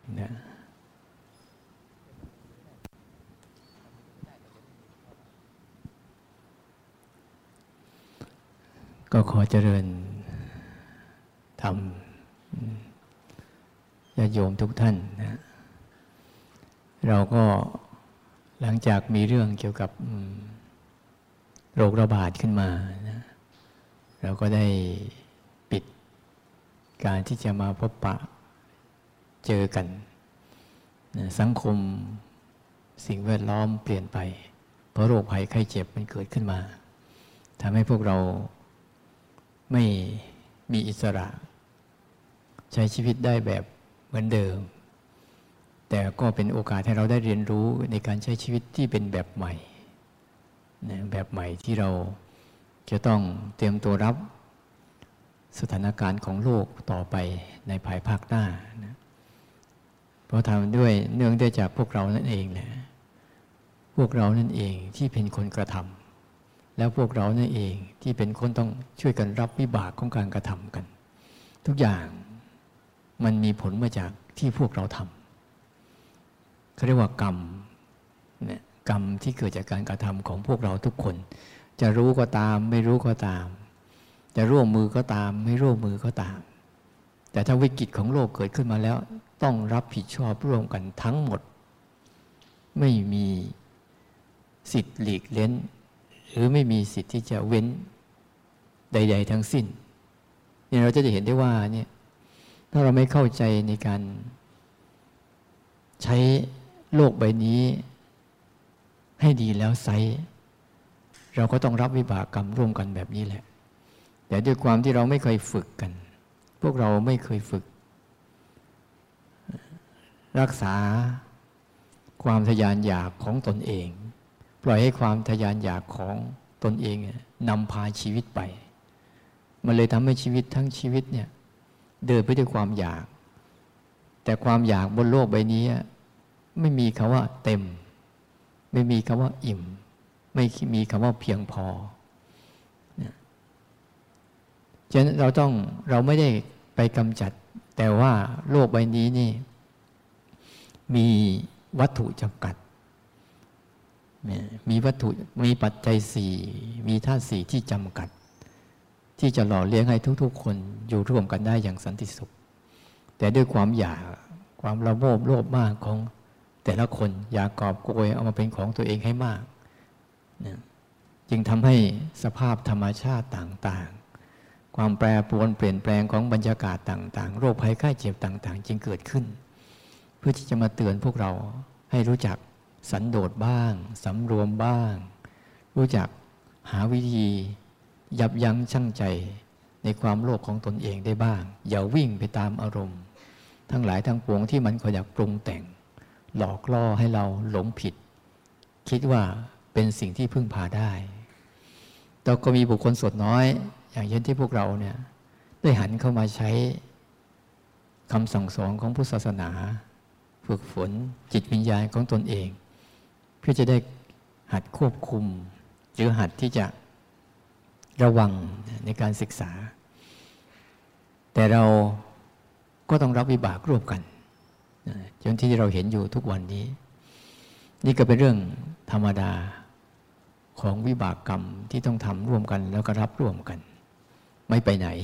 นะก็ขอเจริญธรรมญาติโยมทุกท่านนะเราก็หลังจากมีเรื่องเกี่ยวกับโรคระบาดขึ้นมานะเราก็ได้ปิดการที่จะมาพบปะเจอกันนะสังคมสิ่งแวดล้อมเปลี่ยนไปเพราะโรคภัยไข้เจ็บมันเกิดขึ้นมาทำให้พวกเราไม่มีอิสระใช้ชีวิตได้แบบเหมือนเดิมแต่ก็เป็นโอกาสให้เราได้เรียนรู้ในการใช้ชีวิตที่เป็นแบบใหม่นะแบบใหม่ที่เราจะต้องเตรียมตัวรับสถานการณ์ของโลกต่อไปในภายภาคหน้านะเพราะทำด้วยเนื่องด้วยจากพวกเรานั่นเองแหละพวกเรานั่นเองที่เป็นคนกระทำแล้วพวกเรานั่นเองที่เป็นคนต้องช่วยกันรับวิบากของการกระทำกันทุกอย่างมันมีผลมาจากที่พวกเราทำเขาเรียกว่ากรรมเนี่ยกรรมที่เกิดจากการกระทำของพวกเราทุกคนจะรู้ก็ตามไม่รู้ก็ตามจะร่วมมือก็ตามไม่ร่วมมือก็ตามแต่ถ้าวิกฤตของโลกเกิดขึ้นมาแล้วต้องรับผิดชอบร่วมกันทั้งหมดไม่มีสิทธิ์หลีกเล้นหรือไม่มีสิทธิ์ที่จะเว้นใดๆทั้งสิ้นนี่เราจะเห็นได้ว่าเนี่ยถ้าเราไม่เข้าใจในการใช้โลกใบนี้ให้ดีแล้วไซเราก็ต้องรับวิบากกรรมร่วมกันแบบนี้แหละแต่ด้วยความที่เราไม่เคยฝึกกันพวกเราไม่เคยฝึกรักษาความทยานอยากของตนเองปล่อยให้ความทยานอยากของตนเองนำพาชีวิตไปมันเลยทำให้ชีวิตทั้งชีวิตเนี่ยเดินไปด้วยความอยากแต่ความอยากบนโลกใบนี้ไม่มีคำว่าเต็มไม่มีคำว่าอิ่มไม่มีคำว่าเพียงพอฉะนั้นเราไม่ได้ไปกำจัดแต่ว่าโลกใบนี้นี่มีวัตถุจำกัดมีวัตถุมีปัจจัยสี่มีธาตุสี่ที่จำกัดที่จะหล่อเลี้ยงให้ทุกๆคนอยู่ร่วมกันได้อย่างสันติสุขแต่ด้วยความอยากความระโมบโลภมากของแต่ละคนอยากกอบโกยเอามาเป็นของตัวเองให้มากจึงทำให้สภาพธรรมชาติต่างๆความแปรปรวนเปลี่ยนแปลงของบรรยากาศต่างๆโรคภัยไข้เจ็บต่างๆจึงเกิดขึ้นเพื่อที่จะมาเตือนพวกเราให้รู้จักสันโดษบ้างสำรวมบ้างรู้จักหาวิธียับยั้งชั่งใจในความโลภของตนเองได้บ้างอย่าวิ่งไปตามอารมณ์ทั้งหลายทั้งปวงที่มันคอยอยากปรุงแต่งหลอกล่อให้เราหลงผิดคิดว่าเป็นสิ่งที่พึ่งพาได้แต่ก็มีบุคคลส่วนน้อยอย่างเช่นที่พวกเราเนี่ยได้หันเข้ามาใช้คำสั่งสอนของพุทธศาสนาฝึกฝนจิตวิญญาณของตนเองเพื่อจะได้หัดควบคุมหรือหัดที่จะระวังในการศึกษาแต่เราก็ต้องรับวิบากร่วมกันจนที่เราเห็นอยู่ทุกวันนี้นี่ก็เป็นเรื่องธรรมดาของวิบากกรรมที่ต้องทำร่วมกันแล้วก็รับร่วมกันไม่ไปไหน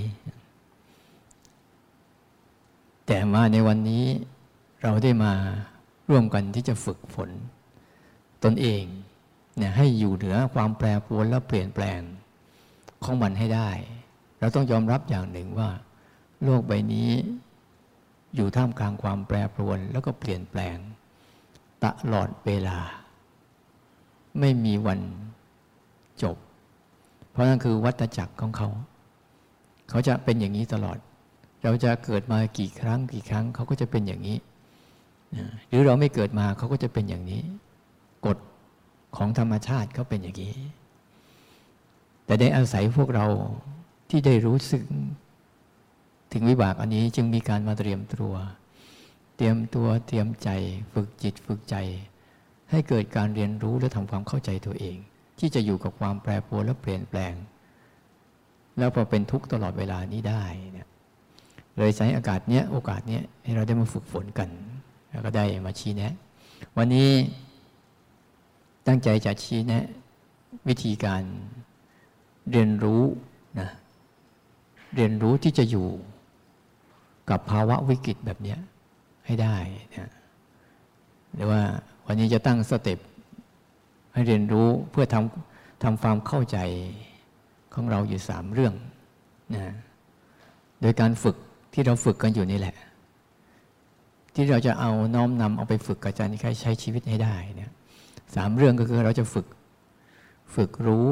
แต่มาในวันนี้เราได้มาร่วมกันที่จะฝึกฝนตนเองเนี่ยให้อยู่เหนือความแปรปรวนและเปลี่ยนแปลงของมันให้ได้เราต้องยอมรับอย่างหนึ่งว่าโลกใบนี้อยู่ท่ามกลางความแปรปรวนแล้วก็เปลี่ยนแปลงตลอดเวลาไม่มีวันจบเพราะนั่นคือวัฏจักรของเขาจะเป็นอย่างนี้ตลอดเราจะเกิดมากี่ครั้งเขาก็จะเป็นอย่างนี้หรือเราไม่เกิดมาเขาก็จะเป็นอย่างนี้กฎของธรรมชาติเขาเป็นอย่างนี้แต่ได้อาศัยพวกเราที่ได้รู้สึกถึงวิบากอันนี้จึงมีการมาเตรียมตัวเตรียมใจฝึกจิตฝึกใจให้เกิดการเรียนรู้และทำความเข้าใจตัวเองที่จะอยู่กับความแปรปรวนและเปลี่ยนแปลงแล้วพอเป็นทุกข์ตลอดเวลานี้ได้เนี่ยเลยใช้โอกาสเนี้ยให้เราได้มาฝึกฝนกันแล้วก็ได้มาชี้แนะวันนี้ตั้งใจจะชี้แนะวิธีการเรียนรู้นะเรียนรู้ที่จะอยู่กับภาวะวิกฤตแบบนี้ให้ได้นะหรือว่าวันนี้จะตั้งสเต็ปให้เรียนรู้เพื่อทำความเข้าใจของเราอยู่3เรื่องนะโดยการฝึกที่เราฝึกกันอยู่นี่แหละที่เราจะเอาน้อมนำเอาไปฝึกกับการใช้ชีวิตให้ได้เนี่ย3เรื่องก็คือเราจะฝึกรู้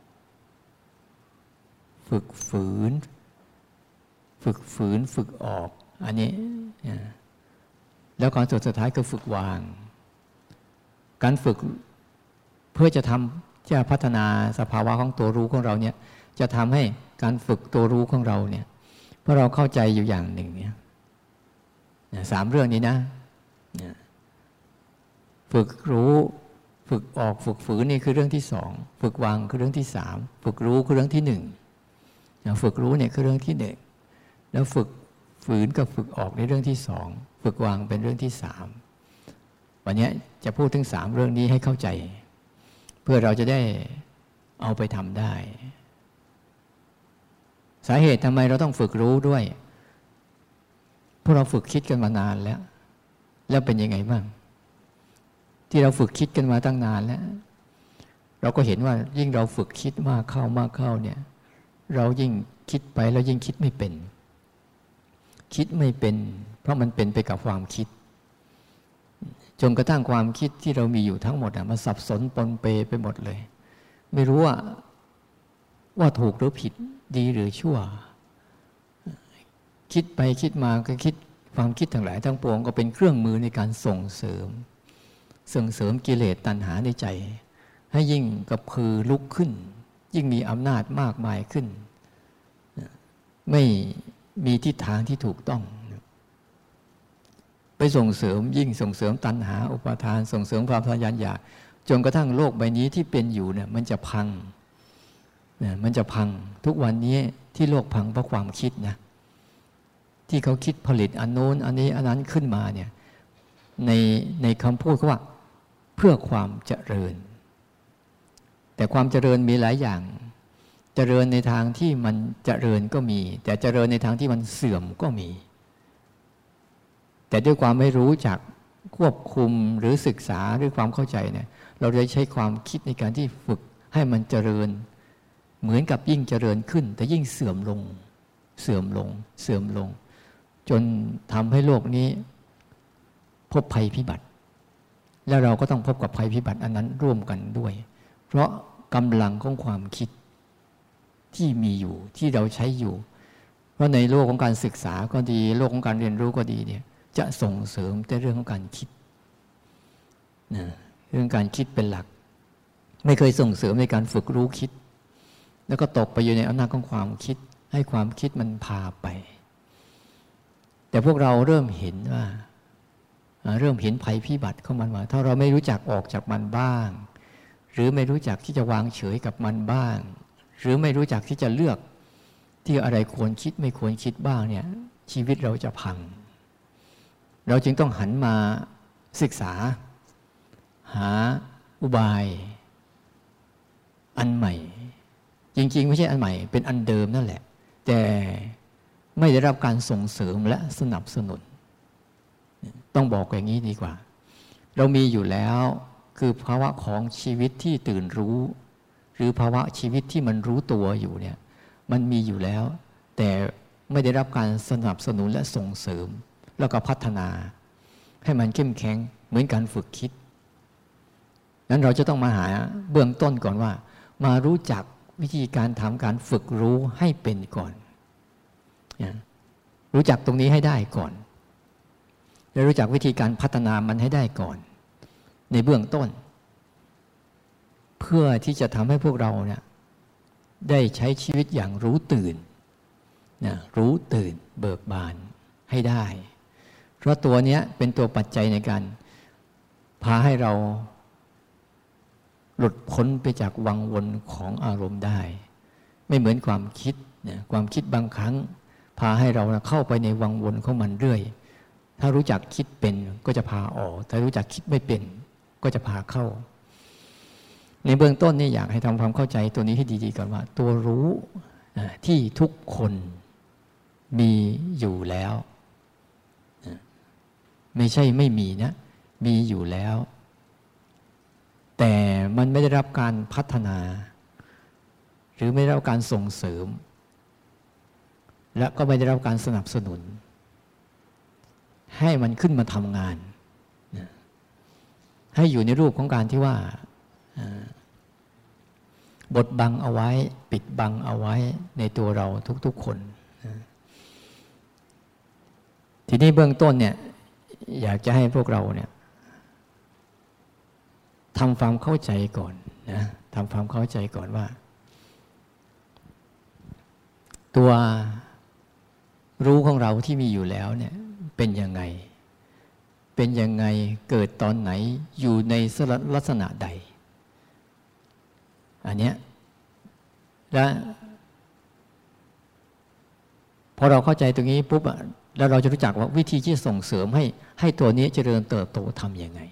ฝึกฝืนฝึกออกอันนี้แล้วก่อนสุดท้ายคือฝึกวางการฝึกเพื่อจะพัฒนาสภาวะของตัวรู้ของเราเนี่ยจะทำให้การฝึกตัวรู้ของเราเนี่ยเพราะเราเข้าใจอยู่อย่างหนึ่งเนี่ย3เรื่องนี้นะฝึกรู้ฝึกออกฝึกฝืนนี่คือเรื่องที่2ฝึกวางคือเรื่องที่3ฝึกรู้คือเรื่องที่1ฝึกรู้เนี่ยคือเรื่องที่1แล้วฝึกฝืนกับฝึกออกในเรื่องที่2ฝึกวางเป็นเรื่องที่3วันนี้จะพูดถึง3เรื่องนี้ให้เข้าใจเพื่อเราจะได้เอาไปทำได้สาเหตุทำไมเราต้องฝึกรู้ด้วยพวกเราฝึกคิดกันมานานแล้วเป็นยังไงบ้างที่เราฝึกคิดกันมาตั้งนานแล้วเราก็เห็นว่ายิ่งเราฝึกคิดมากเข้เนี่ยเรายิ่งคิดไปแล้วยิ่งคิดไม่เป็นเพราะมันเป็นไปกับความคิดจนกระทั่งความคิดที่เรามีอยู่ทั้งหมดมันสับสนปนเปไปหมดเลยไม่รู้ว่าถูกหรือผิดดีหรือชั่วคิดไปคิดมาก็คิดความคิดทั้งหลายทั้งปวงก็เป็นเครื่องมือในการส่งเสริมกิเลสตัณหาในใจให้ยิ่งกระพือลุกขึ้นยิ่งมีอำนาจมากมายขึ้นไม่มีทิศทางที่ถูกต้องไปส่งเสริมยิ่งส่งเสริมตัณหาอุปาทานส่งเสริมความทะยานอยากจนกระทั่งโลกใบนี้ที่เป็นอยู่เนี่ยมันจะพังทุกวันนี้ที่โลกพังเพราะความคิดนะที่เขาคิดผลิตอันโน้นอันนี้อันนั้นขึ้นมาเนี่ยในคำพูดเขาว่าเพื่อความเจริญแต่ความเจริญมีหลายอย่างเจริญในทางที่มันเจริญก็มีแต่เจริญในทางที่มันเสื่อมก็มีแต่ด้วยความไม่รู้จักควบคุมหรือศึกษาหรือความเข้าใจเนี่ยเราได้ใช้ความคิดในการที่ฝึกให้มันเจริญเหมือนกับยิ่งเจริญขึ้นแต่ยิ่งเสื่อมลงจนทำให้โลกนี้พบภัยพิบัติแล้วเราก็ต้องพบกับภัยพิบัติอันนั้นร่วมกันด้วยเพราะกำลังของความคิดที่มีอยู่ที่เราใช้อยู่เพราะในโลกของการศึกษาก็ดีโลกของการเรียนรู้ก็ดีเนี่ยจะส่งเสริมแต่เรื่องของการคิดนะเรื่องการคิดเป็นหลักไม่เคยส่งเสริมในการฝึกรู้คิดแล้วก็ตกไปอยู่ในอำนาจของความคิดให้ความคิดมันพาไปแต่พวกเราเริ่มเห็นภัยพิบัติของมันว่าถ้าเราไม่รู้จักออกจากมันบ้างหรือไม่รู้จักที่จะวางเฉยกับมันบ้างหรือไม่รู้จักที่จะเลือกที่อะไรควรคิดไม่ควรคิดบ้างเนี่ยชีวิตเราจะพังเราจึงต้องหันมาศึกษาหาอุบายอันใหม่จริงๆไม่ใช่อันใหม่เป็นอันเดิมนั่นแหละแต่ไม่ได้รับการส่งเสริมและสนับสนุนต้องบอกอย่างนี้ดีกว่าเรามีอยู่แล้วคือภาวะของชีวิตที่ตื่นรู้หรือภาวะชีวิตที่มันรู้ตัวอยู่เนี่ยมันมีอยู่แล้วแต่ไม่ได้รับการสนับสนุนและส่งเสริมแล้วก็พัฒนาให้มันเข้มแข็งเหมือนการฝึกคิดนั้นเราจะต้องมาหาเบื้องต้นก่อนว่ามารู้จักวิธีการทำการฝึกรู้ให้เป็นก่อนรู้จักตรงนี้ให้ได้ก่อนแล้วรู้จักวิธีการพัฒนามันให้ได้ก่อนในเบื้องต้นเพื่อที่จะทำให้พวกเราเนี่ยได้ใช้ชีวิตอย่างรู้ตื่นรู้ตื่นเบิกบานให้ได้เพราะตัวนี้เป็นตัวปัจจัยในการพาให้เราหลุดพ้นไปจากวังวนของอารมณ์ได้ไม่เหมือนความคิดความคิดบางครั้งพาให้เราเข้าไปในวังวนของมันเรื่อยถ้ารู้จักคิดเป็นก็จะพาออกถ้ารู้จักคิดไม่เป็นก็จะพาเข้าในเบื้องต้นนี่อยากให้ทำความเข้าใจตัวนี้ให้ดีๆก่อนว่าตัวรู้ที่ทุกคนมีอยู่แล้วไม่ใช่ไม่มีนะมีอยู่แล้วแต่มันไม่ได้รับการพัฒนาหรือไม่ได้รับการส่งเสริมและก็ไม่ได้รับการสนับสนุนให้มันขึ้นมาทำงานให้อยู่ในรูปของการที่ว่าบดบังเอาไว้ปิดบังเอาไว้ในตัวเราทุกๆคนทีนี้เบื้องต้นเนี่ยอยากจะให้พวกเราเนี่ยทำความเข้าใจก่อนนะทำความเข้าใจก่อนว่าตัวรู้ของเราที่มีอยู่แล้วเนี่ยเป็นยังไงเป็นยังไงเกิดตอนไหนอยู่ในลักษณะใดอันเนี้ยและพอเราเข้าใจตรงนี้ปุ๊บอะแล้วเราจะรู้จักว่าวิธีที่ส่งเสริมให้ตัวนี้เจริญเติบโตทำยังไง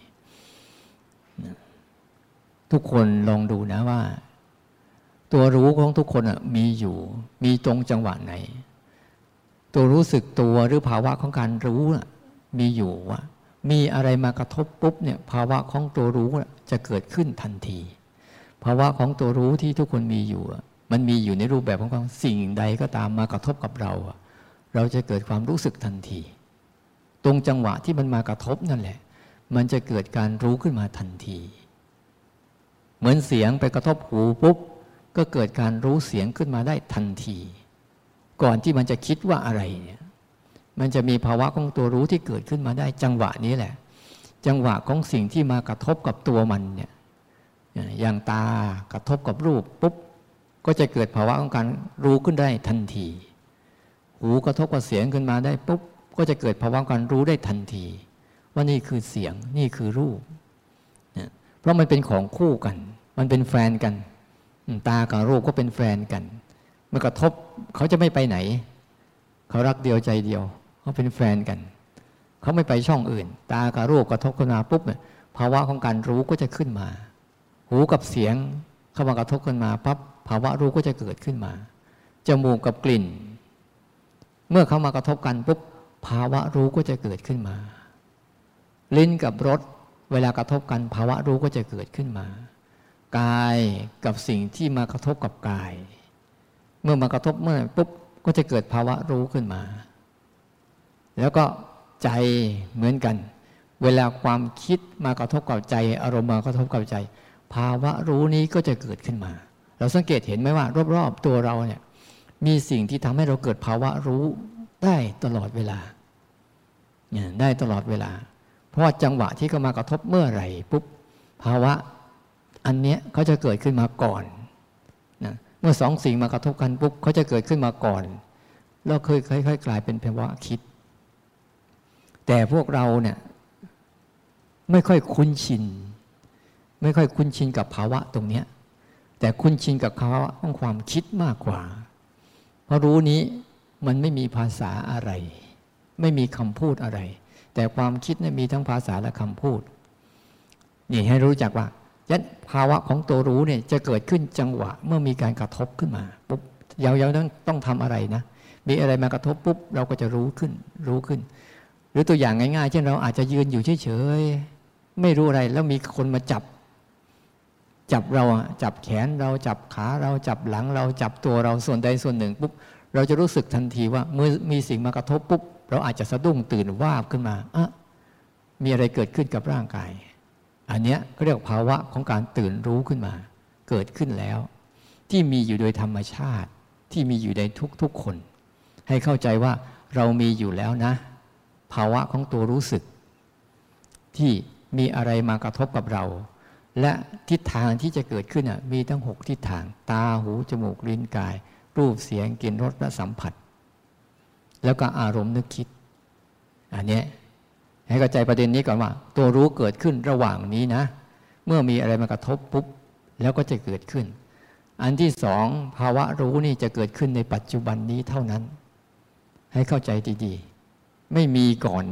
ทุกคนลองดูนะว่าตัวรู้ของทุกคนมีอยู่มีตรงจังหวะไหนตัวรู้สึกตัวหรือภาวะของการรู้มีอยู่ว่ามีอะไรมากระทบปุ๊บเนี่ยภาวะของตัวรู้จะเกิดขึ้นทันทีภาวะของตัวรู้ที่ทุกคนมีอยู่มันมีอยู่ในรูปแบบของความสิ่งใดก็ตามมากระทบกับเราเราจะเกิดความรู้สึกทันทีตรงจังหวะที่มันมากระทบนั่นแหละมันจะเกิดการรู้ขึ้นมาทันทีเหมือนเสียงไปกระทบหูปุ๊บก็เกิดการรู้เสียงขึ้นมาได้ทันทีก่อนที่มันจะคิดว่าอะไรเนี่ยมันจะมีภาวะของตัวรู้ที่เกิดขึ้นมาได้จังหวะนี้แหละจังหวะของสิ่งที่มากระทบกับตัวมันเนี่ยอย่างตากระทบกับรูปปุ๊บก็จะเกิดภาวะของการรู้ขึ้นได้ทันทีหูกระทบกับเสียงขึ้นมาได้ปุ๊บก็จะเกิดภาวะการรู้ได้ทันทีว่านี่คือเสียงนี่คือรูปเพราะมันเป็นของคู่กันมันเป็นแฟนกันตากับรูปก็เป็นแฟนกันเมื่อกระทบเขาจะไม่ไปไหนเขารักเดียวใจเดียวเขาเป็นแฟนกันเขาไม่ไปช่องอื่นตากับรูปกระทบกันมาปุ๊บเนี่ยภาวะของการรู้ก็จะขึ้นมาหูกับเสียงเข้ามากระทบกันมาปั๊บภาวะรู้ก็จะเกิดขึ้นมาจมูกกับกลิ่นเมื่อเข้ามากระทบกันปุ๊บภาวะรู้ก็จะเกิดขึ้นมาลิ้นกับรสเวลากระทบกันภาวะรู้ก็จะเกิดขึ้นมากายกับสิ่งที่มากระทบกับกายเมื่อมากระทบเมื่อปุ๊บก็จะเกิดภาวะรู้ขึ้นมาแล้วก็ใจเหมือนกันเวลาความคิดมากระทบกับใจอารมณ์มากระทบกับใจภาวะรู้นี้ก็จะเกิดขึ้นมาเราสังเกตเห็นไหมว่ารอบๆตัวเราเนี่ยมีสิ่งที่ทำให้เราเกิดภาวะรู้ได้ตลอดเวลาได้ตลอดเวลาเพราะว่าจังหวะที่เขามากระทบเมื่อไหร่ปุ๊บภาวะอันเนี้ยเขาจะเกิดขึ้นมาก่อนนะเมื่อสองสิ่งมากระทบกันปุ๊บเขาจะเกิดขึ้นมาก่อนแล้วค่อยๆกลายเป็นภาวะคิดแต่พวกเราเนี่ยไม่ค่อยคุ้นชินไม่ค่อยคุ้นชินกับภาวะตรงเนี้ยแต่คุ้นชินกับภาวะของความคิดมากกว่าเพราะรู้นี้มันไม่มีภาษาอะไรไม่มีคำพูดอะไรแต่ความคิดเนี่ยมีทั้งภาษาและคำพูดนี่ให้รู้จักว่ายันภาวะของตัวรู้เนี่ยจะเกิดขึ้นจังหวะเมื่อมีการกระทบขึ้นมาปุ๊บยาวๆต้องทำอะไรนะมีอะไรมากระทบปุ๊บเราก็จะรู้ขึ้นหรือตัวอย่างง่ายๆเช่นเราอาจจะยืนอยู่เฉยๆไม่รู้อะไรแล้วมีคนมาจับเราจับแขนเราจับขาเราจับหลังเราจับตัวเราส่วนใดส่วนหนึ่งปุ๊บเราจะรู้สึกทันทีว่าเมื่อมีสิ่งมากระทบปุ๊บเราอาจจะสะดุ้งตื่นวาบขึ้นมามีอะไรเกิดขึ้นกับร่างกายอันเนี้ยก็เรียกภาวะของการตื่นรู้ขึ้นมาเกิดขึ้นแล้วที่มีอยู่โดยธรรมชาติที่มีอยู่ในทุกๆคนให้เข้าใจว่าเรามีอยู่แล้วนะภาวะของตัวรู้สึกที่มีอะไรมากระทบกับเราและทิศทางที่จะเกิดขึ้นมีทั้ง6ทิศทางตาหูจมูกลิ้นกายรูปเสียงกลิ่นรสและสัมผัสแล้วก็อารมณ์นึกคิดอันนี้ให้เข้าใจประเด็นนี้ก่อนว่าตัวรู้เกิดขึ้นระหว่างนี้นะเมื่อมีอะไรมากระทบปุ๊บแล้วก็จะเกิดขึ้นอันที่สองภาวะรู้นี่จะเกิดขึ้นในปัจจุบันนี้เท่านั้นให้เข้าใจดีๆไม่มีก่อนนะ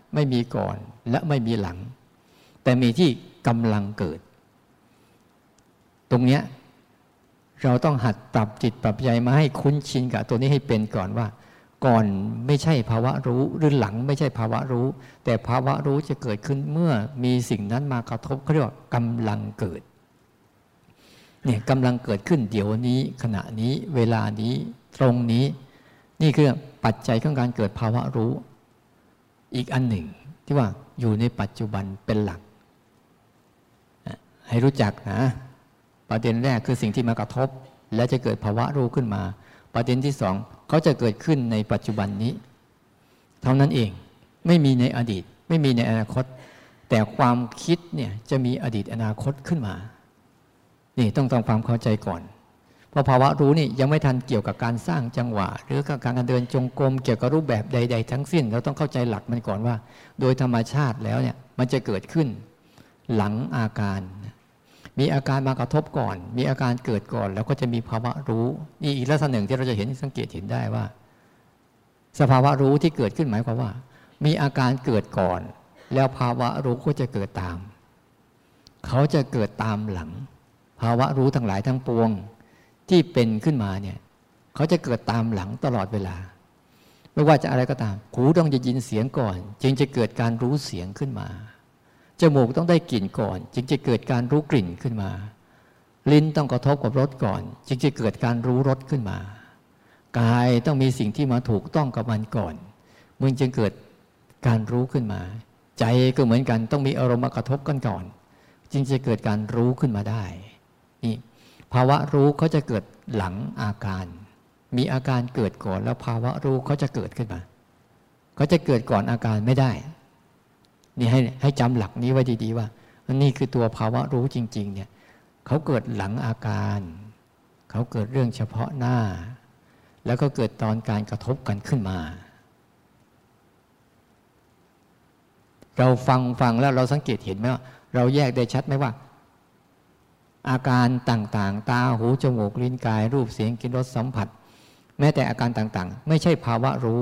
ไม่มีก่อนและไม่มีหลังแต่มีที่กำลังเกิดตรงเนี้ยเราต้องหัดปรับจิตปรับใจมาให้คุ้นชินกับตัวนี้ให้เป็นก่อนว่าก่อนไม่ใช่ภาวะรู้หรือหลังไม่ใช่ภาวะรู้แต่ภาวะรู้จะเกิดขึ้นเมื่อมีสิ่งนั้นมากระทบเขาเรียกว่ากำลังเกิดเนี่ยกำลังเกิดขึ้นเดี๋ยวนี้ขณะนี้เวลานี้ตรงนี้นี่คือปัจจัยของการเกิดภาวะรู้อีกอันหนึ่งที่ว่าอยู่ในปัจจุบันเป็นหลักให้รู้จักนะประเด็นแรกคือสิ่งที่มากระทบและจะเกิดภาวะรู้ขึ้นมาประเด็นที่สองเขาจะเกิดขึ้นในปัจจุบันนี้เท่านั้นเองไม่มีในอดีตไม่มีในอนาคตแต่ความคิดเนี่ยจะมีอดีตอนาคตขึ้นมานี่ต้องความเข้าใจก่อนเพราะภาวะรู้นี่ยังไม่ทันเกี่ยวกับการสร้างจังหวะหรือกับการเดินจงกรมเกี่ยวกับรูปแบบใดๆทั้งสิ้นเราต้องเข้าใจหลักมันก่อนว่าโดยธรรมชาติแล้วเนี่ยมันจะเกิดขึ้นหลังอาการมีอาการมากระทบก่อนมีอาการเกิดก่อนแล้วก็จะมีภาวะรู้นี่อีกลักษณะหนึ่งที่เราจะเห็นสังเกตเห็นได้ว่าสภาวะรู้ที่เกิดขึ้นหมายความว่ามีอาการเกิดก่อนแล้วภาวะรู้ก็จะเกิดตามเขาจะเกิดตามหลังภาวะรู้ทั้งหลายทั้งปวงที่เป็นขึ้นมาเนี่ยเขาจะเกิดตามหลังตลอดเวลาไม่ว่าจะอะไรก็ตามหูต้องจะยินเสียงก่อนจึงจะเกิดการรู้เสียงขึ้นมาจมูกต้องได้กลิ่นก่อนจึงจะเกิดการรู้กลิ่นขึ้นมาลิ้นต้องกระทบกับรสก่อนจึงจะเกิดการรู้รสขึ้นมากายต้องมีสิ่งที่มาถูกต้องกับมันก่อนมึงจึงเกิดการรู้ขึ้นมาใจก็เหมือนกันต้องมีอารมณ์มากระทบกันก่อนจึงจะเกิดการรู้ขึ้นมาได้นี่ภาวะรู้เขาจะเกิดหลังอาการมีอาการเกิดก่อนแล้วภาวะรู้เขาจะเกิดขึ้นมาเขาจะเกิดก่อนอาการไม่ได้นี่ให้จำหลักนี้ไว้ดีๆว่านี่คือตัวภาวะรู้จริงๆเนี่ยเขาเกิดหลังอาการเขาเกิดเรื่องเฉพาะหน้าแล้วก็เกิดตอนการกระทบกันขึ้นมาเราฟังแล้วเราสังเกตเห็นไหมว่าเราแยกได้ชัดไหมว่าอาการต่างๆตาหูจมูกลิ้นกายรูปเสียงกลิ่นรสสัมผัสแม้แต่อาการต่างๆไม่ใช่ภาวะรู้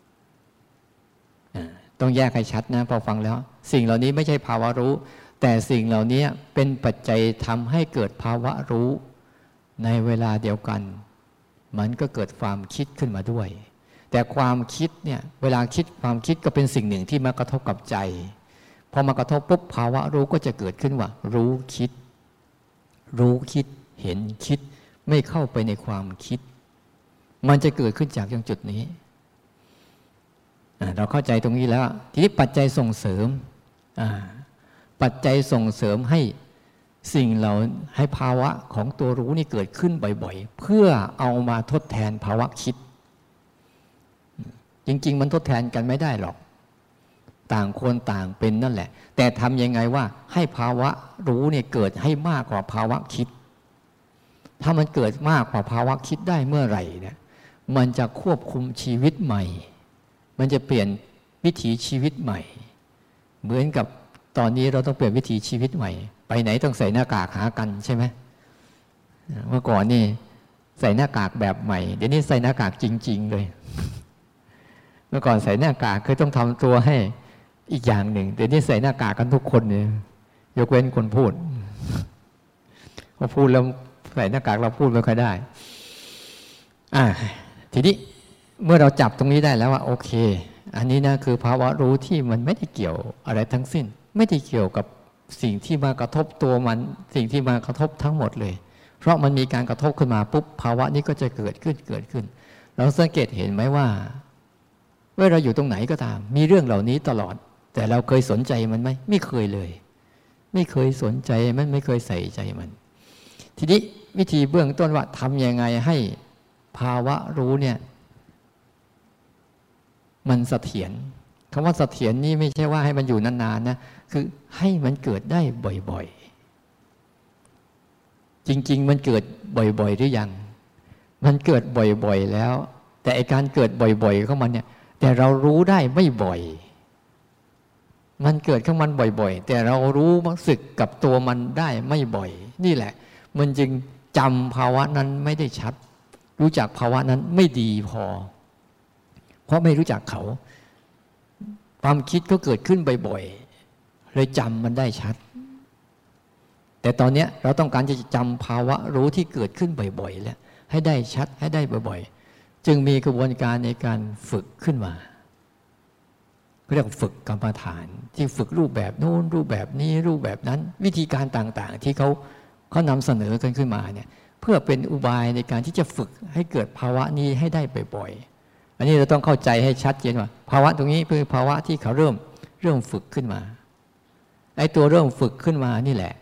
ต้องแยกให้ชัดนะพอฟังแล้วสิ่งเหล่านี้ไม่ใช่ภาวะรู้แต่สิ่งเหล่านี้เป็นปัจจัยทำให้เกิดภาวะรู้ในเวลาเดียวกันมันก็เกิดความคิดขึ้นมาด้วยแต่ความคิดเนี่ยเวลาคิดความคิดก็เป็นสิ่งหนึ่งที่มากระทบกับใจพอมากระทบปุ๊บภาวะรู้ก็จะเกิดขึ้นว่ารู้คิดเห็นคิดไม่เข้าไปในความคิดมันจะเกิดขึ้นจากจุดนี้เราเข้าใจตรงนี้แล้วทีนี้ปัจจัยส่งเสริมปัจจัยส่งเสริมให้สิ่งเราให้ภาวะของตัวรู้นี่เกิดขึ้นบ่อยๆเพื่อเอามาทดแทนภาวะคิดจริงๆมันทดแทนกันไม่ได้หรอกต่างคนต่างเป็นนั่นแหละแต่ทำยังไงว่าให้ภาวะรู้เนี่ยเกิดให้มากกว่าภาวะคิดถ้ามันเกิดมากกว่าภาวะคิดได้เมื่อไหร่เนี่ยมันจะควบคุมชีวิตใหม่มันจะเปลี่ยนวิถีชีวิตใหม่เหมือนกับตอนนี้เราต้องเปลี่ยนวิถีชีวิตใหม่ไปไหนต้องใส่หน้ากากหากันใช่ไหมเมื่อก่อนนี่ใส่หน้ากากแบบใหม่เดี๋ยวนี้ใส่หน้ากากจริงๆเลยเมื่อก่อนใส่หน้ากากคือต้องทำตัวให้อีกอย่างหนึ่งเดี๋ยวนี้ใส่หน้ากากกันทุกคนเนี่ยยกเว้นคนพูดพอพูดแล้วใส่หน้ากากเราพูดไม่ค่อยได้ทีนี้เมื่อเราจับตรงนี้ได้แล้วว่าโอเคอันนี้นะคือภาวะรู้ที่มันไม่ได้เกี่ยวอะไรทั้งสิ้นไม่ได้เกี่ยวกับสิ่งที่มากระทบตัวมันสิ่งที่มากระทบทั้งหมดเลยเพราะมันมีการกระทบขึ้นมาปุ๊บภาวะนี้ก็จะเกิดขึ้นเราสังเกตเห็นไหมว่าเมื่อเราอยู่ตรงไหนก็ตามมีเรื่องเหล่านี้ตลอดแต่เราเคยสนใจมันไหมไม่เคยเลยไม่เคยสนใจมันไม่เคยใส่ใจมันทีนี้วิธีเบื้องต้นว่าทำยังไงให้ภาวะรู้เนี่ยมันเสถียรคำว่าเสถียรนี่ไม่ใช่ว่าให้มันอยู่นานๆนะคือให้มันเกิดได้บ่อยๆจริงๆมันเกิดบ่อยๆหรือยังมันเกิดบ่อยๆแล้วแต่ไอ้การเกิดบ่อยๆของมันเนี่ยแต่เรารู้ได้ไม่บ่อยมันเกิดของมันบ่อยๆแต่เรารู้สึกกับตัวมันได้ไม่บ่อยนี่แหละมันจึงจำภาวะนั้นไม่ได้ชัดรู้จักภาวะนั้นไม่ดีพอเพราะไม่รู้จักเขาความคิดก็เกิดขึ้นบ่อยๆเลยจำมันได้ชัดแต่ตอนนี้เราต้องการจะจำภาวะรู้ที่เกิดขึ้นบ่อยๆแล้วให้ได้ชัดให้ได้บ่อยๆจึงมีกระบวนการในการฝึกขึ้นมาเรียกฝึกกรรมฐานที่ฝึกรูปแบบโน้นรูปแบบนี้รูปแบบนั้นวิธีการต่างๆที่เขานำเสนอกันขึ้นมาเนี่ยเพื่อเป็นอุบายในการที่จะฝึกให้เกิดภาวะนี้ให้ได้บ่อยๆอันนี้เราต้องเข้าใจให้ชัดเจนว่าภาวะตรงนี้คือภาวะที่เขาเริ่มฝึกขึ้นมาไอ้ตัวเริ่มฝึกขึ้นมานี่แหละ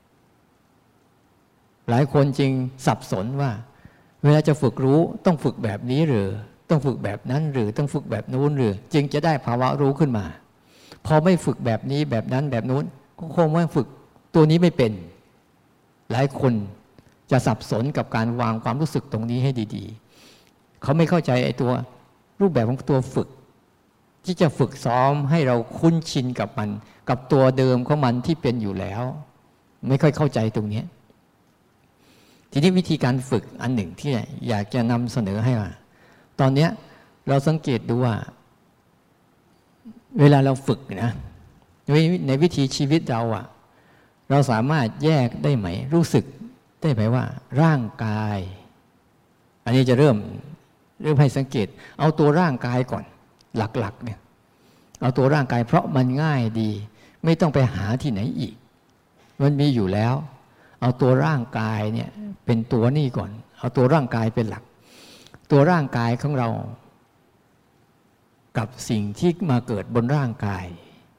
หลายคนจริงสับสนว่าเวลาจะฝึกรู้ต้องฝึกแบบนี้หรือต้องฝึกแบบนั้นหรือต้องฝึกแบบนู้นหรือจึงจะได้ภาวะรู้ขึ้นมาพอไม่ฝึกแบบนี้แบบนั้นแบบนู้นก็คงไม่ฝึกตัวนี้ไม่เป็นหลายคนจะสับสนกับการวางความรู้สึกตรงนี้ให้ดีๆเขาไม่เข้าใจไอ้ตัวรูปแบบของตัวฝึกที่จะฝึกซ้อมให้เราคุ้นชินกับมันกับตัวเดิมของมันที่เป็นอยู่แล้วไม่ค่อยเข้าใจตรงนี้ทีนี้วิธีการฝึกอันหนึ่งที่อยากจะนำเสนอให้ว่าตอนนี้เราสังเกตดูว่าเวลาเราฝึกนะในวิถีชีวิตเราอะเราสามารถแยกได้ไหมรู้สึกได้ไหมว่าร่างกายอันนี้จะเริ่มให้สังเกตเอาตัวร่างกายก่อนหลักๆเนี่ยเอาตัวร่างกายเพราะมันง่ายดีไม่ต้องไปหาที่ไหนอีกมันมีอยู่แล้วเอาตัวร่างกายเนี่ยเป็นตัวนี่ก่อนเอาตัวร่างกายเป็นหลักตัวร่างกายของเรากับสิ่งที่มาเกิดบนร่างกาย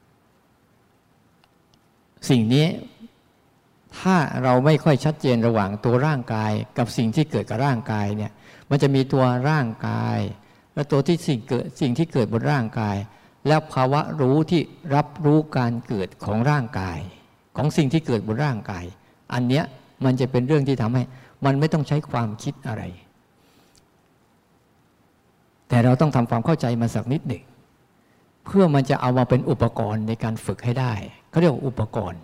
สิ่งนี้ถ้าเราไม่ค่อยชัดเจนระหว่างตัวร่างกายกับสิ่งที่เกิดกับร่างกายเนี่ยมันจะมีตัวร่างกายและตัวที่สิ่งที่เกิดบนร่างกายแล้วภาวะรู้ที่รับรู้การเกิดของร่างกายของสิ่งที่เกิดบนร่างกายอันเนี้ยมันจะเป็นเรื่องที่ทำให้มันไม่ต้องใช้ความคิดอะไรแต่เราต้องทำความเข้าใจมันสักนิดหนึ่งเพื่อมันจะเอามาเป็นอุปกรณ์ในการฝึกให้ได้เขาเรียกว่าอุปกรณ์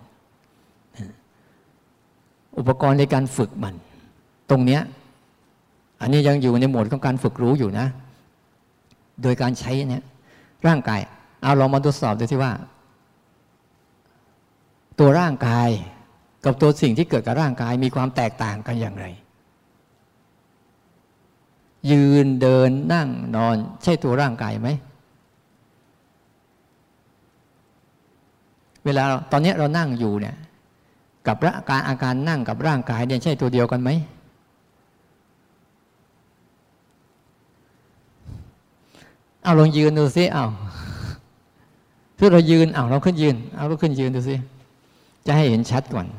ในการฝึกมันตรงเนี้ยอันนี้ยังอยู่ในโหมดของการฝึกรู้อยู่นะโดยการใช้เนี่ยร่างกายเอาลองมาทดสอบดูที่ว่าตัวร่างกายกับตัวสิ่งที่เกิดกับร่างกายมีความแตกต่างกันอย่างไรยืนเดินนั่งนอนใช่ตัวร่างกายไหมเวลาตอนนี้เรานั่งอยู่เนี่ยกับอาการนั่งกับร่างกายเนี่ยใช่ตัวเดียวกันไหมเอาลองยืนดูซิเอาถ้าเรายืนเอาเราขึ้นยืนเอาเราขึ้นยืนดูซิจะให้เห็นชัดก่อน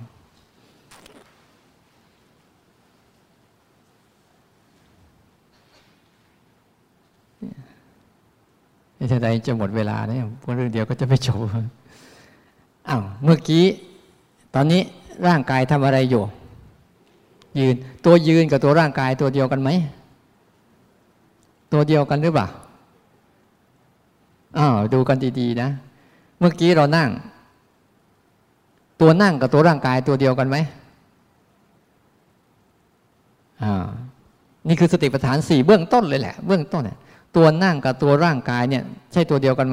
ไม่ใช่ใดจะหมดเวลาเนี่ยเพราะเรื่องเดียวก็จะไปจบอ้าวเมื่อกี้ตอนนี้ร่างกายทำอะไรอยู่ยืนตัวยืนกับตัวร่างกายตัวเดียวกันไหมตัวเดียวกันหรือเปล่าอ้าวดูกันดีๆนะเมื่อกี้เรานั่งตัวนั่งกับตัวร่างกายตัวเดียวกันไหมนี่คือสติปัฏฐาน4เบื้องต้นเลยแหละเบื้องต้นเนี่ยตัวนั่งกับตัวร่างกายเนี่ยใช่ตัวเดียวกันไหม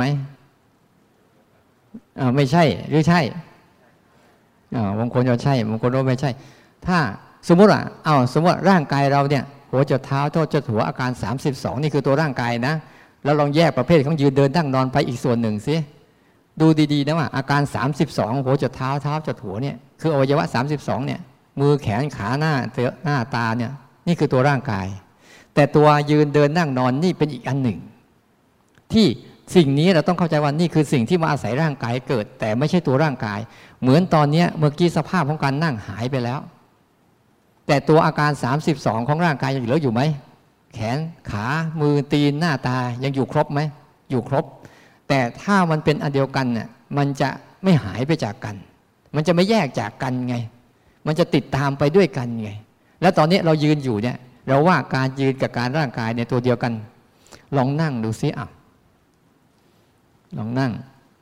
ไม่ใช่หรือใช่บางคนจะใช่บางคนไม่ใช่ถ้าสมมติว่าสมมติว่าร่างกายเราเนี่ยหัวจดเท้าโทษจดหัวอาการ32นี่คือตัวร่างกายนะแล้วลองแยกประเภทของยืนเดินนั่งนอนไปอีกส่วนหนึ่งสิดูดีๆนะว่าอาการ32หัวจดเท้าเท้าจดหัวเนี่ยคืออวัยวะ32เนี่ยมือแขนขาหน้าตาเนี่ยนี่คือตัวร่างกายแต่ตัวยืนเดินนั่งนอนนี่เป็นอีกอันหนึ่งที่สิ่งนี้เราต้องเข้าใจว่านี่คือสิ่งที่มาอาศัยร่างกายเกิดแต่ไม่ใช่ตัวร่างกายเหมือนตอนนี้เมื่อกี้สภาพของการนั่งหายไปแล้วแต่ตัวอาการ32ของร่างกายยังเหลืออยู่ไหมแขนขามือตีนหน้าตายังอยู่ครบไหมอยู่ครบแต่ถ้ามันเป็นอันเดียวกันเนี่ยมันจะไม่หายไปจากกันมันจะไม่แยกจากกันไงมันจะติดตามไปด้วยกันไงแล้วตอนนี้เรายืนอยู่เนี่ยเราว่าการยืนกับการร่างกายเนี่ยตัวเดียวกันลองนั่งดูซิลองนั่ง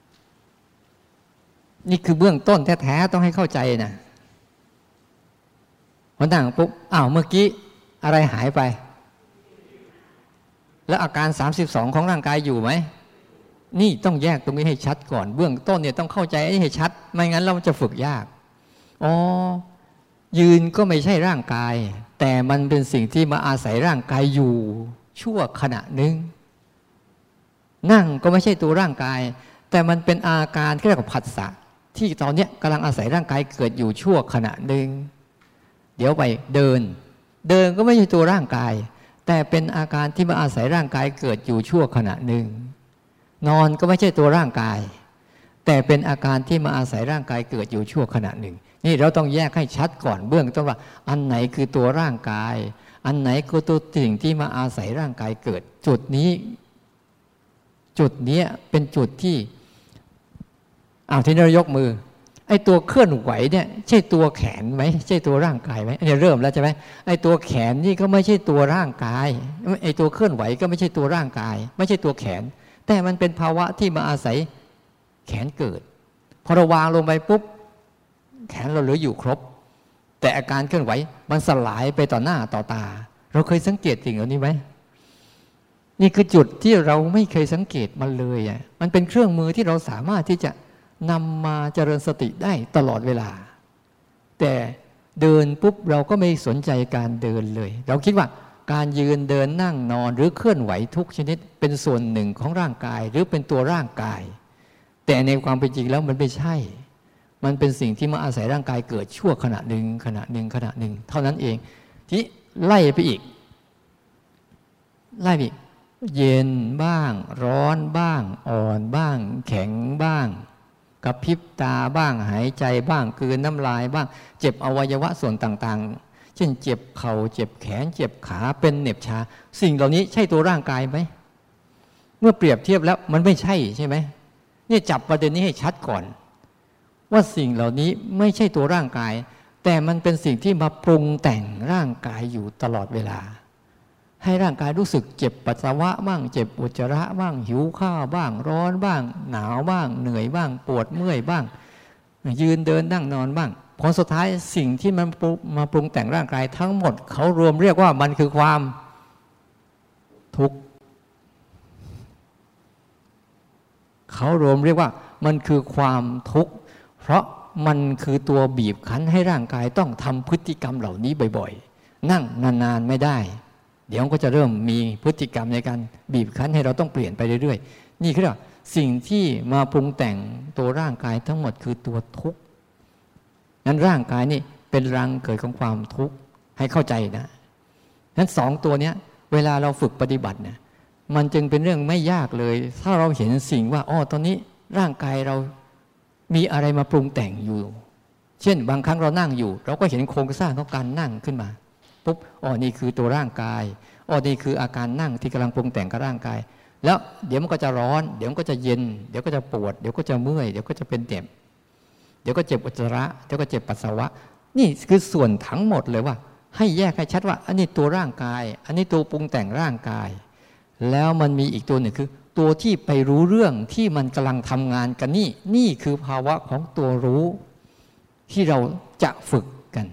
นี่คือเบื้องต้นแท้ๆต้องให้เข้าใจนะพอนั่งปุ๊บเมื่อกี้อะไรหายไปแล้วอาการ32ของร่างกายอยู่ไหมนี่ต้องแยกตรงนี้ให้ชัดก่อนเบื้องต้นเนี่ยต้องเข้าใจให้ชัดไม่งั้นเราจะฝึกยากอ๋อยืนก็ไม่ใช่ร่างกายแต่มันเป็นสิ่งที่มาอาศัยร่างกายอยู่ชั่วขณะหนึ่งนั่งก็ไม่ใช่ตัวร่างกายแต่มันเป็นอาการที่เรียกว่าผัสสะที่ตอนนี้กำลังอาศัยร่างกายเกิดอยู่ชั่วขณะหนึ่งเดี๋ยวไปเดินก็ไม่ใช่ตัวร่างกายแต่เป็นอาการที่มาอาศัยร่างกายเกิดอยู่ชั่วขณะหนึ่งนอนก็ไม่ใช่ตัวร่างกายแต่เป็นอาการที่มาอาศัยร่างกายเกิดอยู่ชั่วขณะหนึ่งนี่เราต้องแยกให้ชัดก่อนเบื้องต้นว่าอันไหนคือตัวร่างกายอันไหนคือตัวสิ่งที่มาอาศัยร่างกายเกิดจุดนี้เป็นจุดที่ที่เรายกมือไอ้ตัวเคลื่อนไหวเนี่ยใช่ตัวแขนไหมใช่ตัวร่างกายไหมเนี่ยเริ่มแล้วใช่ไหมไอ้ตัวแขนนี่ก็ไม่ใช่ตัวร่างกายไอ้ตัวเคลื่อนไหวก็ไม่ใช่ตัวร่างกายไม่ใช่ตัวแขนแต่มันเป็นภาวะที่มาอาศัยแขนเกิดพอเราวางลงไปปุ๊บแขนเราเหลืออยู่ครบแต่อาการเคลื่อนไหวมันสลายไปต่อหน้าต่อตาเราเคยสังเกตสิ่งเหล่านี้ไหมนี่คือจุดที่เราไม่เคยสังเกตมันเลยมันเป็นเครื่องมือที่เราสามารถที่จะนำมาเจริญสติได้ตลอดเวลาแต่เดินปุ๊บเราก็ไม่สนใจการเดินเลยเราคิดว่าการยืนเดินนั่งนอนหรือเคลื่อนไหวทุกชนิดเป็นส่วนหนึ่งของร่างกายหรือเป็นตัวร่างกายแต่ในความเป็นจริงแล้วมันไม่ใช่มันเป็นสิ่งที่มาอาศัยร่างกายเกิดชั่วขณะหนึ่งเท่านั้นเองที่ไล่ไปอีกเย็นบ้างร้อนบ้างอ่อนบ้างแข็งบ้างกระพริบตาบ้างหายใจบ้างกลืนน้ำลายบ้างเจ็บอวัยวะส่วนต่างๆเช่นเจ็บเข่าเจ็บแขนเจ็บขาเป็นเหน็บชาสิ่งเหล่านี้ใช่ตัวร่างกายไหมเมื่อเปรียบเทียบแล้วมันไม่ใช่ใช่ไหมนี่จับประเด็นนี้ให้ชัดก่อนว่าสิ่งเหล่านี้ไม่ใช่ตัวร่างกายแต่มันเป็นสิ่งที่มาปรุงแต่งร่างกายอยู่ตลอดเวลาให้ร่างกายรู้สึกเจ็บปัสสาวะบ้างเจ็บอุจจาระบ้างหิวข้าวบ้างร้อนบ้างหนาวบ้างเหนื่อยบ้างปวดเมื่อยบ้างยืนเดินนั่งนอนบ้างผลสุดท้ายสิ่งที่มันมาปรุงแต่งร่างกายทั้งหมดเขารวมเรียกว่ามันคือความทุกข์เขารวมเรียกว่ามันคือความทุกข์เพราะมันคือตัวบีบคั้นให้ร่างกายต้องทำพฤติกรรมเหล่านี้บ่อยๆนั่งนานๆไม่ได้เดี๋ยวก็จะเริ่มมีพฤติกรรมในการบีบคั้นให้เราต้องเปลี่ยนไปเรื่อยๆนี่คือสิ่งที่มาปรุงแต่งตัวร่างกายทั้งหมดคือตัวทุกข์นั้นร่างกายนี่เป็นรังเกิดของความทุกข์ให้เข้าใจนะนั้นสองตัวเนี้ยเวลาเราฝึกปฏิบัติเนี่ยมันจึงเป็นเรื่องไม่ยากเลยถ้าเราเห็นสิ่งว่าตอนนี้ร่างกายเรามีอะไรมาปรุงแต่งอยู่เช่นบางครั้งเรานั่งอยู่เราก็เห็นโครงสร้างของการนั่งขึ้นมาปุ๊บนี่คือตัวร่างกายนี่คืออาการนั่งที่กำลังปรุงแต่งกับร่างกายแล้วเดี๋ยวมันก็จะร้อนเดี๋ยวมันก็จะเย็นเดี๋ยวก็จะปวดเดี๋ยวก็จะเมื่อยเดี๋ยวก็จะเป็นเจ็บเดี๋ยวก็เจ็บอุจจาระเดี๋ยวก็เจ็บปัสสาวะนี่คือส่วนทั้งหมดเลยว่าให้แยกให้ชัดว่าอันนี้ตัวร่างกายอันนี้ตัวปรุงแต่งร่างกายแล้วมันมีอีกตัวหนึ่งคือตัวที่ไปรู้เรื่องที่มันกำลังทำงานกันนี่คือภาวะของตัวรู้ที่เราจะฝึกกัน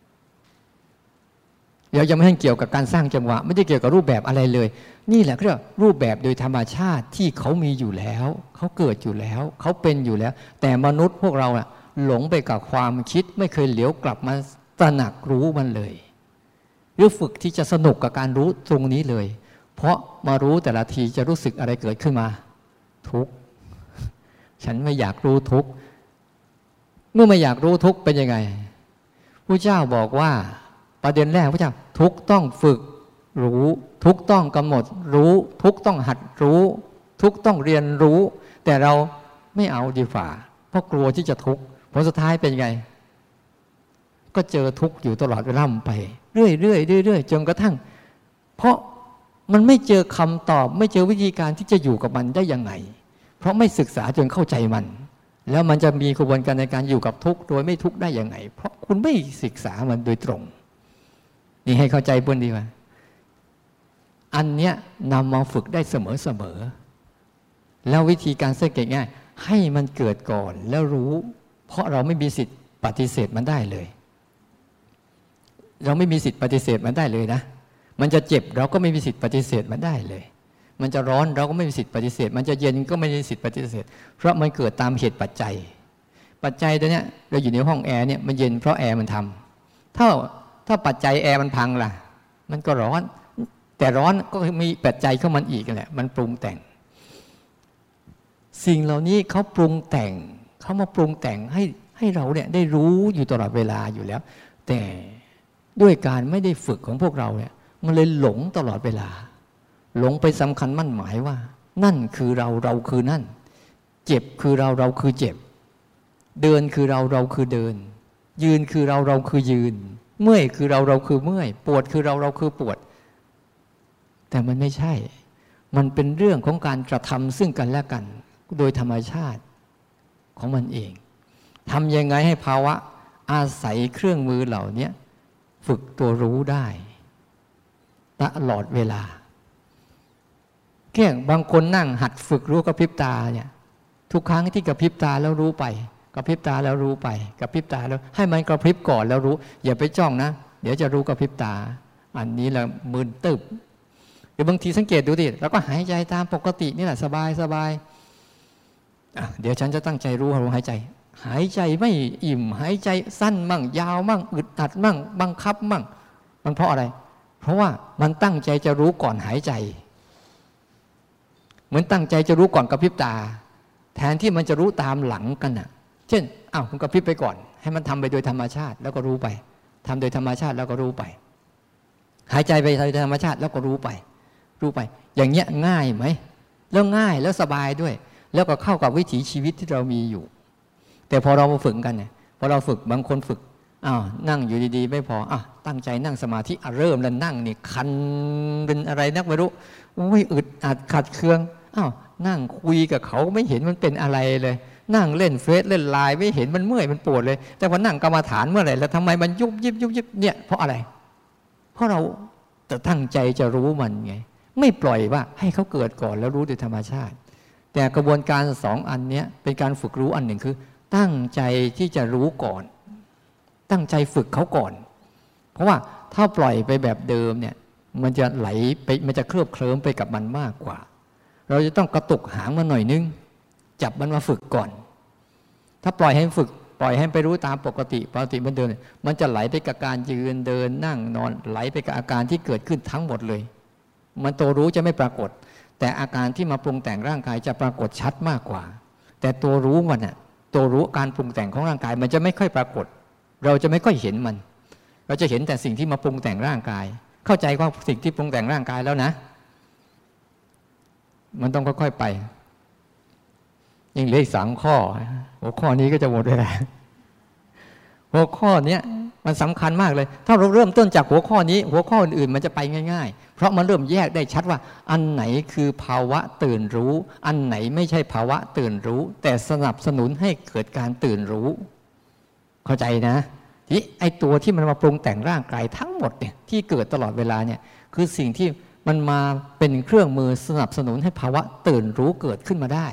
เดี๋ยวยังไม่ให้เกี่ยวกับการสร้างจังหวะไม่ได้เกี่ยวกับรูปแบบอะไรเลยนี่แหละคือรูปแบบโดยธรรมชาติที่เขามีอยู่แล้วเขาเกิดอยู่แล้วเขาเป็นอยู่แล้วแต่มนุษย์พวกเราหลงไปกับความคิดไม่เคยเหลียวกลับมาตระหนักรู้มันเลยหรือฝึกที่จะสนุกกับการรู้ตรงนี้เลยเพราะมารู้แต่ละทีจะรู้สึกอะไรเกิดขึ้นมาทุกข์ฉันไม่อยากรู้ทุกข์เมื่อไม่อยากรู้ทุกข์เป็นยังไงพระเจ้าบอกว่าประเด็นแรกพระเจ้าทุกต้องฝึกรู้ทุกต้องกำหนดรู้ทุกต้องหัดรู้ทุกต้องเรียนรู้แต่เราไม่เอาดีฝ่าเพราะกลัวที่จะทุกข์ผลสุดท้ายเป็นไงก็เจอทุกข์อยู่ตลอดเวลาไปเรื่อยจนกระทั่งเพราะมันไม่เจอคำตอบไม่เจอวิธีการที่จะอยู่กับมันได้ยังไงเพราะไม่ศึกษาจนเข้าใจมันแล้วมันจะมีกระบวนการในการอยู่กับทุกข์โดยไม่ทุกข์ได้ยังไงเพราะคุณไม่ศึกษามันโดยตรงนี่ให้เข้าใจบนดีว่าอันเนี้ยนำมาฝึกได้เสมอแล้ววิธีการสังเกตง่ายให้มันเกิดก่อนแล้วรู้เพราะเราไม่มีสิทธิ์ปฏิเสธมันได้เลยเราไม่มีสิทธิ์ปฏิเสธมันได้เลยนะมันจะเจ็บเราก็ไม่มีสิทธิ์ปฏิเสธมันได้เลยมันจะร้อนเราก็ไม่มีสิทธิ์ปฏิเสธมันจะเย็นก็ไม่มีสิทธิ์ปฏิเสธเพราะมันเกิดตามเหตุปัจจัยตัวเนี้ยเราอยู่ในห้องแอร์เนี่ยมันเย็นเพราะแอร์มันทำถ้าปัจจัยแอร์มันพังล่ะมันก็ร้อนแต่ร้อนก็มีปัจจัยเข้ามันอีกแหละมันปรุงแต่งสิ่งเหล่านี้เขาปรุงแต่งเขามาปรุงแต่งให้เราเนี่ยได้รู้อยู่ตลอดเวลาอยู่แล้วแต่ด้วยการไม่ได้ฝึกของพวกเราเนี่ยมันเลยหลงตลอดเวลาหลงไปสำคัญมั่นหมายว่านั่นคือเราคือนั่นเจ็บคือเราคือเจ็บเดินคือเราคือเดินยืนคือเราคือยืนเมื่อยคือเราคือเมื่อยปวดคือเราคือปวดแต่มันไม่ใช่มันเป็นเรื่องของการกระทำซึ่งกันและกันโดยธรรมชาติของมันเองทำยังไงให้ภาวะอาศัยเครื่องมือเหล่านี้ฝึกตัวรู้ได้ตลอดเวลาแค่บางคนนั่งหัดฝึกรู้กระพริบตาเนี่ยทุกครั้งที่กระพริบตาแล้วรู้ไปกระพริบตาแล้วรู้ไปกระพริบตาแล้วให้มันกระพริบก่อนแล้วรู้อย่าไปจ้องนะเดี๋ยวจะรู้กระพริบตาอันนี้แหละมึนตึบเดี๋ยวบางทีสังเกตดูดิแล้วก็หายใจตามปกตินี่แหละสบายเดี๋ยวฉันจะตั้งใจรู้ลมหายใจหายใจไม่อิ่มหายใจสั้นมั่งยาวมั่งอึดอัดมั่งบังคับมั่งมันเพราะอะไรเพราะว่ามันตั้งใจจะรู้ก่อนหายใจเหมือนตั้งใจจะรู้ก่อนกระพริบตาแทนที่มันจะรู้ตามหลังกันน่ะเช่นคุณกระพริบไปก่อนให้มันทำไปโดยธรรมชาติแล้วก็รู้ไปทำโดยธรรมชาติแล้วก็รู้ไปหายใจไปโดยธรรมชาติแล้วก็รู้ไปอย่างเงี้ยง่ายไหมแล้วง่ายแล้วสบายด้วยแล้วก็เข้ากับวิถีชีวิตที่เรามีอยู่แต่พอเรามาฝึกกันเนี่ยพอเราฝึกบางคนฝึกนั่งอยู่ดีๆไม่พอตั้งใจนั่งสมาธิเริ่มแล้วนั่งนี่คันเป็นอะไรนักไม่รู้อึดอัดขัดเคืองนั่งคุยกับเขาไม่เห็นมันเป็นอะไรเลยนั่งเล่นเฟซเล่นไลน์ไม่เห็นมันเมื่อยมันปวดเลยแต่พอนั่งกรรมฐานเมื่อไหร่แล้วทำไมมันยุบยิบเนี่ยเพราะอะไรเพราะเราจะตั้งใจจะรู้มันไงไม่ปล่อยว่าให้เขาเกิดก่อนแล้วรู้โดยธรรมชาติแต่กระบวนการ2อันนี้เป็นการฝึกรู้อันหนึ่งคือตั้งใจที่จะรู้ก่อนตั้งใจฝึกเขาก่อนเพราะว่าถ้าปล่อยไปแบบเดิมเนี่ยมันจะไหลไปมันจะเคลือบเคลิ้มไปกับมันมากกว่าเราจะต้องกระตุกหางมันหน่อยนึงจับมันมาฝึกก่อนถ้าปล่อยให้ฝึกปล่อยให้ไปรู้ตามปกติมันเดินมันจะไหลไปกับการยืนเดินนั่งนอนไหลไปกับอาการที่เกิดขึ้นทั้งหมดเลยมันตัวรู้จะไม่ปรากฏแต่อาการที่มาปรุงแต่งร่างกายจะปรากฏชัดมากกว่าแต่ตัวรู้มันน่ะตัวรู้การปรุงแต่งของร่างกายมันจะไม่ค่อยปรากฏเราจะไม่ค่อยเห็นมันเราจะเห็นแต่สิ่งที่มาปรุงแต่งร่างกายเข้าใจว่าสิ่งที่ปรุงแต่งร่างกายแล้วนะมันต้องค่อยๆไปยังเหลืออีก3ข้อหัวข้อนี้ก็จะหมดเวลาหัวข้อนี้มันสำคัญมากเลยถ้าเราเริ่มต้นจากหัวข้อนี้หัวข้ออื่นๆมันจะไปง่ายๆเพราะมันเริ่มแยกได้ชัดว่าอันไหนคือภาวะตื่นรู้อันไหนไม่ใช่ภาวะตื่นรู้แต่สนับสนุนให้เกิดการตื่นรู้เข้าใจนะที่ไอตัวที่มันมาปรุงแต่งร่างกายทั้งหมดเนี่ยที่เกิดตลอดเวลาเนี่ยคือสิ่งที่มันมาเป็นเครื่องมือสนับสนุนให้ภาวะตื่นรู้เกิดขึ้นมาได้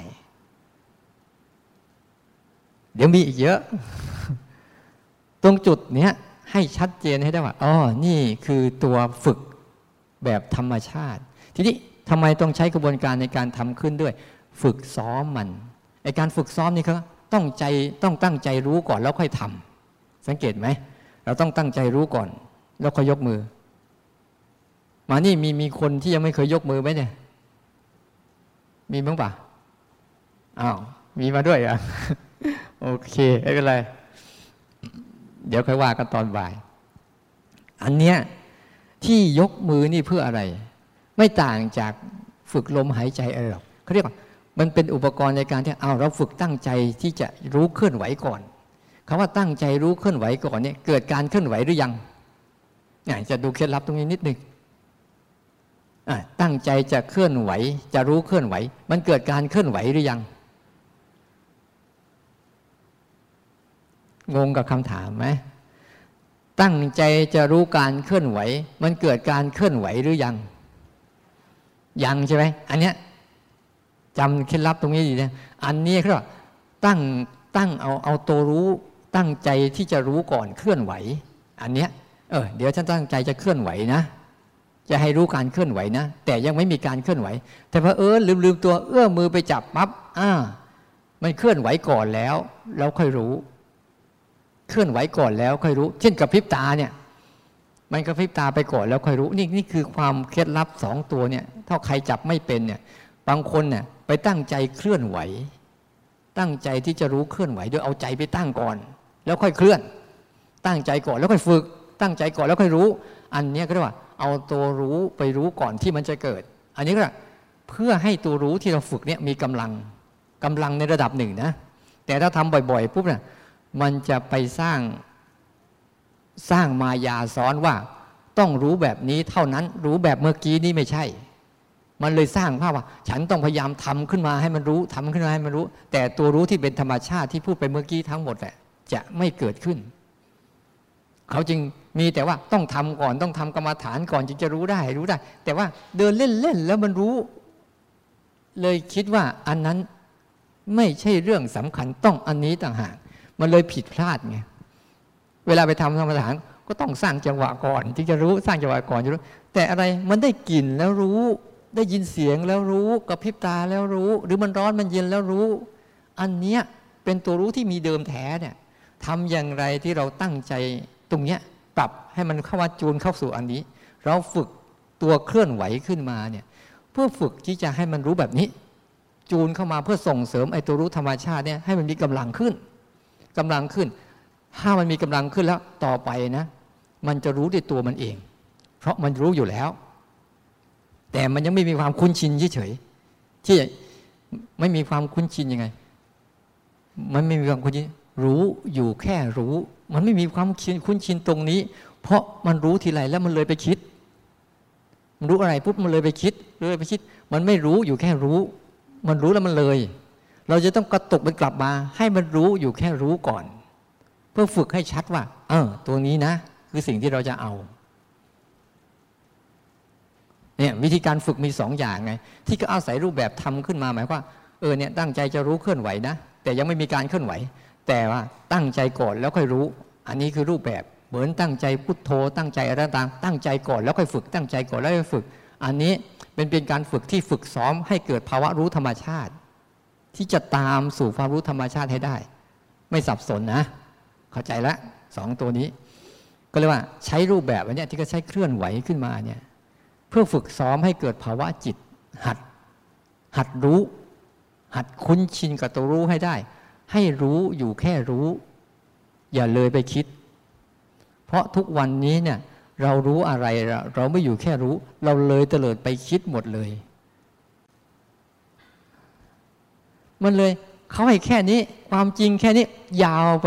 เดี๋ยวมีอีกเยอะตรงจุดเนี้ยให้ชัดเจนให้ได้ว่านี่คือตัวฝึกแบบธรรมชาติทีนี้ทำไมต้องใช้กระบวนการในการทำขึ้นด้วยฝึกซ้อมมันไอการฝึกซ้อมนี่เขาต้องตั้งใจรู้ก่อนแล้วค่อยทำสังเกตไหมเราต้องตั้งใจรู้ก่อนแล้วค่อยยกมือมานี่มีคนที่ยังไม่เคยยกมือไหมเนี่ยมีบ้างปะมีมาด้วยอ่ะโอเคไม่เป็นไรเดี๋ยวค่อยว่ากันตอนบ่ายอันเนี้ยที่ยกมือนี่เพื่ออะไรไม่ต่างจากฝึกลมหายใจอะไรหรอกเขาเรียกว่ามันเป็นอุปกรณ์ในการที่เราฝึกตั้งใจที่จะรู้เคลื่อนไหวก่อนคำว่าตั้งใจรู้เคลื่อนไหวก่อนเนี่ยเกิดการเคลื่อนไหวหรือยังจะดูเคล็ดลับตรงนี้นิดนึงตั้งใจจะเคลื่อนไหวจะรู้เคลื่อนไหวมันเกิดการเคลื่อนไหวหรือยังงงกับคำถามไหมตั้งใจจะรู้การเคลื่อนไหวมันเกิดการเคลื่อนไหวหรือยังใช่ไหมอันเนี้ยจำเคล็ดลับตรงนี้ดีนะอันนี้คือตั้งเอาตัวรู้ตั้งใจที่จะรู้ก่อนเคลื่อนไหวอันเนี้ยเดี๋ยวฉันตั้งใจจะเคลื่อนไหวนะจะให้รู้การเคลื่อนไหวนะแต่ยังไม่มีการเคลื่อนไหวแต่พอลืมตัวมือไปจับปั๊บมันเคลื่อนไหวก่อนแล้วเราค่อยรู้เคลื่อนไหวก่อนแล้วค่อยรู้เช่นกระพริบตาเนี่ยมันกระพริบตาไปก่อนแล้วค่อยรู้นี่คือความเคล็ดลับ2ตัวเนี่ยถ้าใครจับไม่เป็นเนี่ยบางคนเนี่ยไปตั้งใจเคลื่อนไหวตั้งใจที่จะรู้เคลื่อนไหวโดยเอาใจไปตั้งก่อนแล้วค่อยเคลื่อนตั้งใจก่อนแล้วค่อยฝึกตั้งใจก่อนแล้วค่อยรู้อันนี้ก็เรียกว่าเอาตัวรู้ไปรู้ก่อนที่มันจะเกิดอันนี้ก็เพื่อให้ตัวรู้ที่เราฝึกเนี่ยมีกำลังในระดับหนึ่งนะแต่ถ้าทำบ่อยๆปุ๊บเนี่ยมันจะไปสร้างมายาซ้อนว่าต้องรู้แบบนี้เท่านั้นรู้แบบเมื่อกี้นี่ไม่ใช่มันเลยสร้างภาพว่าฉันต้องพยายามทำขึ้นมาให้มันรู้ทำขึ้นมาให้มันรู้แต่ตัวรู้ที่เป็นธรรมชาติที่พูดไปเมื่อกี้ทั้งหมดแหละจะไม่เกิดขึ้นเขาจึงมีแต่ว่าต้องทำก่อนต้องทำกรรมฐานก่อนจึงจะรู้ได้แต่ว่าเดินเล่นๆแล้วมันรู้เลยคิดว่าอันนั้นไม่ใช่เรื่องสำคัญต้องอันนี้ต่างหากมันเลยผิดพลาดไงเวลาไปทำกรรมฐานก็ต้องสร้างจังหวะก่อนจึงจะรู้สร้างจังหวะก่อนจะรู้แต่อะไรมันได้กลิ่นแล้วรู้ได้ยินเสียงแล้วรู้กระพริบตาแล้วรู้หรือมันร้อนมันเย็นแล้วรู้อันเนี้ยเป็นตัวรู้ที่มีเดิมแท้เนี่ยทำอย่างไรที่เราตั้งใจตรงเนี้ยปรับให้มันเข้ามาจูนเข้าสู่อันนี้เราฝึกตัวเคลื่อนไหวขึ้นมาเนี่ยเพื่อฝึกที่จะให้มันรู้แบบนี้จูนเข้ามาเพื่อส่งเสริมไอ้ตัวรู้ธรรมชาติเนี่ยให้มันมีกำลังขึ้นถ้ามันมีกำลังขึ้นแล้วต่อไปนะมันจะรู้ด้วยตัวมันเองเพราะมันรู้อยู่แล้วแต่มันยังไม่มีความคุ้นชินเฉยๆที่ไม่มีความคุ้นชินยังไงมันไม่มีความคุ้นชินรู้อยู่แค่รู้มันไม่มีความคุ้นชินตรงนี้เพราะมันรู้ทีไรแล้วมันเลยไปคิดมันรู้อะไรปุ๊บมันเลยไปคิดมันไม่รู้อยู่แค่รู้มันรู้แล้วมันเลยเราจะต้องกระตุกมันกลับมาให้มันรู้อยู่แค่รู้ก่อนเพื่อฝึกให้ชัดว่าตัวนี้นะคือสิ่งที่เราจะเอาเนี่ยวิธีการฝึกมี2 อย่างไงที่ก็อาศัยรูปแบบทำขึ้นมาหมายว่าเนี่ยตั้งใจจะรู้เคลื่อนไหวนะแต่ยังไม่มีการเคลื่อนไหวแต่ว่าตั้งใจก่อนแล้วค่อยรู้อันนี้คือรูปแบบเหมือนตั้งใจพุทโธตั้งใจอะไรต่างตั้งใจก่อนแล้วค่อยฝึกตั้งใจก่อนแล้วค่อยฝึกอันนี้เป็นการฝึกที่ฝึกซ้อมให้เกิดภาวะรู้ธรรมชาติที่จะตามสู่ความรู้ธรรมชาติให้ได้ไม่สับสนนะเข้าใจแล้ว2 ตัวนี้ก็เรียกว่าใช้รูปแบบอันนี้ที่ก็ใช้เคลื่อนไหวขึ้นมาเนี่ยเพื่อฝึกซ้อมให้เกิดภาวะจิตหัดรู้หัดคุ้นชินกับตัวรู้ให้ได้ให้รู้อยู่แค่รู้อย่าเลยไปคิดเพราะทุกวันนี้เนี่ยเรารู้อะไรเราไม่อยู่แค่รู้เราเลยเตลิดไปคิดหมดเลยมันเลยเขาให้แค่นี้ความจริงแค่นี้ยาวไป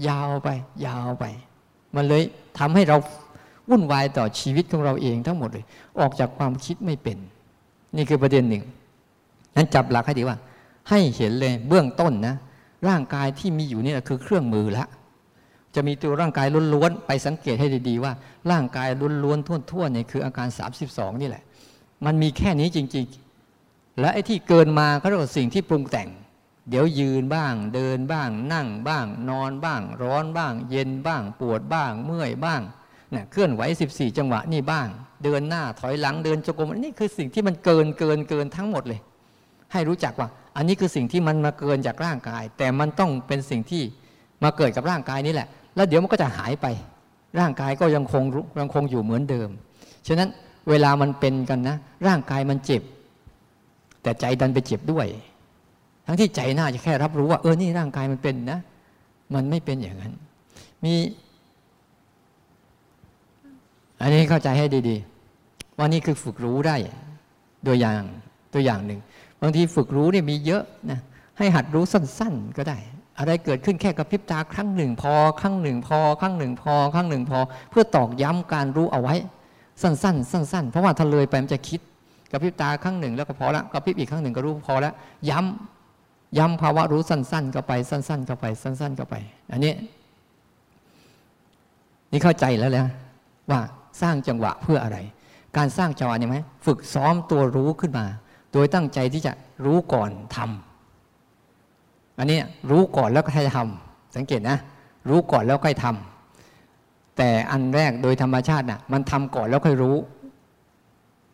มันเลยทำให้เราวุ่นวายต่อชีวิตของเราเองทั้งหมดเลยออกจากความคิดไม่เป็นนี่คือประเด็นหนึ่งนั้นจับหลักให้ดีว่าให้เห็นเลยเบื้องต้นนะร่างกายที่มีอยู่นี่คือเครื่องมือละจะมีตัวร่างกายล้วนๆไปสังเกตให้ดีๆว่าร่างกายล้วนๆทั่วๆเนี่ยคืออาการ32นี่แหละมันมีแค่นี้จริงๆและไอ้ที่เกินมาก็เรียกว่าสิ่งที่ปรุงแต่งเดี๋ยวยืนบ้างเดินบ้างนั่งบ้างนอนบ้างร้อนบ้างเย็นบ้างปวดบ้างเมื่อยบ้างเนี่ยเคลื่อนไหว14จังหวะนี่บ้างเดินหน้าถอยหลังเดินจงกรมนี่คือสิ่งที่มันเกินทั้งหมดเลยให้รู้จักว่าอันนี้คือสิ่งที่มันมาเกินจากร่างกายแต่มันต้องเป็นสิ่งที่มาเกิดกับร่างกายนี่แหละแล้วเดี๋ยวมันก็จะหายไปร่างกายก็ยังคงอยู่เหมือนเดิมฉะนั้นเวลามันเป็นกันนะร่างกายมันเจ็บแต่ใจดันไปเจ็บด้วยทั้งที่ใจน่าจะแค่รับรู้ว่านี่ร่างกายมันเป็นนะมันไม่เป็นอย่างนั้นมีอันนี้เข้าใจให้ดีๆว่านี่คือฝึกรู้ได้ตัวอย่างหนึ่งบางทีฝึกรู้เนี่ยมีเยอะนะให้หัดรู้สั้นๆก็ได้อะไรเกิดขึ้นแค่กระพริบตาครั้งหนึ่งพอครั้งหนึ่งพอครั้งหนึ่งพอครั้งหนึ่งพอเพื่อตอกย้ำการรู้เอาไว้สั้นเพราะว่าถ้าเลยไปมันจะคิดกระพริบตาครั้งหนึ่งแล้วก็พอละกระพริบอีกครั้งหนึ่งก็รู้พอแล้วย้ำภาวะรู้สั้นๆเข้าไปสั้นๆเข้าไปสั้นๆเข้าไปอันนี้นี่เข้าใจแล้วนะว่าสร้างจังหวะเพื่ออะไรการสร้างจังหวะเนี่ยไหมฝึกซ้อมตัวรู้ขึ้นมาโดยตั้งใจที่จะรู้ก่อนทำอันนี้รู้ก่อนแล้วก็ให้ทำสังเกตนะรู้ก่อนแล้วค่อยทำแต่อันแรกโดยธรรมชาติน่ะมันทำก่อนแล้วค่อยรู้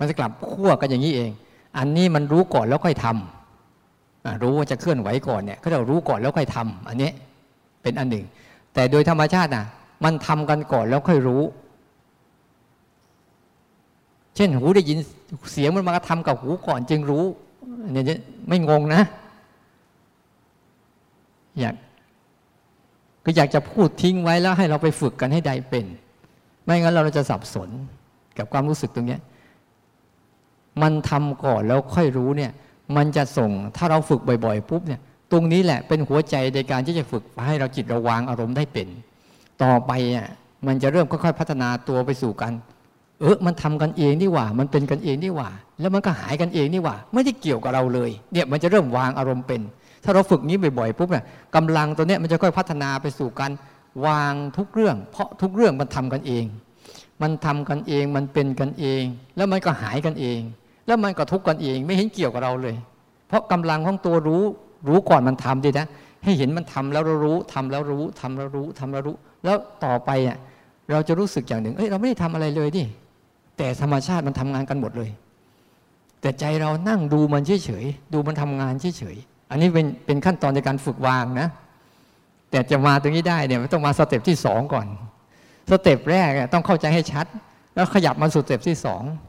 มันจะกลับขั้วกันอย่างนี้เองอันนี้มันรู้ก่อนแล้วค่อยทำรู้ว่าจะเคลื่อนไหวก่อนเนี่ยเขาเรียกรู้ก่อนแล้วค่อยทำอันนี้เป็นอันหนึ่งแต่โดยธรรมชาติมันทำกันก่อนแล้วค่อยรู้เช่นหูได้ยินเสียงมันมากระทำกับหูก่อนจึงรู้เนี่ยไม่งงนะอยากจะพูดทิ้งไว้แล้วให้เราไปฝึกกันให้ได้เป็นไม่งั้นเราจะสับสนกับความรู้สึกตรงนี้มันทำก่อนแล้วค่อยรู้เนี่ยมันจะส่งถ้าเราฝึกบ่อยๆปุ๊บเนี่ยตรงนี้แหละเป็นหัวใจในการที่จะฝึกให้เราจิตเราวางอารมณ์ได้เป็นต่อไปมันจะเริ่มค่อยๆพัฒนาตัวไปสู่กันมันทำกันเองนี่หว่ามันเป็นกันเองนี่หว่าแล้วมันก็หายกันเองนี่หว่าไม่ได้เกี่ยวกับเราเลยเนี่ยมันจะเริ่มวางอารมณ์เป็นถ้าเราฝึกนี้บ่อยๆปุ๊บเนี่ยกำลังตัวเนี้ยมันจะค่อยพัฒนาไปสู่การวางทุกเรื่องเพราะทุกเรื่องมันทำกันเองมันทำกันเองมันเป็นกันเองแล้วมันก็หายกันเองแล้วมันก็ทุกข์กันเองไม่เห็นเกี่ยวกับเราเลยเพราะกำลังของตัวรู้ก่อนมันทำดีนะให้เห็นมันทำแล้วรู้ทำแล้วรู้ทำแล้วรู้ทำแล้วรู้แล้วต่อไปเราจะรู้สึกอย่างหนึ่งเราไม่ได้ทำอะไรเลยดิแต่ธรรมชาติมันทำงานกันหมดเลยแต่ใจเรานั่งดูมันเฉยๆดูมันทำงานเฉยๆอันนี้เป็นขั้นตอนในการฝึกวางนะแต่จะมาตรงนี้ได้เนี่ยมันต้องมาสเต็ปที่2ก่อนสเต็ปแรกต้องเข้าใจให้ชัดแล้วขยับมาสู่สเต็ปที่2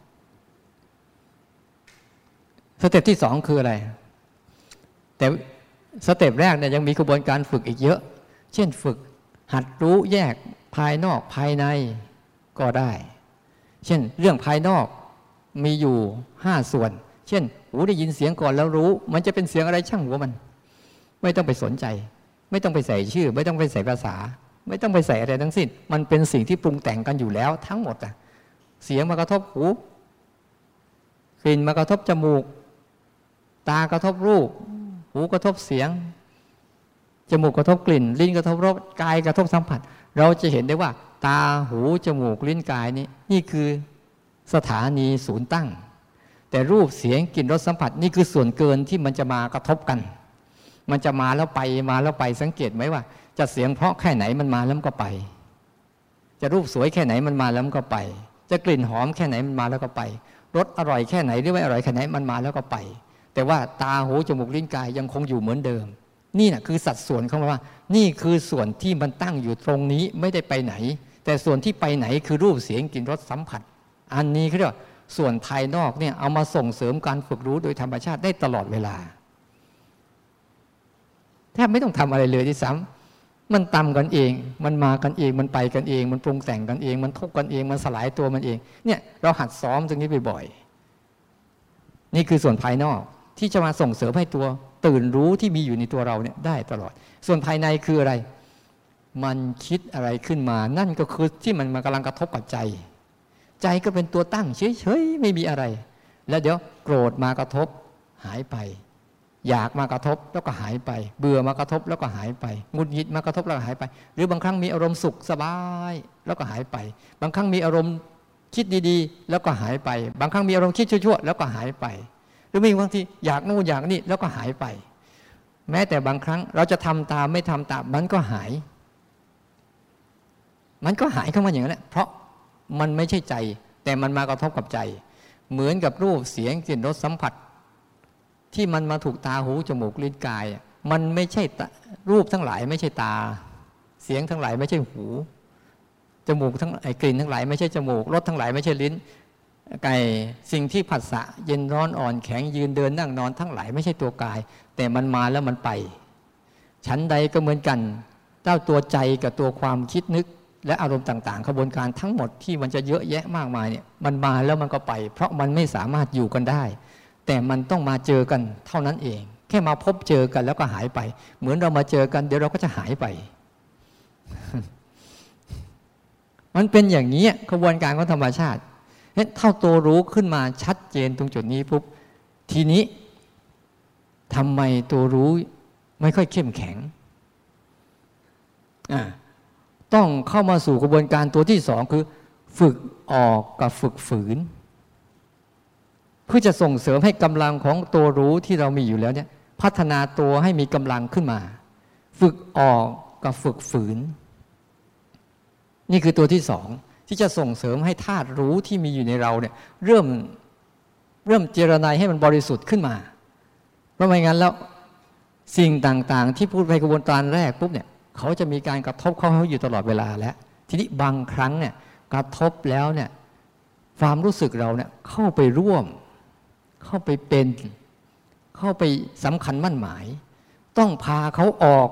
สเต็ปที่2คืออะไรแต่สเต็ปแรกเนี่ยยังมีกระบวนการฝึกอีกเยอะเช่นฝึกหัดรู้แยกภายนอกภายในก็ได้เช่นเรื่องภายนอกมีอยู่5ส่วนเช่นหูได้ยินเสียงก่อนแล้วรู้มันจะเป็นเสียงอะไรช่างหัวมันไม่ต้องไปสนใจไม่ต้องไปใส่ชื่อไม่ต้องไปใส่ภาษาไม่ต้องไปใส่อะไรทั้งสิ้นมันเป็นสิ่งที่ปรุงแต่งกันอยู่แล้วทั้งหมดเสียงมากระทบหูกลิ่นมากระทบจมูกตากระทบรูปหูกระทบเสียงจมูกกระทบกลิ่นลิ้นกระทบรสกายกระทบสัมผัสเราจะเห็นได้ว่าตาหูจมูกลิ้นกายนี่คือสถานีศูนย์ตั้งแต่รูปเสียงกลิ่นรสสัมผัสนี่คือส่วนเกินที่มันจะมากระทบกันมันจะมาแล้วไปสังเกตไหมว่าจะเสียงเพราะแค่ไหนมันมาแล้วก็ไปจะรูปสวยแค่ไหนมันมาแล้วก็ไปจะกลิ่นหอมแค่ไหนมันมาแล้วก็ไปรสอร่อยแค่ไหนหรือไม่อร่อยแค่ไหนมันมาแล้วก็ไปแต่ว่าตาหูจมูกลิ้นกายยังคงอยู่เหมือนเดิมนี่นะคือสัดส่วนของมันว่านี่คือส่วนที่มันตั้งอยู่ตรงนี้ไม่ได้ไปไหนแต่ส่วนที่ไปไหนคือรูปเสียงกลิ่นรสสัมผัสอันนี้เขาเรียกว่าส่วนภายนอกเนี่ยเอามาส่งเสริมการฝึกรู้โดยธรรมชาติได้ตลอดเวลาแทบไม่ต้องทำอะไรเลยที่ซ้ำมันตำกันเองมันมากันเองมันไปกันเองมันปรุงแต่งกันเองมันทุกข์กันเองมันสลายตัวมันเองเนี่ยเราหัดซ้อมตรงนี้บ่อยๆนี่คือส่วนภายนอกที่จะมาส่งเสริมให้ตัวตื่นรู้ที่มีอยู่ในตัวเราเนี่ยได้ตลอดส่วนภายในคืออะไรมันคิดอะไรขึ้นมานั่นก็คือที่มันกำลังกระทบกับใจใจก็เป็นตัวตั้งเฉยๆไม่มีอะไรแล้วเดี๋ยวโกรธมากระทบหายไปอยากมากระทบแล้วก็หายไปเบื่อมากระทบแล้วก็หายไปหงุดหงิดมากระทบแล้วก็หายไปหรือบางครั้งมีอารมณ์สุขสบายแล้วก็หายไปบางครั้งมีอารมณ์คิดดีๆแล้วก็หายไปบางครั้งมีอารมณ์คิดชั่วๆแล้วก็หายไปหรือมีบางทีอยากนู่นอยากนี่แล้วก็หายไปแม้แต่บางครั้งเราจะทำตามไม่ทำตามมันก็หายเข้ามาอย่างนั้นแหละเพราะมันไม่ใช่ใจแต่มันมากระทบกับใจเหมือนกับรูปเสียงกลิ่นรสสัมผัสที่มันมาถูกตาหูจมูกลิ้นกายมันไม่ใช่รูปทั้งหลายไม่ใช่ตาเสียงทั้งหลายไม่ใช่หูจมูกทั้งกลิ่นทั้งหลายไม่ใช่จมูกรสทั้งหลายไม่ใช่ลิ้นสิ่งที่ผัสสะเย็นร้อนอ่อนแข็งยืนเดินนั่งนอนทั้งหลายไม่ใช่ตัวกายแต่มันมาแล้วมันไปชั้นใดก็เหมือนกันเจ้าตัวใจกับตัวความคิดนึกและอารมณ์ต่างๆขบวนการทั้งหมดที่มันจะเยอะแยะมากมายเนี่ยมันมาแล้วมันก็ไปเพราะมันไม่สามารถอยู่กันได้แต่มันต้องมาเจอกันเท่านั้นเองแค่มาพบเจอกันแล้วก็หายไปเหมือนเรามาเจอกันเดี๋ยวเราก็จะหายไป มันเป็นอย่างนี้ขบวนการของธรรมชาติเท่าตัวรู้ขึ้นมาชัดเจนตรงจุดนี้ปุ๊บทีนี้ทำไมตัวรู้ไม่ค่อยเข้มแข็งต้องเข้ามาสู่กระบวนการตัวที่สองคือฝึกออกกับฝึกฝืนเพื่อจะส่งเสริมให้กำลังของตัวรู้ที่เรามีอยู่แล้วเนี่ยพัฒนาตัวให้มีกำลังขึ้นมาฝึกออกกับฝึกฝืนนี่คือตัวที่สองที่จะส่งเสริมให้ธาตุรู้ที่มีอยู่ในเราเนี่ยเริ่มเริ่มเจรไนให้มันบริสุทธิ์ขึ้นมาเพราะไม่งั้นแล้วสิ่งต่างๆที่พูดไปกระบวนการแรกปุ๊บเนี่ยเขาจะมีการกระทบเขาอยู่ตลอดเวลาแล้วทีนี้บางครั้งเนี่ยกระทบแล้วเนี่ยความรู้สึกเราเนี่ยเข้าไปร่วมเข้าไปเป็นเข้าไปสำคัญมั่นหมายต้องพาเขาออก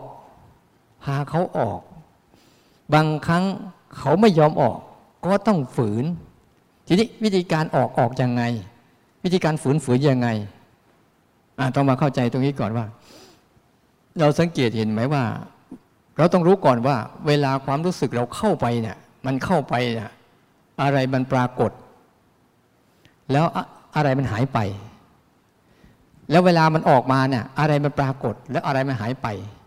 บางครั้งเขาไม่ยอมออกก็ต้องฝืนทีนี้วิธีการออกยังไงวิธีการฝืนยังไงต้องมาเข้าใจตรงนี้ก่อนว่าเราสังเกตเห็นไหมว่าเราต้องรู้ก่อนว่าเวลาความรู้สึกเราเข้าไปเนี่ยมันเข้าไปเนี่ยอะไรมันปรากฏแล้วอะไรมันหายไปแล้วเวลามันออกมาเนี่ยอะไรมันปรากฏแล้วอะไรมันหายไป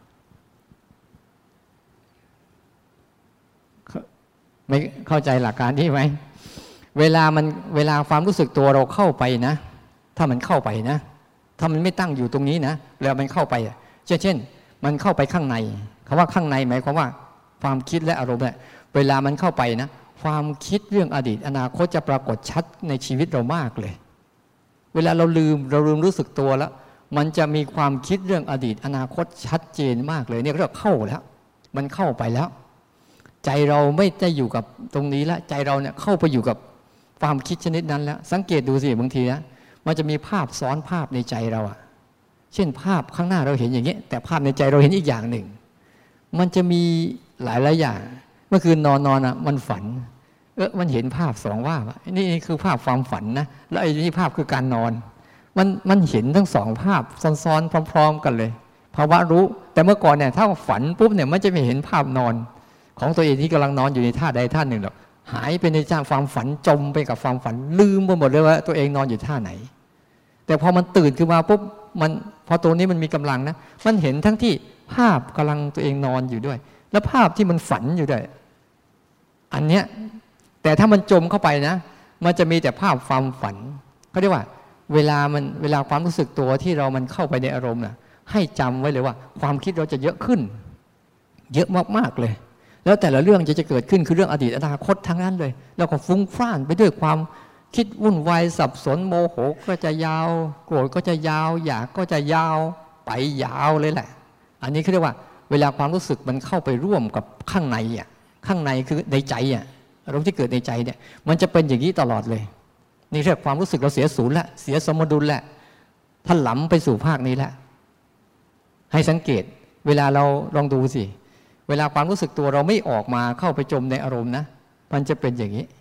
ไม่เข้าใจหลักการนี้ไหมเวลาความรู้สึกตัวเราเข้าไปนะถ้ามันเข้าไปนะถ้ามันไม่ตั้งอยู่ตรงนี้นะแล้วมันเข้าไปเช่นมันเข้าไปข้างในคำว่าข้างในหมายความว่าความคิดและอารมณ์เนี่ยเวลามันเข้าไปนะความคิดเรื่องอดีตอนาคตจะปรากฏชัดในชีวิตเรามากเลยเวลาเราลืมรู้สึกตัวแล้วมันจะมีความคิดเรื่องอดีตอนาคตชัดเจนมากเลยเนี่ยเรียกเข้าแล้วมันเข้าไปแล้วใจเราไม่ได้อยู่กับตรงนี้แล้วใจเราเนี่ยเข้าไปอยู่กับความคิดชนิดนั้นแล้วสังเกตดูสิบางทีนะมันจะมีภาพซ้อนภาพในใจเราเช่นภาพข้างหน้าเราเห็นอย่างนี้แต่ภาพในใจเราเห็นอีกอย่างหนึ่งมันจะมีหลายอย่างเมื่อคืนนอนมันฝันมันเห็นภาพสองว่านี่คือภาพความฝันนะแล้วไอ้นี่ภาพคือการนอนมันเห็นทั้งสองภาพซ้อนๆพร้อมๆกันเลยภาวะรู้แต่เมื่อก่อนเนี่ยถ้าฝันปุ๊บเนี่ยมันจะไม่เห็นภาพนอนของตัวเองที่กำลังนอนอยู่ในท่าใดท่าหนึ่งหรอกหายไปในความฝันจมไปกับความฝันลืมไปหมดเลยว่าตัวเองนอนอยู่ท่าไหนแต่พอมันตื่นขึ้นมาปุ๊บมันพอตัวนี้มันมีกำลังนะมันเห็นทั้งที่ภาพกำลังตัวเองนอนอยู่ด้วยแล้วภาพที่มันฝันอยู่ด้วยอันเนี้ยแต่ถ้ามันจมเข้าไปนะมันจะมีแต่ภาพความฝันเขาเรียกว่าเวลาความรู้สึกตัวที่เรามันเข้าไปในอารมณ์นะให้จำไว้เลยว่าความคิดเราจะเยอะขึ้นเยอะมากๆเลยแล้วแต่ละเรื่องจะเกิดขึ้นคือเรื่องอดีตอนาคตทั้งนั้นเลยแล้วก็ฟุ้งฟ่านไปด้วยความคิดวุ่นวายสับสนโมโหก็จะยาวโกรธก็จะยาวอยากก็จะยาวไปยาวเลยแหละอันนี้เขาเรียกว่าเวลาความรู้สึกมันเข้าไปร่วมกับข้างในข้างในคือในใจอารมณ์ที่เกิดในใจเนี่ยมันจะเป็นอย่างนี้ตลอดเลยนี่เรียกความรู้สึกเราเสียศูนย์ละเสียสมดุลละท่านหล้ำไปสู่ภาคนี้แล้วให้สังเกตเวลาเราลองดูสิเวลาความรู้สึกตัวเราไม่ออกมาเข้าไปจมในอารมณ์นะมันจะเป็นอย่างนี้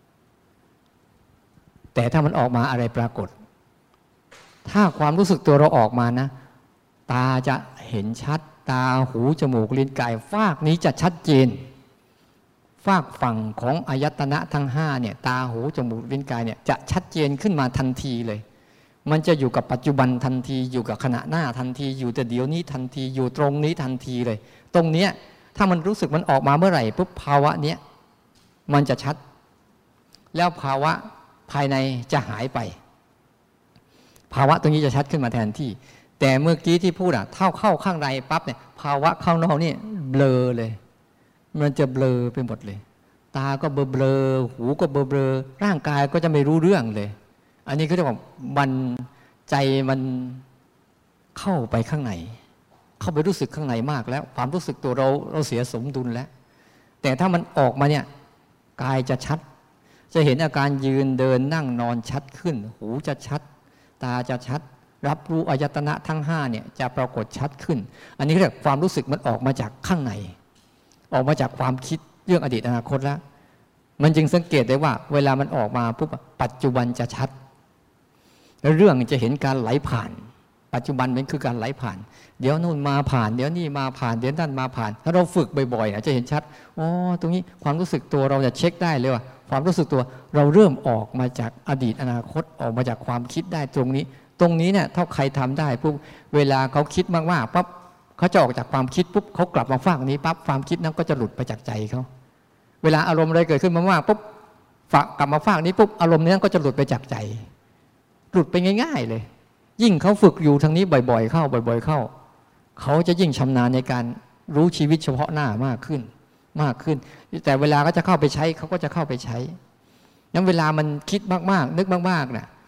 แต่ถ้ามันออกมาอะไรปรากฏถ้าความรู้สึกตัวเราออกมานะตาจะเห็นชัดตาหูจมูกลิ้นกายฟากนี้จะชัดเจนฟากฝั่งของอายตนะทั้ง5เนี่ยตาหูจมูกลิ้นกายเนี่ยจะชัดเจนขึ้นมาทันทีเลยมันจะอยู่กับปัจจุบันทันทีอยู่กับขณะหน้าทันทีอยู่แต่เดี๋ยวนี้ทันทีอยู่ตรงนี้ทันทีเลยตรงเนี้ยถ้ามันรู้สึกมันออกมาเมื่อไหร่ปุ๊บภาวะเนี้ยมันจะชัดแล้วภาวะภายในจะหายไปภาวะตรงนี้จะชัดขึ้นมาแทนที่แต่เมื่อกี้ที่พูดเข้าข้างในปั๊บเนี่ยภาวะข้างนอกนี่เบลอเลยมันจะเบลอไปหมดเลยตาก็เบลอหูก็เบลอร่างกายก็จะไม่รู้เรื่องเลยอันนี้ก็เรียกว่ามันใจมันเข้าไปข้างในเข้าไปรู้สึกข้างในมากแล้วความรู้สึกตัวเราเสียสมดุลแล้วแต่ถ้ามันออกมาเนี่ยกายจะชัดจะเห็นอาการยืนเดินนั่งนอนชัดขึ้นหูจะชัดตาจะชัดรับรู้อายตนะทั้ง5เนี่ยจะปรากฏชัดขึ้นอันนี้เรียกความรู้สึกมันออกมาจากข้างในออกมาจากความคิดเรื่องอดีตอนาคตแล้วมันจึงสังเกตได้ว่าเวลามันออกมาปุ๊บปัจจุบันจะชัดแล้วเรื่องจะเห็นการไหลผ่านปัจจุบันมันคือการไหลผ่านเดี๋ยวนู่นมาผ่านเดี๋ยวนี่มาผ่านเดี๋ยวนั่นมาผ่านถ้าเราฝึกบ่อยๆจะเห็นชัดอ๋อตรงนี้ความรู้สึกตัวเราจะเช็คได้เลยว่าความรู้สึกตัวเราเริ่มออกมาจากอดีตอนาคตออกมาจากความคิดได้ตรงนี้เนี่ยถ้าใครทำได้ปุ๊บเวลาเขาคิดมากๆปั๊บเขาจะออกจากความคิดปุ๊บเขากลับมาฝั่งนี้ปั๊บความคิดนั้นก็จะหลุดไปจากใจเขาเวลาอารมณ์อะไรเกิดขึ้นมากๆปุ๊บกลับมาฝั่งนี้ปุ๊บอารมณ์นั้นก็จะหลุดไปจากใจหลุดไปง่ายๆเลยยิ่งเขาฝึกอยู่ทางนี้บ่อยๆเข้าเขาจะยิ่งชำนาญในการรู้ชีวิตเฉพาะหน้ามากขึ้นแต่เวลาก็จะเข้าไปใช้เขาก็จะเข้าไปใช้นั้นเวลามันคิดมากๆนึกมากๆเนี่ย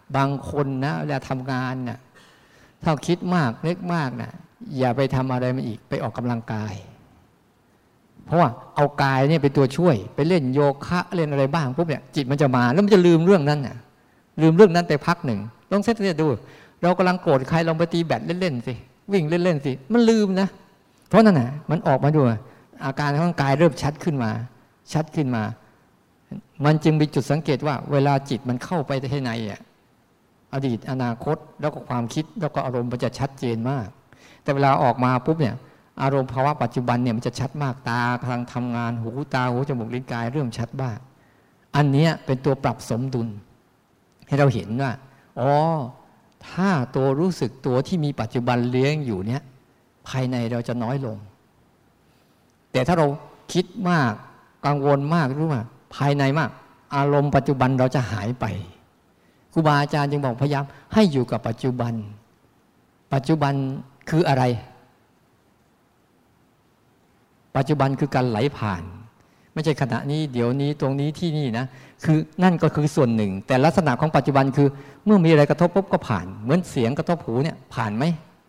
บางคนนะเวลาทำงานน่ะถ้าคิดมากนึกมากน่ะอย่าไปทำอะไรมันอีกไปออกกำลังกายเพราะว่าเอากายเนี่ยเป็นตัวช่วยไปเล่นโยคะเล่นอะไรบ้างปุ๊บเนี่ยจิตมันจะมาแล้วมันจะลืมเรื่องนั้นน่ะลืมเรื่องนั้นไปพักหนึ่งลองเซตดูเรากำลังโกรธใครลองไปตีแบดเล่นๆสิวิ่งเล่นๆสิมันลืมนะเพราะนั่นน่ะมันออกมาดูอาการของกายเริ่มชัดขึ้นมามันจึงมีจุดสังเกตว่าเวลาจิตมันเข้าไปในในอดีตอนาคตแล้วก็ความคิดแล้วก็อารมณ์มันจะชัดเจนมากแต่เวลาออกมาปุ๊บเนี่ยอารมณ์ภาวะปัจจุบันเนี่ยมันจะชัดมากตากำลังทำงานหูตาหูจมูกลิ้นกายเริ่มชัดบ้างอันนี้เป็นตัวปรับสมดุลให้เราเห็นว่าอ๋อถ้าตัวรู้สึกตัวที่มีปัจจุบันเลี้ยงอยู่เนี่ยภายในเราจะน้อยลงแต่ถ้าเราคิดมากกังวลมากรู้ไหมภายในมากอารมณ์ปัจจุบันเราจะหายไปครูบาอาจารย์จึงบอกพยายามให้อยู่กับปัจจุบันปัจจุบันคืออะไรปัจจุบันคือการไหลผ่านไม่ใช่ขณะนี้เดี๋ยวนี้ตรงนี้ที่นี่นะคือนั่นก็คือส่วนหนึ่งแต่ลักษณะของปัจจุบันคือเมื่อมีอะไรกระทบปุ๊บก็ผ่านเหมือนเสียงกระทบหูเนี่ยผ่านไหม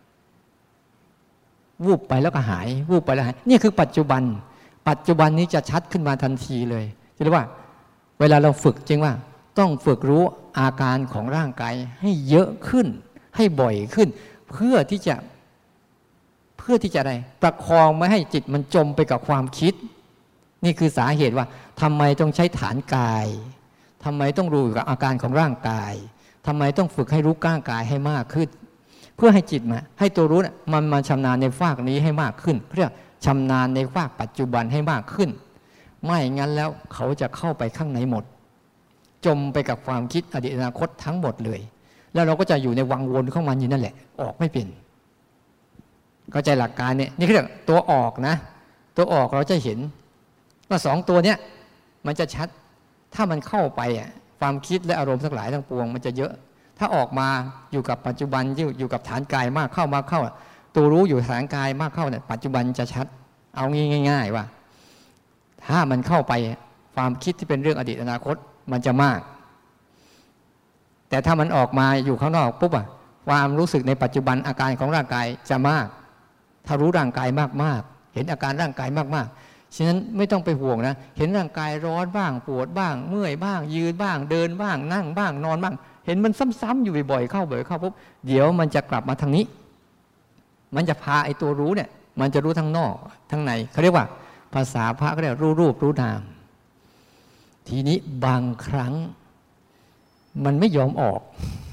วูบไปแล้วก็หายวูบไปแล้วหายนี่คือปัจจุบันนี้จะชัดขึ้นมาทันทีเลยจะเรียกว่าเวลาเราฝึกจริงว่าต้องฝึกรู้อาการของร่างกายให้เยอะขึ้นให้บ่อยขึ้นเพื่อที่จะอะไรประคองไม่ให้จิตมันจมไปกับความคิดนี่คือสาเหตุว่าทำไมต้องใช้ฐานกายทำไมต้องรู้กับอาการของร่างกายทำไมต้องฝึกให้รู้ร่างกายให้มากขึ้นเพื่อให้จิตมาให้ตัวรู้มันมาชำนาญในภาคนี้ให้มากขึ้นเรียกชำนาญในภาคปัจจุบันให้มากขึ้นไม่งั้นแล้วเขาจะเข้าไปข้างในหมดจมไปกับความคิดอดีตอนาคตทั้งหมดเลยแล้วเราก็จะอยู่ในวังวนของมันอยู่นั่นแหละออกไม่เป็นเข้าใจหลักการเนี่ยนี่คือตัวออกนะตัวออกเราจะเห็นว่าสองตัวเนี้ยมันจะชัดถ้ามันเข้าไปความคิดและอารมณ์ทั้งหลายทั้งปวงมันจะเยอะถ้าออกมาอยู่กับปัจจุบันอยู่กับฐานกายมากเข้าตัวรู้อยู่ฐานกายมากเข้าเนี่ยปัจจุบันจะชัดเอาง่ายๆว่าถ้ามันเข้าไปความคิดที่เป็นเรื่องอดีตอนาคตมันจะมากแต่ถ้ามันออกมาอยู่ข้างนอกปุ๊บความรู้สึกในปัจจุบันอาการของร่างกายจะมากถ้ารู้ร่างกายมากๆเห็นอาการร่างกายมากๆฉะนั้นไม่ต้องไปห่วงนะเห็นร่างกายร้อนบ้างปวดบ้างเมื่อยบ้างยืนบ้างเดินบ้างนั่งบ้างนอนบ้างเห็นมันซ้ำๆอยู่บ่อยๆเข้าปุ๊บเดี๋ยวมันจะกลับมาทางนี้มันจะพาไอ้ตัวรู้เนี่ยมันจะรู้ทั้งนอกทั้งในเขาเรียกว่าภาษาพระเขาเรียกรู้รูปรู้นามทีนี้บางครั้งมันไม่ยอมออก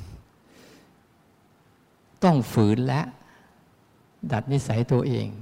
ต้องฝืนและดัดนิสัยตัวเอง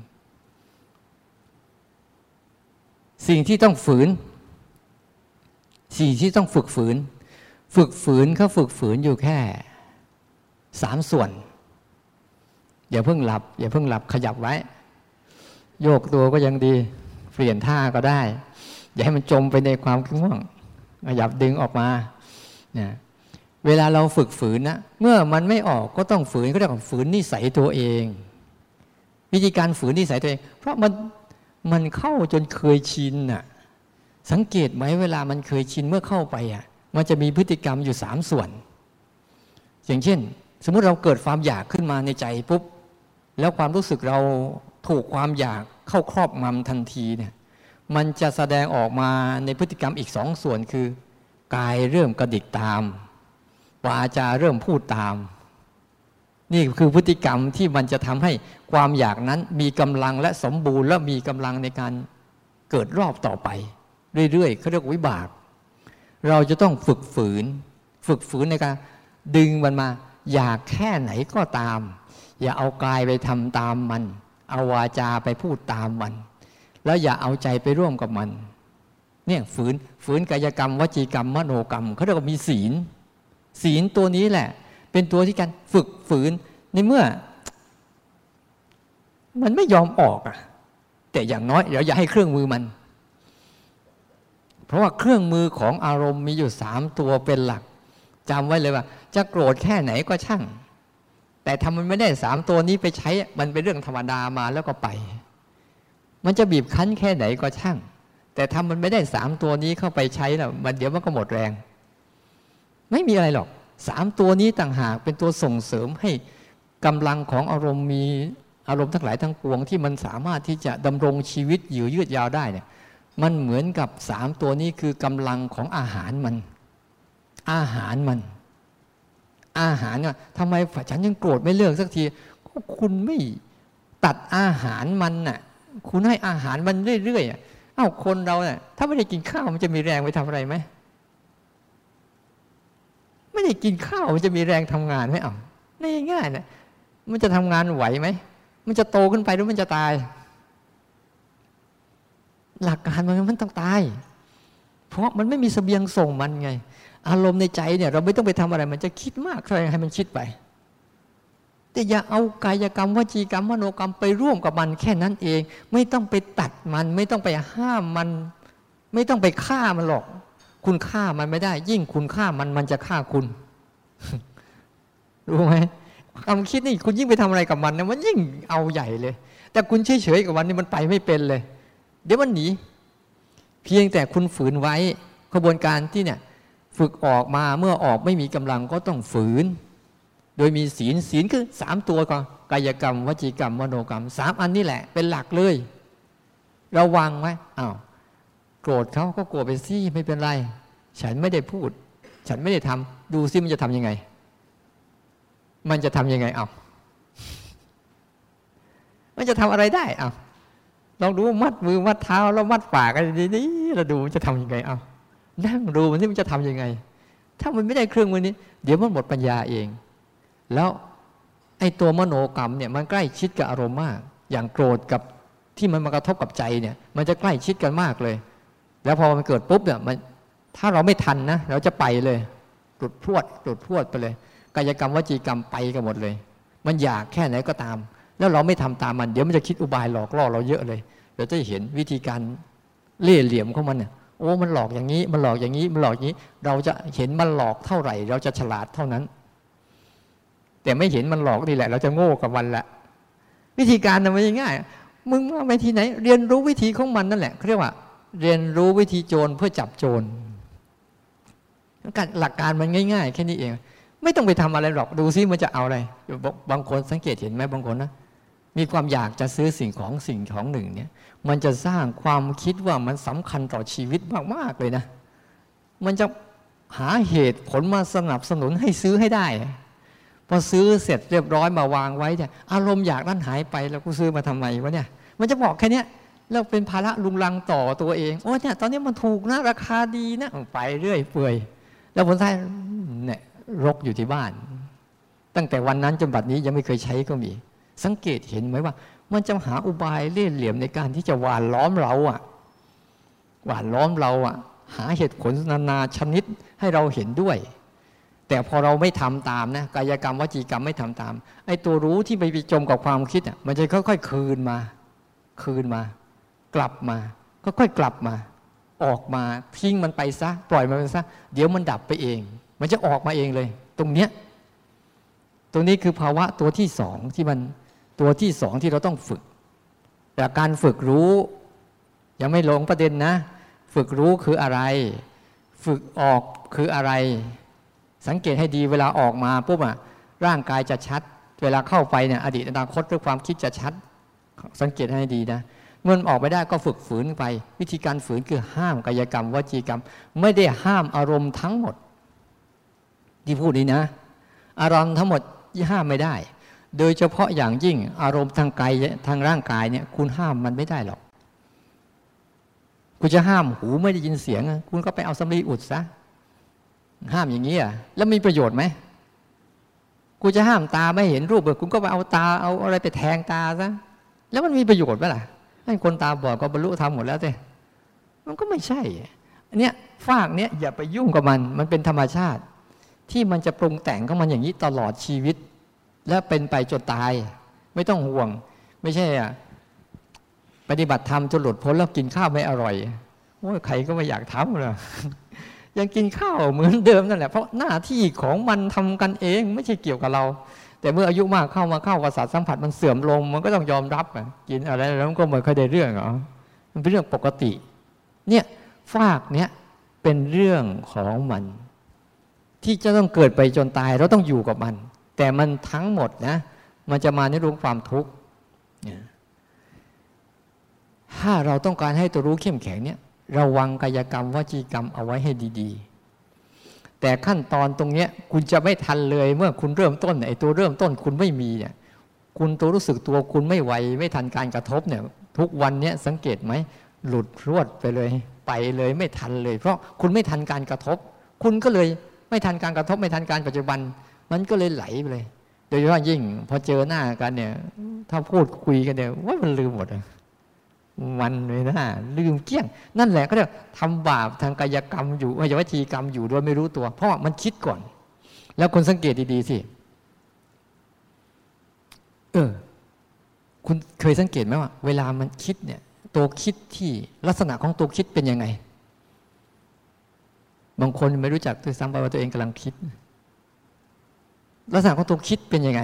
สิ่งที่ต้องฝืนสิ่งที่ต้องฝึกฝืนเขาฝึกฝืนอยู่แค่3ส่วนอย่าเพิ่งหลับขยับไว้โยกตัวก็ยังดีเปลี่ยนท่าก็ได้อย่าให้มันจมไปในความง่วงขยับดึงออกมาเนี่ยเวลาเราฝึกฝืนนะเมื่อมันไม่ออกก็ต้องฝืนก็เรียกว่าฝืนนิสัยตัวเองวิธีการฝืนนิสัยตัวเองเพราะมันเข้าจนเคยชินน่ะสังเกตไหมเวลามันเคยชินเมื่อเข้าไปมันจะมีพฤติกรรมอยู่3ส่วนอย่างเช่นสมมุติเราเกิดความอยากขึ้นมาในใจปุ๊บแล้วความรู้สึกเราถูกความอยากเข้าครอบงำทันทีเนี่ยมันจะแสดงออกมาในพฤติกรรมอีก2ส่วนคือกายเริ่มกระดิกตามวาจาเริ่มพูดตามนี่คือพฤติกรรมที่มันจะทำให้ความอยากนั้นมีกำลังและสมบูรณ์และมีกำลังในการเกิดรอบต่อไปเรื่อยๆเขาเรียกวิบากเราจะต้องฝึกฝืนในการดึงมันมาอยากแค่ไหนก็ตามอย่าเอากายไปทำตามมันเอาวาจาไปพูดตามมันแล้วอย่าเอาใจไปร่วมกับมันเนี่ยฝืนกายกรรมวจีกรรมมโนกรรมเขาเรียกว่ามีศีลตัวนี้แหละเป็นตัวที่การฝึกฝืนในเมื่อมันไม่ยอมออกแต่อย่างน้อยเดี๋ยวอย่าให้เครื่องมือมันเพราะว่าเครื่องมือของอารมณ์มีอยู่3ตัวเป็นหลักจำไว้เลยว่าจะโกรธแค่ไหนก็ช่างแต่ถ้ามันไม่ได้3ตัวนี้ไปใช้มันเป็นเรื่องธรรมดามาแล้วก็ไปมันจะบีบคั้นแค่ไหนก็ช่างแต่ถ้ามันไม่ได้3ตัวนี้เข้าไปใช้แล้วมันเดี๋ยวมันก็หมดแรงไม่มีอะไรหรอก 3 ตัวนี้ต่างหากเป็นตัวส่งเสริมให้กำลังของอารมณ์มีอารมณ์ทั้งหลายทั้งปวงที่มันสามารถที่จะดำรงชีวิตอยู่ยืดยาวได้เนี่ยมันเหมือนกับ3 ตัวนี้คือกำลังของอาหารมันอาหารเนี่ยทำไมฉันยังโกรธไม่เลิกสักทีก็คุณไม่ตัดอาหารมันน่ะคุณให้อาหารมันเรื่อยๆคนเราเนี่ยถ้าไม่ได้กินข้าวมันจะมีแรงไปทำอะไรไหมไม่ได้กินข้าวมันจะมีแรงทำงานไหมง่ายๆนะมันจะทำงานไหวไหมมันจะโตขึ้นไปหรือมันจะตายหลักการมันต้องตายเพราะมันไม่มีเสบียงส่งมันไงอารมณ์ในใจเนี่ยเราไม่ต้องไปทำอะไรมันจะคิดมากเท่าไหร่ให้มันคิดไปแต่อย่าเอากายกรรมวจีกรรมมโนกรรมไปร่วมกับมันแค่นั้นเองไม่ต้องไปตัดมันไม่ต้องไปห้ามมันไม่ต้องไปฆ่ามันหรอกคุณฆ่ามันไม่ได้ยิ่งคุณฆ่ามันจะฆ่าคุณ รู้ไหมความคิดนี่คุณยิ่งไปทำอะไรกับมันนะมันยิ่งเอาใหญ่เลยแต่คุณเฉยๆกับมันนี่มันไปไม่เป็นเลยเดี๋ยวมันหนีเพียงแต่คุณฝืนไว้กระบวนการที่เนี่ยฝึกออกมาเมื่อออกไม่มีกำลังก็ต้องฝืนโดยมีศีลคือ3 ตัวก่อนกายกรรมวจีกรรมมโนกรรม3 อันนี่แหละเป็นหลักเลยระวังไว้โกรธเขาก็โกรธไปสิไม่เป็นไรฉันไม่ได้พูดฉันไม่ได้ทำดูซิมันจะทำยังไงมันจะทำยังไงมันจะทำอะไรได้ลองดูมัดมือมัดเท้าแล้วมัดปากกันดีๆเราดูมันจะทำยังไงนั่งดูมันที่มันจะทำยังไงถ้ามันไม่ได้เครื่องมือนี้เดี๋ยวมันหมดปัญญาเองแล้วไอ้ตัวมโนกรรมเนี่ยมันใกล้ชิดกับอารมณ์มากอย่างโกรธกับที่มันมากระทบกับใจเนี่ยมันจะใกล้ชิดกันมากเลยแล้วพอมันเกิดปุ๊บเนี่ยมันถ้าเราไม่ทันนะเราจะไปเลยหลุดพรวดไปเลยกายกรรมวจีกรรมไปกันหมดเลยมันอยากแค่ไหนก็ตามแล้วเราไม่ทำตามมันเดี๋ยวมันจะคิดอุบายหลอกล่อเราเยอะเลยเราจะเห็นวิธีการเล่ห์เหลี่ยมของมันเนี่ยโอ้มันหลอกอย่างนี้มันหลอกอย่างนี้มันหลอกอย่างนี้เราจะเห็นมันหลอกเท่าไหร่เราจะฉลาดเท่านั้นแต่ไม่เห็นมันหลอกนี่แหละเราจะโง่กับมันละวิธีการมันง่ายมึงว่าไปที่ไหนเรียนรู้วิธีของมันนั่นแหละเขาเรียกว่าเรียนรู้วิธีโจรเพื่อจับโจรหลักการมันง่ายๆแค่นี้เองไม่ต้องไปทำอะไรหรอกดูซิมันจะเอาอะไรบางคนสังเกตเห็นไหมบางคนนะมีความอยากจะซื้อสิ่งของหนึ่งเนี่ยมันจะสร้างความคิดว่ามันสำคัญต่อชีวิตมากๆเลยนะมันจะหาเหตุผลมาสนับสนุนให้ซื้อให้ได้พอซื้อเสร็จเรียบร้อยมาวางไว้เนี่ยอารมณ์อยากนั้นหายไปแล้วกูซื้อมาทำไมวะเนี่ยมันจะบอกแค่นี้แล้วเป็นภาระลุงลังต่อตัวเองโอ้เนี่ยตอนนี้มันถูกนะราคาดีนะไปเรื่อยเปื่อยแล้วผลท้ายเนี่ยรกอยู่ที่บ้านตั้งแต่วันนั้นจนบัดนี้ยังไม่เคยใช้ก็มีสังเกตเห็นไหมว่ามันจะหาอุบายเล่ห์เหลี่ยมในการที่จะหว่านล้อมเราหาเหตุผลนานาชนิดให้เราเห็นด้วยแต่พอเราไม่ทำตามนะกายกรรมวจีกรรมไม่ทำตามไอ้ตัวรู้ที่ไปจมกับความคิดมันจะค่อยๆคืนมากลับมาค่อยๆกลับมาออกมาทิ้งมันไปซะปล่อยมันไปซะเดี๋ยวมันดับไปเองมันจะออกมาเองเลยตรงนี้คือภาวะตัวที่สองที่เราต้องฝึกแต่การฝึกรู้ยังไม่ลงประเด็นนะฝึกรู้คืออะไรฝึกออกคืออะไรสังเกตให้ดีเวลาออกมาปุ๊บร่างกายจะชัดเวลาเข้าไปเนี่ยอดีตอนาคตหรือความคิดจะชัดสังเกตให้ดีนะเมื่อออกไม่ได้ก็ฝึกฝืนไปวิธีการฝืนคือห้ามกายกรรมวจีกรรมไม่ได้ห้ามอารมณ์ทั้งหมดที่พูดนี้นะอารมณ์ทั้งหมดห้ามไม่ได้โดยเฉพาะอย่างยิ่งอารมณ์ทางกายทางร่างกายเนี่ยคุณห้ามมันไม่ได้หรอกคุณจะห้ามหูไม่ได้ยินเสียงคุณก็ไปเอาสำลีอุดซะห้ามอย่างนี้แล้วมีประโยชน์ไหมคุณจะห้ามตาไม่เห็นรูปคุณก็ไปเอาตาเอาอะไรไปแทงตาซะแล้วมันมีประโยชน์ไหมล่ะให้คนตาบอดก็บรรลุธรรมหมดแล้วแต่มันก็ไม่ใช่อันเนี้ยฟากเนี้ยอย่าไปยุ่งกับมันเป็นธรรมชาติที่มันจะปรุงแต่งของมันอย่างนี้ตลอดชีวิตและเป็นไปจนตายไม่ต้องห่วงไม่ใช่ปฏิบัติธรรมจนหลุดพ้นแล้วกินข้าวไม่อร่อยโอ้ยใครก็ไม่อยากทำเลยยังกินข้าวเหมือนเดิมนั่นแหละเพราะหน้าที่ของมันทำกันเองไม่ใช่เกี่ยวกับเราแต่เมื่ออายุมากเข้าประสาทสัมผัสมันเสื่อมลงมันก็ต้องยอมรับกินอะไรแล้วมันก็ไม่ค่อยได้เรื่องมันเป็นเรื่องปกติเนี่ยฟากเนี้ยเป็นเรื่องของมันที่จะต้องเกิดไปจนตายเราต้องอยู่กับมันแต่มันทั้งหมดนะมันจะมาในรูปความทุกข์ถ้าเราต้องการให้ตัวรู้เข้มแข็งเนี่ยระวังกายกรรมวจีกรรมเอาไว้ให้ดีๆแต่ขั้นตอนตรงเนี้ยคุณจะไม่ทันเลยเมื่อคุณเริ่มต้นไอ้ตัวเริ่มต้นคุณไม่มีเนี่ยคุณตัวรู้สึกตัวคุณไม่ไวไม่ทันการกระทบเนี่ยทุกวันเนี้ยสังเกตไหมหลุดรวดไปเลยไปเลยไม่ทันเลยเพราะคุณไม่ทันการกระทบคุณก็เลยไม่ทันการกระทบไม่ทันการปัจจุบันมันก็เลยไหลไปเลยโดยเฉพาะยิ่งพอเจอหน้ากันเนี่ยถ้าพูดคุยกันเนี่ยว่ามันลืมหมดเลยมันเลยนะลืมเกลี้ยงนั่นแหละก็เรียกทำบาปทางกายกรรมอยู่วจีกรรมอยู่โดยไม่รู้ตัวเพราะมันคิดก่อนแล้วคุณสังเกตดีๆสิคุณเคยสังเกตไหมว่าเวลามันคิดเนี่ยตัวคิดที่ลักษณะของตัวคิดเป็นยังไงบางคนไม่รู้จักตัวซ้ำไปว่าตัวเองกำลังคิดลักษณะของตัวคิดเป็นยังไง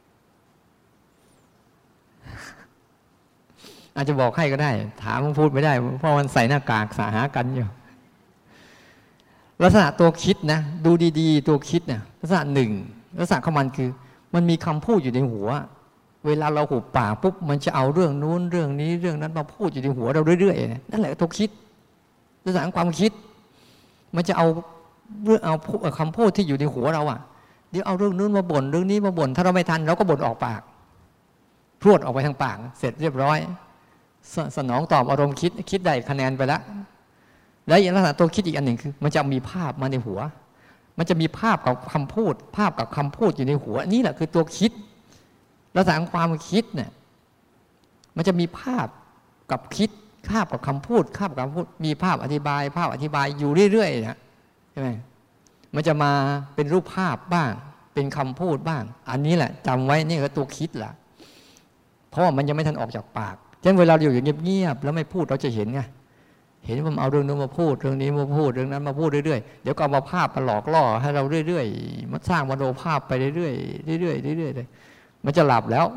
อาจจะบอกให้ก็ได้ถามมันพูดไม่ได้เพราะมันใส่หน้ากากสาหากันอยู่ลักษณะตัวคิดนะดูดีๆตัวคิดเนี่ยลักษณะหนึ่งลักษณะของมันคือมันมีคำพูดอยู่ในหัวเวลาเราหุบปากปุ๊บมันจะเอาเรื่องนู้นเรื่องนี้เรื่องนั้นมาพูดอยู่ในหัวเราเรื่อยๆนั่นแหละตัวคิดลักษณะความคิดมันจะเอาคำพูดที่อยู่ในหัวเราอ่ะเดี๋ยวเอาเรื่องนู้นมาบ่นเรื่องนี้มาบ่นถ้าเราไม่ทันเราก็บ่นออกปากพรวดออกไปทางปากเสร็จเรียบร้อยสนองตอบอารมณ์คิดได้คะแนนไปแล้วแล้วอย่างลักษณะตัวคิดอีกอันหนึ่งคือมันจะมีภาพมาในหัวมันจะมีภาพกับคำพูดภาพกับคำพูดอยู่ในหัวนี่แหละคือตัวคิดลักษณะความคิดเนี่ยมันจะมีภาพกับคิดภาพกับคำพูดภาพกับคำพูดมีภาพอธิบายภาพอธิบายอยู่เรื่อยๆนะใช่ไหมมันจะมาเป็นรูปภาพบ้างเป็นคำพูดบ้างอันนี้แหละจำไว้นี่คือตัวคิดแหละเพราะว่ามันยังไม่ทันออกจากปากฉะนั้นเวลาอยู่อย่างเงียบๆแล้วไม่พูดเราจะเห็นไงเห็นว่ามันเอาเรื่องนู้นมาพูดเรื่องนี้มาพูดเรื่องนั้นมาพูดเรื่อยๆเดี๋ยวก็เอามาภาพมาหลอกล่อให้เราเรื่อยๆมันสร้างมโนภาพไปเรื่อยๆเรื่อยๆเรื่อยๆเลยมันจะหลับแล้ว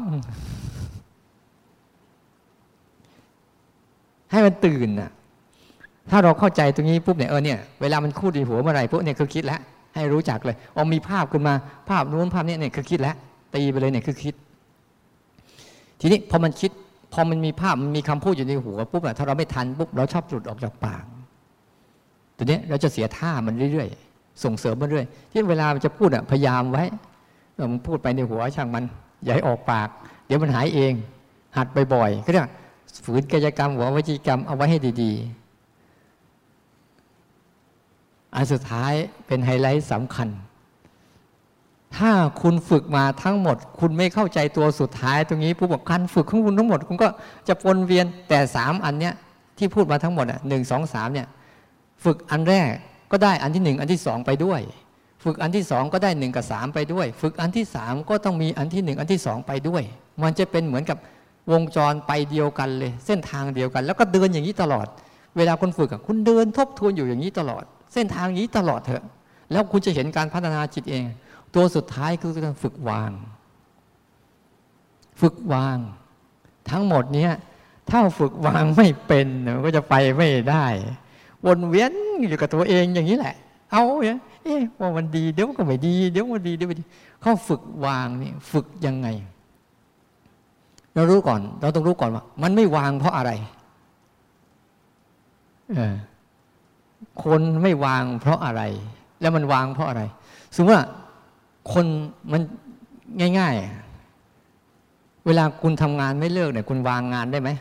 ให้มันตื่นน่ะถ้าเราเข้าใจตรงนี้ปุ๊บเนี่ยเวลามันคูดในหัวเมื่อไหร่ปุ๊บเนี่ยคือคิดแล้วให้รู้จักเลยมีภาพขึ้นมาภาพนู้นภาพนี้เนี่ยคือคิดแล้วตีไปเลยเนี่ยคือคิดทีนี้พอมันคิดพอมันมีภาพมันมีคำพูดอยู่ในหัวปุ๊บถ้าเราไม่ทันปุ๊บเราชอบหลุดออกจากปากตัวนี้เราจะเสียท่ามันเรื่อยๆส่งเสริมมันเรื่อยที่เวลามันจะพูดพยายามไว้มันพูดไปในหัวช่างมันอย่าให้ออกปากเดี๋ยวมันหายเองหัดบ่อยๆก็เรียกฝืนกายกรรมวจีกรรมเอาไว้ให้ดีๆอันสุดท้ายเป็นไฮไลท์สำคัญถ้าคุณฝึกมาทั้งหมดคุณไม่เข้าใจตัวสุดท้ายตรงนี้ผู้บอกการฝึกของคุณทั้งหมดคุณก็จะวนเวียนแต่3อันเนี้ยที่พูดมาทั้งหมด1 2 3เนี่ยฝึกอันแรกก็ได้อันที่1อันที่2ไปด้วยฝึกอันที่2ก็ได้1กับ3ไปด้วยฝึกอันที่3ก็ต้องมีอันที่1อันที่2ไปด้วยมันจะเป็นเหมือนกับวงจรไปเดียวกันเลยเส้นทางเดียวกันแล้วก็เดินอย่างนี้ตลอดเวลาคุณฝึกคุณเดินทบทวนอยู่อย่างนี้ตลอดเส้นทางนี้ตลอดเถอะแล้วคุณจะเห็นการพัฒนาจิตเองตัวสุดท้ายคือการฝึกวางทั้งหมดนี้ถ้าฝึกวางไม่เป็นมันก็จะไปไม่ได้วนเวียนอยู่กับตัวเองอย่างนี้แหละเอาว่ามันดีเดี๋ยวก็ไม่ดีเดี๋ยวมันดีเดี๋ยวไม่ดีเขาฝึกวางนี่ฝึกยังไงเราต้องรู้ก่อนว่ามันไม่วางเพราะอะไรคนไม่วางเพราะอะไรแล้วมันวางเพราะอะไรสมมติว่าคนมันง่ายๆเวลาคุณทำงานไม่เลิกเนี่ยคุณวางงานได้ไหม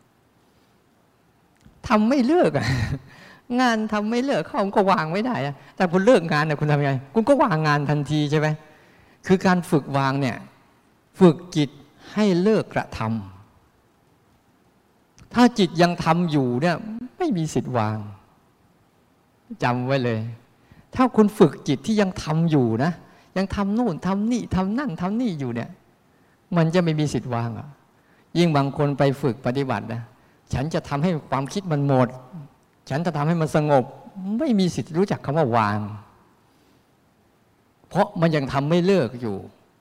ทำไม่เลิกงานทำไม่เลิกเขาก็วางไม่ได้แต่คุณเลิกงานเนี่ยคุณทำยังไงคุณก็วางงานทันทีใช่ไหมคือการฝึกวางเนี่ยฝึกจิตให้เลิกกระทำถ้าจิตยังทำอยู่เนี่ยไม่มีสิทธิ์วางจำไว้เลยถ้าคุณฝึกจิตที่ยังทำอยู่นะยังทำโน่นทำนี่ทำนั่นทำนี่อยู่เนี่ยมันจะไม่มีสิทธิ์วางยิ่งบางคนไปฝึกปฏิบัตินะฉันจะทำให้ความคิดมันหมดฉันจะทำให้มันสงบไม่มีสิทธิ์รู้จักคำว่าวางเพราะมันยังทำไม่เลิกอยู่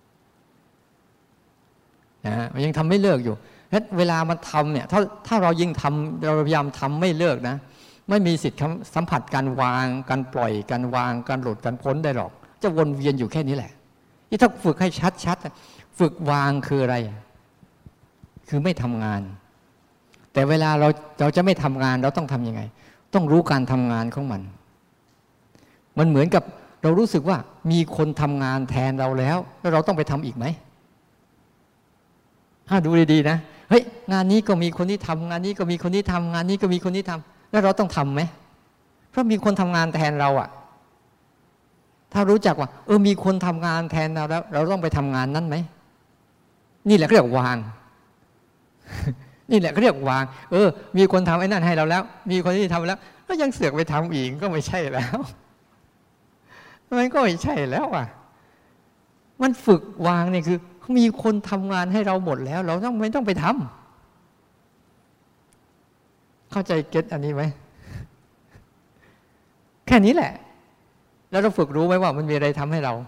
นะมันยังทำไม่เลิกอยู่เพราะเวลามันทำเนี่ยถ้าเรายิ่งทำเราพยายามทำไม่เลิกนะไม่มีสิทธิ์สัมผัสการวางการปล่อยการวางการหลุดการพ้นได้หรอกจะวนเวียนอยู่แค่นี้แหละที่ถ้าฝึกให้ชัดๆฝึกวางคืออะไรคือไม่ทำงานแต่เวลาเราจะไม่ทำงานเราต้องทำยังไงต้องรู้การทำงานของมันเหมือนกับเรารู้สึกว่ามีคนทำงานแทนเราแล้วเราต้องไปทำอีกไหมดูดีๆนะเฮ้ยงานนี้ก็มีคนที่ทำงานนี้ก็มีคนที่ทำงานนี้ก็มีคนที่ทำแล้วเราต้องทำไหมเพราะมีคนทำงานแทนเราอะถ้ารู้จักว่ามีคนทำงานแทนเราแล้วเราต้องไปทำงานนั้นไหมนี่แหละเขาเรียกวาง นี่แหละเขาเรียกวางมีคนทำไอ้นั่นให้เราแล้วมีคนที่ทำแล้วก็ยังเสือกไปทำอีกก็ไม่ใช่แล้วมันก็ไม่ใช่แล้วอ่ะมันฝึกวางเนี่ยคือมีคนทำงานให้เราหมดแล้วเราไม่ต้องไปทำเข้าใจเก็ตอันนี้ไหมแค่นี้แหละแล้วเราฝึกรู้ไว้ว่ามันมีอะไรทำให้เรา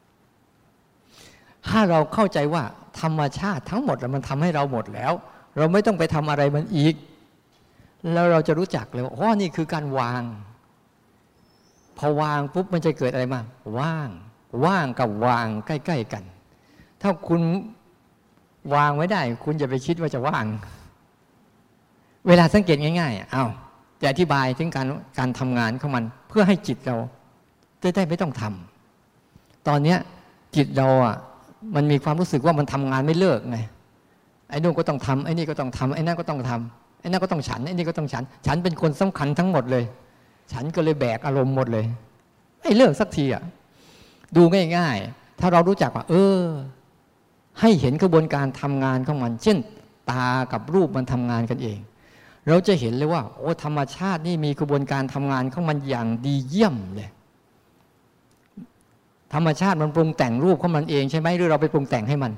ถ้าเราเข้าใจว่าธรรมชาติทั้งหมดมันทำให้เราหมดแล้วเราไม่ต้องไปทำอะไรมันอีกแล้วเราจะรู้จักเลยว่านี่คือการวางพอวางปุ๊บมันจะเกิดอะไรมาว่างกับวางใกล้ๆกันถ้าคุณวางไว้ได้คุณอย่าไปคิดว่าจะว่างเวลาสังเกตง่ายๆจะอธิบายถึงการทำงานของมันเพื่อให้จิตเราจะได้ไม่ต้องทำตอนนี้จิตเรามันมีความรู้สึกว่ามันทำงานไม่เลิกไงไอ้นู่นก็ต้องทำไอ้นี่ก็ต้องทำไอ้นั่นก็ต้องทำไอ้นั่นก็ต้องฉันไอ้นี่ก็ต้องฉันเป็นคนสำคัญทั้งหมดเลยฉันก็เลยแบกอารมณ์หมดเลยไอ้เลิกสักทีดูง่ายๆถ้าเรารู้จักว่าให้เห็นกระบวนการทำงานของมันเช่นตากับรูปมันทำงานกันเองเราจะเห็นเลยว่าธรรมชาตินี่มีกระบวนการทำงานของมันอย่างดีเยี่ยมเลยธรรมชาติมันปรุงแต่งรูปของมันเองใช่ไหมหรือเราไปปรุงแต่งให้มัน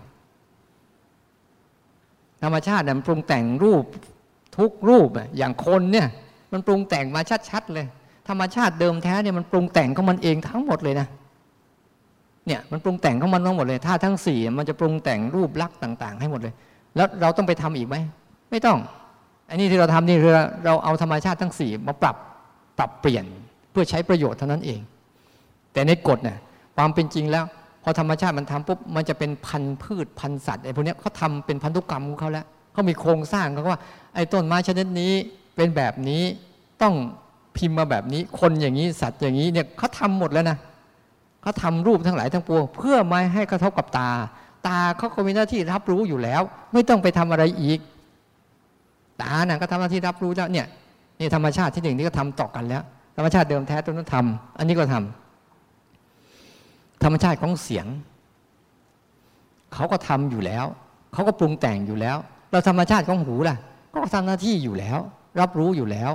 ธรรมชาติมันปรุงแต่งรูปทุกรูปอย่างคนเนี่ยมันปรุงแต่งมาชัดๆเลยธรรมชาติเดิมแท้เนี่ยมันปรุงแต่งของมันเองทั้งหมดเลยนะเนี่ยมันปรุงแต่งของมันทั้งหมดเลยธาตุทั้งสี่มันจะปรุงแต่งรูปลักษณ์ต่างๆให้หมดเลยแล้วเราต้องไปทำอีกไหมไม่ต้องอันนี้ที่เราทำนี่คือเราเอาธรรมชาติทั้งสี่มาปรับเปลี่ยนเพื่อใช้ประโยชน์เท่านั้นเองแต่ในกฎเนี่ยความเป็นจริงแล้วพอธรรมชาติมันทำปุ๊บมันจะเป็นพันธุ์พืชพันธุ์สัตว์ไอ้พวกนี้เขาทำเป็นพันธุกรรมของเขาแล้วเขามีโครงสร้างเขาว่าไอ้ต้นไม้ชนิดนี้เป็นแบบนี้ต้องพิมพ์มาแบบนี้คนอย่างนี้สัตว์อย่างนี้เนี่ยเขาทำหมดแล้วนะเขาทำรูปทั้งหลายทั้งปวงเพื่อไม่ให้กระทบกับตาเขาก็มีหน้าที่รับรู้อยู่แล้วไม่ต้องไปทำอะไรอีกตาเนี่ยก็ทำหน้าที่รับรู้แล้วเนี่ยนี่ธรรมชาติที่หนึ่งนี่ก็ทำต่อกันแล้วธรรมชาติเดิมแท้ตัวนั้นทำอันนี้ก็ทำธรรมชาติของเสียงเขาก็ทำอยู่แล้วเขาก็ปรุงแต่งอยู่แล้วเราธรรมชาติของหูล่ะก็ทำหน้าที่อยู่แล้วรับรู้อยู่แล้ว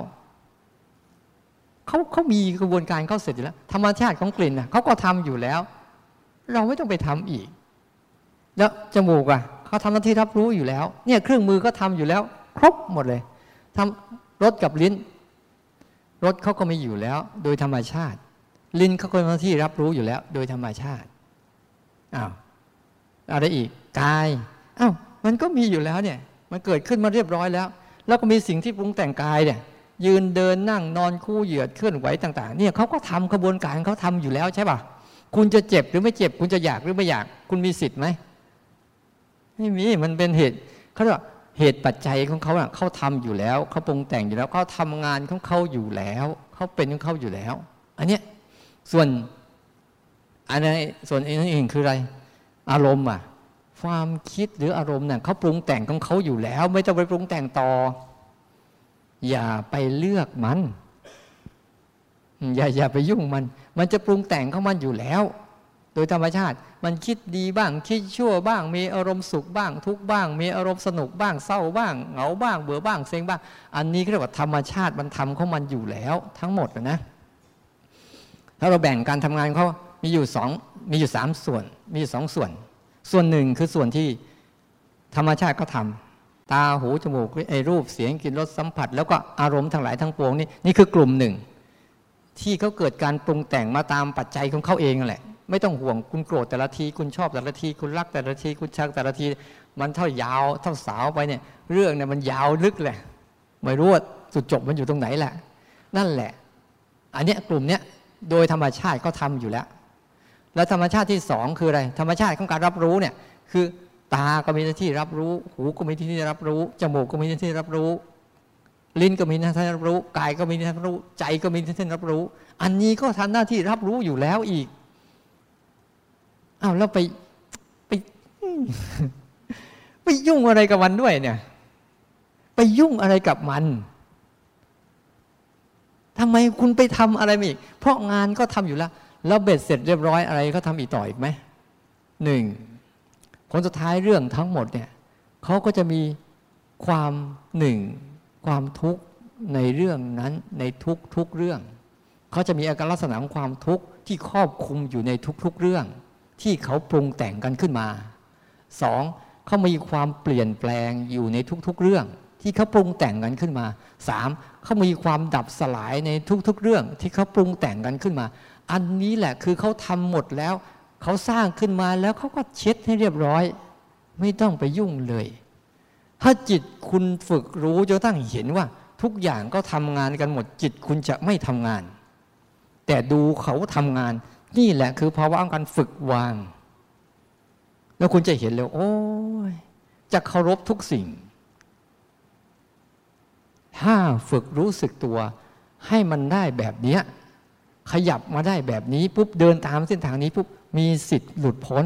เขามีกระบวนการเขาเสร็จอยู่แล้วธรรมชาติของกลิ่นเขาก็ทำอยู่แล้วเราไม่ต้องไปทำอีกแล้วจมูกเขาทำหน้าที่รับรู้อยู่แล้วเนี่ยเครื่องมือก็ทำอยู่แล้วครบหมดเลยทำรสกับลิ้นรสเขาก็มีอยู่แล้วโดยธรรมชาติลิ้นเขาก็ทำหน้าที่รับรู้อยู่แล้วโดยธรรมชาติอะไรอีกกายมันก็มีอยู่แล้วเนี่ยมันเกิดขึ้นมาเรียบร้อยแล้วก็มีสิ่งที่ปรุงแต่งกายเนี่ยยืนเดินนั่งนอนคู่เหยียดเคลื่อนไหวต่างๆเนี่ยเขาก็ทำกระบวนการเขาทำอยู่แล้วใช่ป่ะคุณจะเจ็บหรือไม่เจ็บคุณจะอยากหรือไม่อยากคุณมีสิทธิ์ไหมไม่มีมันเป็นเหตุเขาเรียกเหตุปัจจัยของเขาเขาทำอยู่แล้วเขาปรุงแต่งอยู่แล้วเขาทำงานของเขาอยู่แล้วเขาเป็นของเขาอยู่แล้วอันเนี้ยส่วนอื่นคืออะไรอารมณ์ความคิดหรืออารมณ์เนี่ยเขาปรุงแต่งของเขาอยู่แล้วไม่ต้องไปปรุงแต่งต่ออย่าไปเลือกมันอย่าไปยุ่งมันจะปรุงแต่งของมันอยู่แล้วโดยธรรมชาติมันคิดดีบ้างคิดชั่วบ้างมีอารมณ์สุขบ้างทุกข์บ้างมีอารมณ์สนุกบ้างเศร้าบ้างเหงาบ้างเบื่อบ้างเซ็งบ้างอันนี้เรียกว่าธรรมชาติมันทำของมันอยู่แล้วทั้งหมดนะถ้าเราแบ่งการทำงานเขามีอยู่3ส่วนมี2ส่วนหนึ่งคือส่วนที่ธรรมชาติเขาทำตาหูจมูกรูปเสียงกลิ่นรสสัมผัสแล้วก็อารมณ์ทั้งหลายทั้งปวงนี่คือกลุ่มหนึ่งที่เขาเกิดการปรุงแต่งมาตามปัจจัยของเขาเองแหละไม่ต้องห่วงคุณโกรธแต่ละทีคุณชอบแต่ละทีคุณรักแต่ละทีคุณชังแต่ละทีมันเท่ายาวเท่าสาวไปเนี่ยเรื่องเนี่ยมันยาวลึกแหละไม่รู้ว่าจุดจบมันอยู่ตรงไหนแหละนั่นแหละอันเนี้ยกลุ่มเนี้ยโดยธรรมชาติเขาทำอยู่แล้วแล้วธรรมชาติที่สองคืออะไรธรรมชาติของการรับรู้เนี่ยคือตาก็มีหน้าที่รับรู้หูก็มีหน้าที่รับรู้จมูกก็มีหน้าที่รับรู้ลิ้นก็มีหน้าที่รับรู้กายก็มีหน้าที่รับรู้ใจก็มีหน้าที่รับรู้อันนี้ก็ทำหน้าที่รับรู้อยู่แล้วอีกอ้าวแล้วไปยุ่งอะไรกับมันด้วยเนี่ยไปยุ่งอะไรกับมันทำไมคุณไปทำอะไรอีกเพราะงานก็ทำอยู่แล้วเบ็ดเสร็จเรียบร้อยอะไรก็ทำอีกต่ออีกไหมหนึ่งผลสุดท้ายเรื่องทั้งหมดเนี่ยเขาก็จะมีความหนึ่งความทุกข์ในเรื่องนั้นในทุกเรื่องเขาจะมีอาการลักษณะของความทุกข์ที่ครอบคลุมอยู่ในทุกเรื่องที่เขาปรุงแต่งกันขึ้นมาสองเขามีความเปลี่ยนแปลงอยู่ในทุกเรื่องที่เขาปรุงแต่งกันขึ้นมาสามเขามีความดับสลายในทุกเรื่องที่เขาปรุงแต่งกันขึ้นมาอันนี้แหละคือเขาทำหมดแล้วเขาสร้างขึ้นมาแล้วเขาก็เช็ดให้เรียบร้อยไม่ต้องไปยุ่งเลยถ้าจิตคุณฝึกรู้จนตั้งเห็นว่าทุกอย่างก็ทำงานกันหมดจิตคุณจะไม่ทำงานแต่ดูเขาทำงานนี่แหละคือภาวะของการฝึกวางแล้วคุณจะเห็นเลยโอ้ยจะเคารพทุกสิ่งถ้าฝึกรู้สึกตัวให้มันได้แบบนี้ขยับมาได้แบบนี้ปุ๊บเดินตามเส้นทางนี้ปุ๊บมีสิทธิ์หลุดพ้น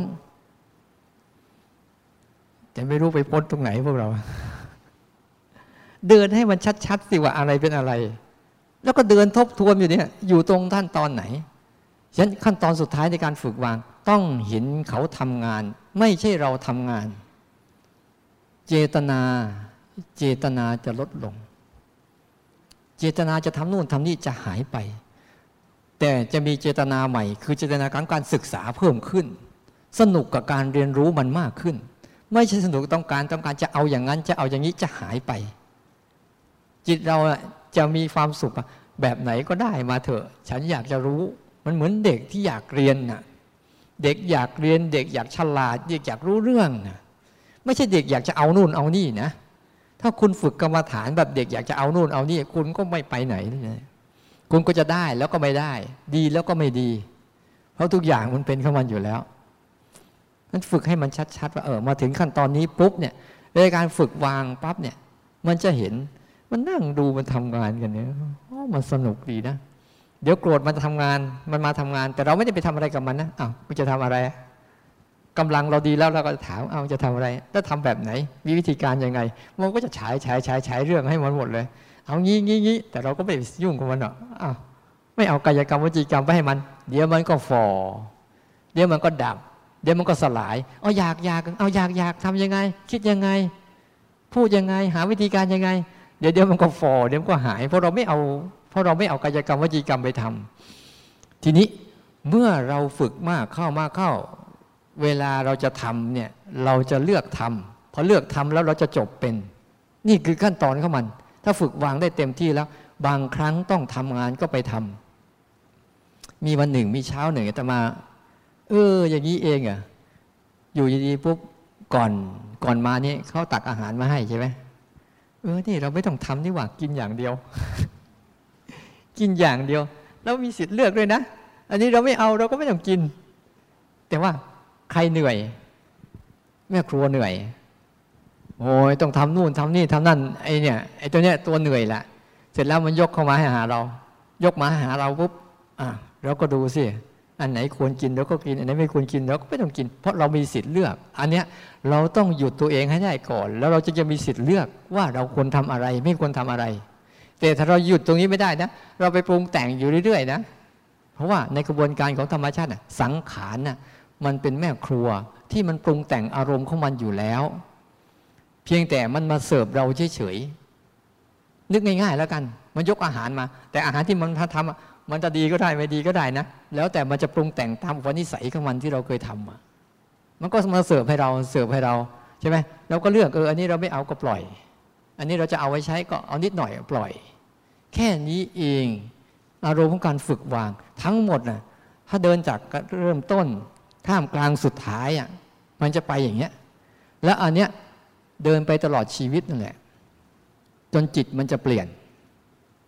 แต่ไม่รู้ไปพ้นตรงไหนพวกเราเดินให้มันชัดๆสิว่าอะไรเป็นอะไรแล้วก็เดินทบทวนอยู่เนี่ยอยู่ตรงขั้นตอนไหนฉะนั้นขั้นตอนสุดท้ายในการฝึกวางต้องเห็นเขาทำงานไม่ใช่เราทำงานเจตนาจะลดลงเจตนาจะทำนู่นทำนี่จะหายไปแต่จะมีเจตนาใหม่คือเจตนาการศึกษาเพิ่มขึ้นสนุกกับการเรียนรู้มันมากขึ้นไม่ใช่สนุกต้องการจะเอาอย่างนั้นจะเอาอย่างนี้จะหายไปจิตเราจะมีความสุขแบบไหนก็ได้มาเถอะฉันอยากจะรู้มันเหมือนเด็กที่อยากเรียนน่ะเด็กอยากเรียนเด็กอยากฉลาดเด็กอยากรู้เรื่องนะไม่ใช่เด็กอยากจะเอานู่นเอานี่นะถ้าคุณฝึกกรรมฐานแบบเด็กอยากจะเอานู่นเอานี่คุณก็ไม่ไปไหนเลยคุณก็จะได้แล้วก็ไม่ได้ดีแล้วก็ไม่ดีเพราะทุกอย่างมันเป็นของมันอยู่แล้วนั้นฝึกให้มันชัดๆว่ามาถึงขั้นตอนนี้ปุ๊บเนี่ยในการฝึกวางปั๊บเนี่ยมันจะเห็นมันนั่งดูมันทำงานกันเนี่ยมันสนุกดีนะเดี๋ยวโกรธมันทำงานมันมาทำงานแต่เราไม่ได้ไปทำอะไรกับมันนะมันจะทำอะไรกำลังเราดีแล้วเราก็ถามจะทำอะไรแล้วทำแบบไหนมีวิธีการยังไงมันก็จะฉายเรื่องให้มันหมดเลยเอางี้แต่เราก็ไม่ยุ่งกับมันหรอกไม่เอากายกรรมวจีกรรมไปให้มันเดี๋ยวมันก็ฝ่อเดี๋ยวมันก็ดับเดี๋ยวมันก็สลายอยากทำยังไงคิดยังไงพูดยังไงหาวิธีการยังไงเดี๋ยวมันก็ฝ่อเดี๋ยวมันก็หายเพราะเราไม่เอากายกรรมวจีกรรมไปทำทีนี้เมื่อเราฝึกมากเข้าเวลาเราจะทำเนี่ยเราจะเลือกทำพอเลือกทำแล้วเราจะจบเป็นนี่คือขั้นตอนของมันถ้าฝึกวางได้เต็มที่แล้วบางครั้งต้องทำงานก็ไปทำมีวันหนึ่งมีเช้าหนึ่งอาตมาอย่างนี้เองอยู่ดีๆปุ๊บก่อนมานี่เขาตักอาหารมาให้ใช่ไหมนี่เราไม่ต้องทำนี่หว่ากินอย่างเดียว กินอย่างเดียวแล้วมีสิทธิ์เลือกด้วยนะอันนี้เราไม่เอาเราก็ไม่ต้องกินแต่ว่าใครเหนื่อยแม่ครัวเหนื่อยโอ้ยต้องทำนู่นทำนี่ทำนั่นไอ้ตัวเนี้ยตัวเหนื่อยแหละเสร็จแล้วมันยกเข้ามาให้หาเรายกมาหาเราปุ๊บเราก็ดูสิอันไหนควรกินเราก็กินอันไหนไม่ควรกินเราก็ไม่ต้องกินเพราะเรามีสิทธิ์เลือกอันเนี้ยเราต้องหยุดตัวเองให้ได้ก่อนแล้วเราจะมีสิทธิ์เลือกว่าเราควรทำอะไรไม่ควรทำอะไรแต่ถ้าเราหยุดตรงนี้ไม่ได้นะเราไปปรุงแต่งอยู่เรื่อยๆนะเพราะว่าในกระบวนการของธรรมชาติสังขารมันเป็นแม่ครัวที่มันปรุงแต่งอารมณ์ของมันอยู่แล้วเพียงแต่มันมาเสิร์ฟเราเฉยๆนึกง่ายๆแล้วกันมันยกอาหารมาแต่อาหารที่มันทำมันจะดีก็ได้ไม่ดีก็ได้นะแล้วแต่มันจะปรุงแต่งตามอุปนิสัยของมันที่เราเคยทำมันก็มาเสิร์ฟให้เราใช่ไหมเราก็เลือกอันนี้เราไม่เอาก็ปล่อยอันนี้เราจะเอาไว้ใช้ก็เอานิดหน่อยปล่อยแค่นี้เองอารมณ์ของการฝึกวางทั้งหมดถ้าเดินจากเริ่มต้นท่ามกลางสุดท้ายมันจะไปอย่างเงี้ยแล้วอันเนี้ยเดินไปตลอดชีวิตนั่นแหละจนจิตมันจะเปลี่ยน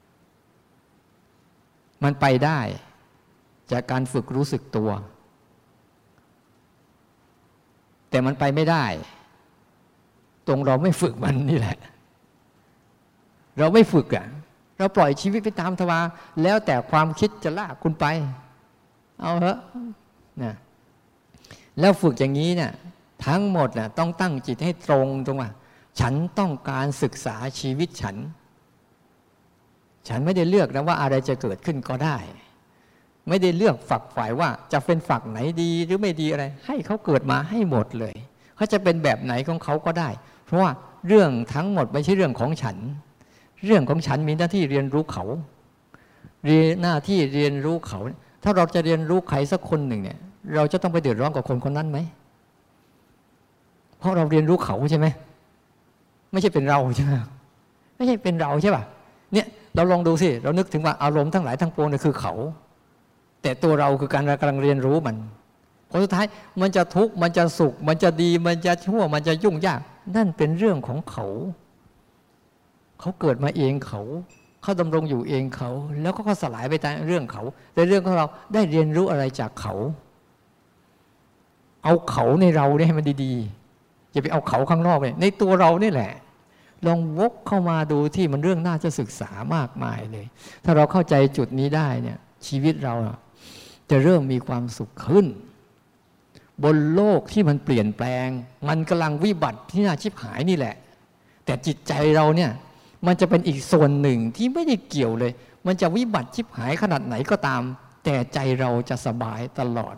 มันไปได้จากการฝึกรู้สึกตัวแต่มันไปไม่ได้ตรงเราไม่ฝึกมันนี่แหละเราไม่ฝึกเราปล่อยชีวิตไปตามทวารแล้วแต่ความคิดจะลากคุณไปเอาเถอะนะแล้วฝึกอย่างนี้เนี่ยทั้งหมดต้องตั้งจิตให้ตรงว่าฉันต้องการศึกษาชีวิตฉันไม่ได้เลือกนะว่าอะไรจะเกิดขึ้นก็ได้ไม่ได้เลือกฝักฝ่ายว่าจะเป็นฝักไหนดีหรือไม่ดีอะไรให้เขาเกิดมาให้หมดเลยเขาจะเป็นแบบไหนของเขาก็ได้เพราะว่าเรื่องทั้งหมดไม่ใช่เรื่องของฉันเรื่องของฉันมีหน้าที่เรียนรู้เขาหน้าที่เรียนรู้เขาถ้าเราจะเรียนรู้ใครสักคนหนึ่งเนี่ยเราจะต้องไปเดือดร้อนกับคนคนนั้นไหมเพราะเราเรียนรู้เขาใช่ไหมไม่ใช่เป็นเราใช่ไหมไม่ใช่เป็นเราใช่ป่ะเนี่ยเราลองดูสิเรานึกถึงว่าอารมณ์ทั้งหลายทั้งปวงเนี่ยคือเขาแต่ตัวเราคือการกำลังเรียนรู้มันผลสุดท้ายมันจะทุกข์มันจะสุขมันจะดีมันจะชั่วมันจะยุ่งยากนั่นเป็นเรื่องของเขาเกิดมาเองเขาดำรงอยู่เองเขาแล้วก็สลายไปตามเรื่องเขาแต่เรื่องของเราได้เรียนรู้อะไรจากเขาเอาเขาในเราเนี่ยให้มันดีๆอย่าไปเอาเขาข้างนอกเลยในตัวเรานี่แหละลองวกเข้ามาดูที่มันเรื่องน่าจะศึกษามากมายเลยถ้าเราเข้าใจจุดนี้ได้เนี่ยชีวิตเราจะเริ่มมีความสุขขึ้นบนโลกที่มันเปลี่ยนแปลงมันกำลังวิบัติที่น่าชิบหายนี่แหละแต่จิตใจเราเนี่ยมันจะเป็นอีกส่วนหนึ่งที่ไม่ได้เกี่ยวเลยมันจะวิบัติชิบหายขนาดไหนก็ตามแต่ใจเราจะสบายตลอด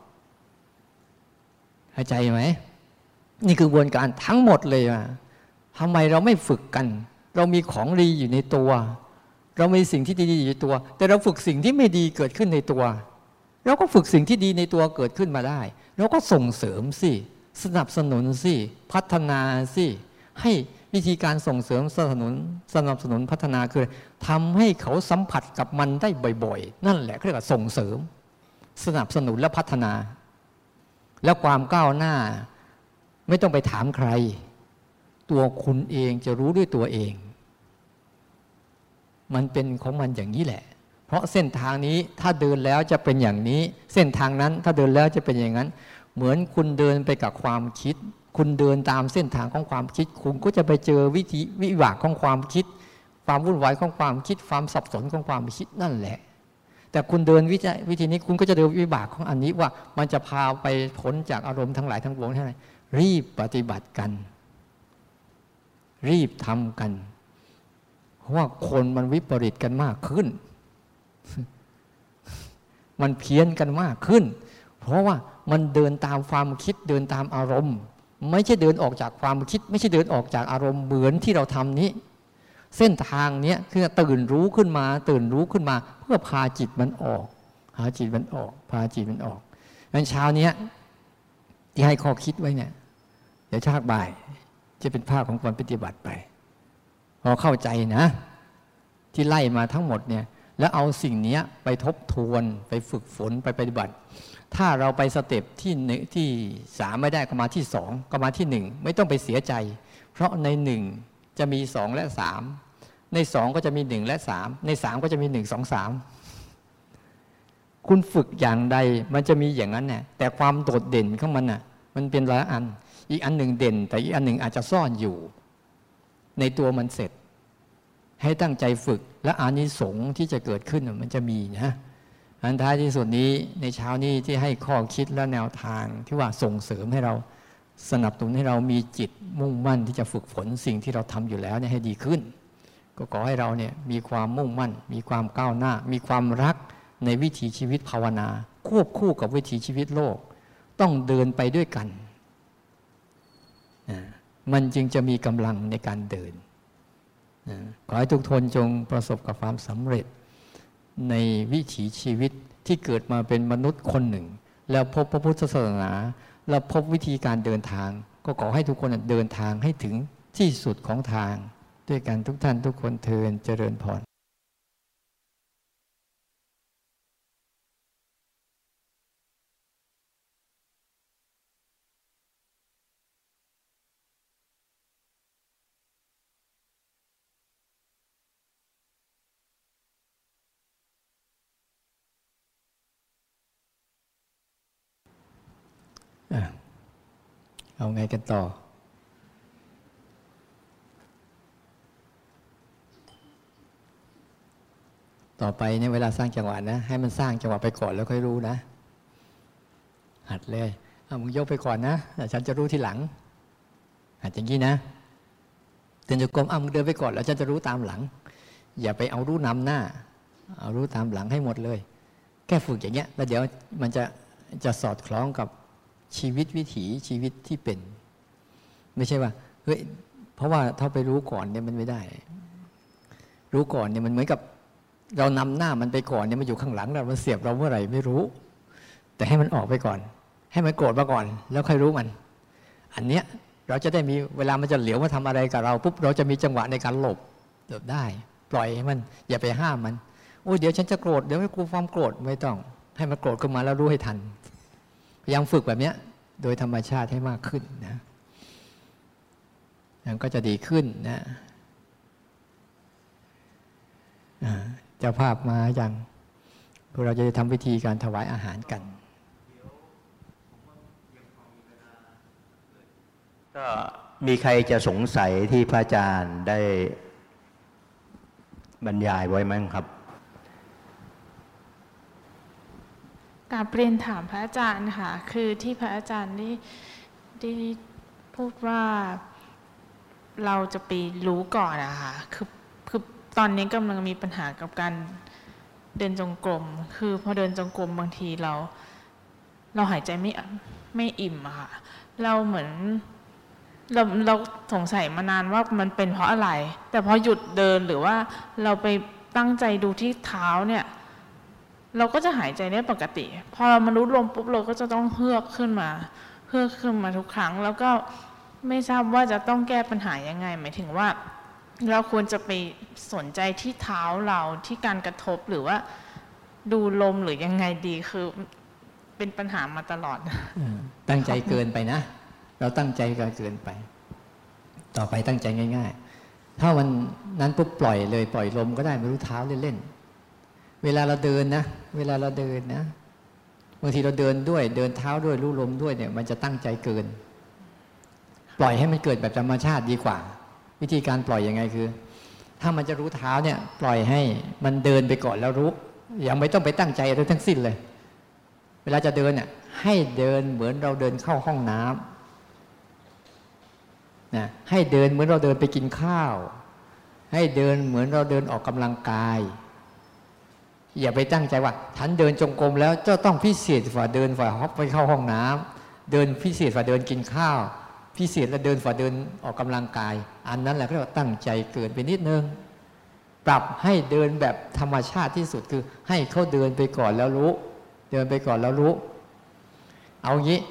เข้าใจไหมนี่คือกระบวนการทั้งหมดเลยทำไมเราไม่ฝึกกันเรามีของดีอยู่ในตัวเรามีสิ่งที่ดีอยู่ในตัวแต่เราฝึกสิ่งที่ไม่ดีเกิดขึ้นในตัวเราก็ฝึกสิ่งที่ดีในตัวเกิดขึ้นมาได้เราก็ส่งเสริมสิสนับสนุนสิพัฒนาสิให้วิธีการส่งเสริมสนับสนุนพัฒนาคือทำให้เขาสัมผัสกับมันได้บ่อยๆนั่นแหละเรียกว่าส่งเสริมสนับสนุนและพัฒนาแล้วความก้าวหน้าไม่ต้องไปถามใครตัวคุณเองจะรู้ด้วยตัวเองมันเป็นของมันอย่างนี้แหละเพราะเส้นทางนี้ถ้าเดินแล้วจะเป็นอย่างนี้เส้นทางนั้นถ้าเดินแล้วจะเป็นอย่างนั้นเหมือนคุณเดินไปกับความคิดคุณเดินตามเส้นทางของความคิดคุณก็จะไปเจอวิบากของความคิดความวุ่นวายของความคิดความสับสนของความคิดนั่นแหละแต่คุณเดินวิธีนี้คุณก็จะเดินวิบากของอันนี้ว่ามันจะพาไปพ้นจากอารมณ์ทั้งหลายทั้งปวงเท่าไหร่รีบปฏิบัติกันรีบทำกันเพราะว่าคนมันวิปริตกันมากขึ้นมันเพี้ยนกันมากขึ้นเพราะว่ามันเดินตามความคิดเดินตามอารมณ์ไม่ใช่เดินออกจากความคิดไม่ใช่เดินออกจากอารมณ์เหมือนที่เราทำนี้เส้นทางนี้คือตื่นรู้ขึ้นมาเพื่อพาจิตมันออกพาจิตมันออกงั้นเช้านี้ที่ให้ข้อคิดไว้เนี่ยเดี๋ยวชาติบ่ายจะเป็นภาคของการปฏิบัติไปพอเข้าใจนะที่ไล่มาทั้งหมดเนี่ยแล้วเอาสิ่งนี้ไปทบทวนไปฝึกฝนไปปฏิบัติถ้าเราไปสเต็ปที่3ไม่ได้ก็มาที่2ก็มาที่1ไม่ต้องไปเสียใจเพราะใน1จะมี2และ3ใน2ก็จะมี1และ3ใน3ก็จะมี1 2 3คุณฝึกอย่างใดมันจะมีอย่างนั้นเนี่ยแต่ความโดดเด่นของมันน่ะมันเป็นหลายอันอีกอันหนึ่งเด่นแต่อีกอันหนึ่งอาจจะซ่อนอยู่ในตัวมันเสร็จให้ตั้งใจฝึกและอานิสงส์ที่จะเกิดขึ้นมันจะมีนะอันท้ายที่สุดนี้ในเช้านี้ที่ให้ข้อคิดและแนวทางที่ว่าส่งเสริมให้เราสนับสนุนให้เรามีจิตมุ่งมั่นที่จะฝึกฝนสิ่งที่เราทำอยู่แล้วเนี่ยให้ดีขึ้นก็ขอให้เราเนี่ยมีความมุ่งมั่นมีความก้าวหน้ามีความรักในวิถีชีวิตภาวนาควบคู่กับวิถีชีวิตโลกต้องเดินไปด้วยกันมันจึงจะมีกำลังในการเดินขอให้ทุกคนจงประสบกับความสำเร็จในวิถีชีวิตที่เกิดมาเป็นมนุษย์คนหนึ่งแล้วพบพระพุทธศาสนาแล้วพบวิธีการเดินทางก็ขอให้ทุกคนเดินทางให้ถึงที่สุดของทางด้วยกันทุกท่านทุกคนเทอญเจริญพรเอาไงกันต่อไปเนี่ยเวลาสร้างจังหวะนะให้มันสร้างจังหวะไปก่อนแล้วค่อยรู้นะหัดเลยมึงยกไปก่อนนะแต่ฉันจะรู้ทีหลังหัดอย่างนี้นะเดินจงกรมมึงเดินไปก่อนแล้วฉันจะรู้ตามหลังอย่าไปเอารู้นำหน้าเอารู้ตามหลังให้หมดเลยแค่ฝึกอย่างเงี้ยแล้วเดี๋ยวมันจะสอดคล้องกับชีวิตวิถีชีวิตที่เป็นไม่ใช่ว่าเฮ้ยเพราะว่าถ้าไปรู้ก่อนเนี่ยมันไม่ได้รู้ก่อนเนี่ยมันเหมือนกับเรานำหน้ามันไปก่อนเนี่ยมันอยู่ข้างหลังเรามันเสียบเราเมื่อไหร่ไม่รู้แต่ให้มันออกไปก่อนให้มันโกรธมาก่อนแล้วค่อยรู้มันอันเนี้ยเราจะได้มีเวลามันจะเหลียวมาทำอะไรกับเราปุ๊บเราจะมีจังหวะในการหลบได้ปล่อยให้มันอย่าไปห้ามมันโอ้ยเดี๋ยวฉันจะโกรธเดี๋ยวให้กูความโกรธไม่ต้องให้มันโกรธขึ้นมาแล้วรู้ให้ทันพยายามฝึกแบบนี้โดยธรรมชาติให้มากขึ้นนะมันก็จะดีขึ้นนะเจ้าภาพมาอย่างพวกเราจะทำพิธีการถวายอาหารกันก็มีใครจะสงสัยที่พระอาจารย์ได้บรรยายไว้มั้งครับกราบเรียนถามพระอาจารย์ค่ะคือที่พระอาจารย์ได้พูดว่าเราจะไปรู้ก่อนนะคะคือตอนนี้กำลังมีปัญหากับการเดินจงกรมคือพอเดินจงกรมบางทีเราหายใจไม่อิ่มอะค่ะเราเหมือนเราสงสัยมานานว่ามันเป็นเพราะอะไรแต่พอหยุดเดินหรือว่าเราไปตั้งใจดูที่เท้าเนี่ยเราก็จะหายใจได้ปกติพอเรามารู้ลมปุ๊บเราก็จะต้องเฮือกขึ้นมาทุกครั้งแล้วก็ไม่ทราบว่าจะต้องแก้ปัญหายังไงหมายถึงว่าเราควรจะไปสนใจที่เท้าเราที่การกระทบหรือว่าดูลมหรือยังไงดีคือเป็นปัญหามาตลอดตั้งใจเกินไปนะเราตั้งใจเกินไปต่อไปตั้งใจง่ายๆถ้าวันนั้นปุ๊บปล่อยเลยปล่อยลมก็ได้ไม่รู้เท้าเล่นๆเวลาเราเดินนะบางทีเราเดินด้วยเดินเท้าด้วยรู้ลมด้วยเนี่ยมันจะตั้งใจเกินปล่อยให้มันเกิดแบบธรรมชาติดีกว่าวิธีการปล่อยยังไงคือถ้ามันจะรู้เท้าเนี่ยปล่อยให้มันเดินไปก่อนแล้วรู้ยังไม่ต้องไปตั้งใจอะไรทั้งสิ้นเลยเวลาจะเดินเนี่ยให้เดินเหมือนเราเดินเข้าห้องน้ำนะให้เดินเหมือนเราเดินไปกินข้าวให้เดินเหมือนเราเดินออกกำลังกายอย่าไปตั้งใจว่าฉันเดินจงกรมแล้วเจ้าต้องพิเศษฝ่าเดินฝ่าฮอปไปเข้าห้องน้ำเดินพิเศษฝ่าเดินกินข้าวพิเศษและเดินฝ่าเดินออกกำลังกายอันนั้นแหละเรียกว่าตั้งใจเกินไปนิดนึงปรับให้เดินแบบธรรมชาติที่สุดคือให้เขาเดินไปก่อนแล้วรู้เดินไปก่อนแล้วรู้เอางี้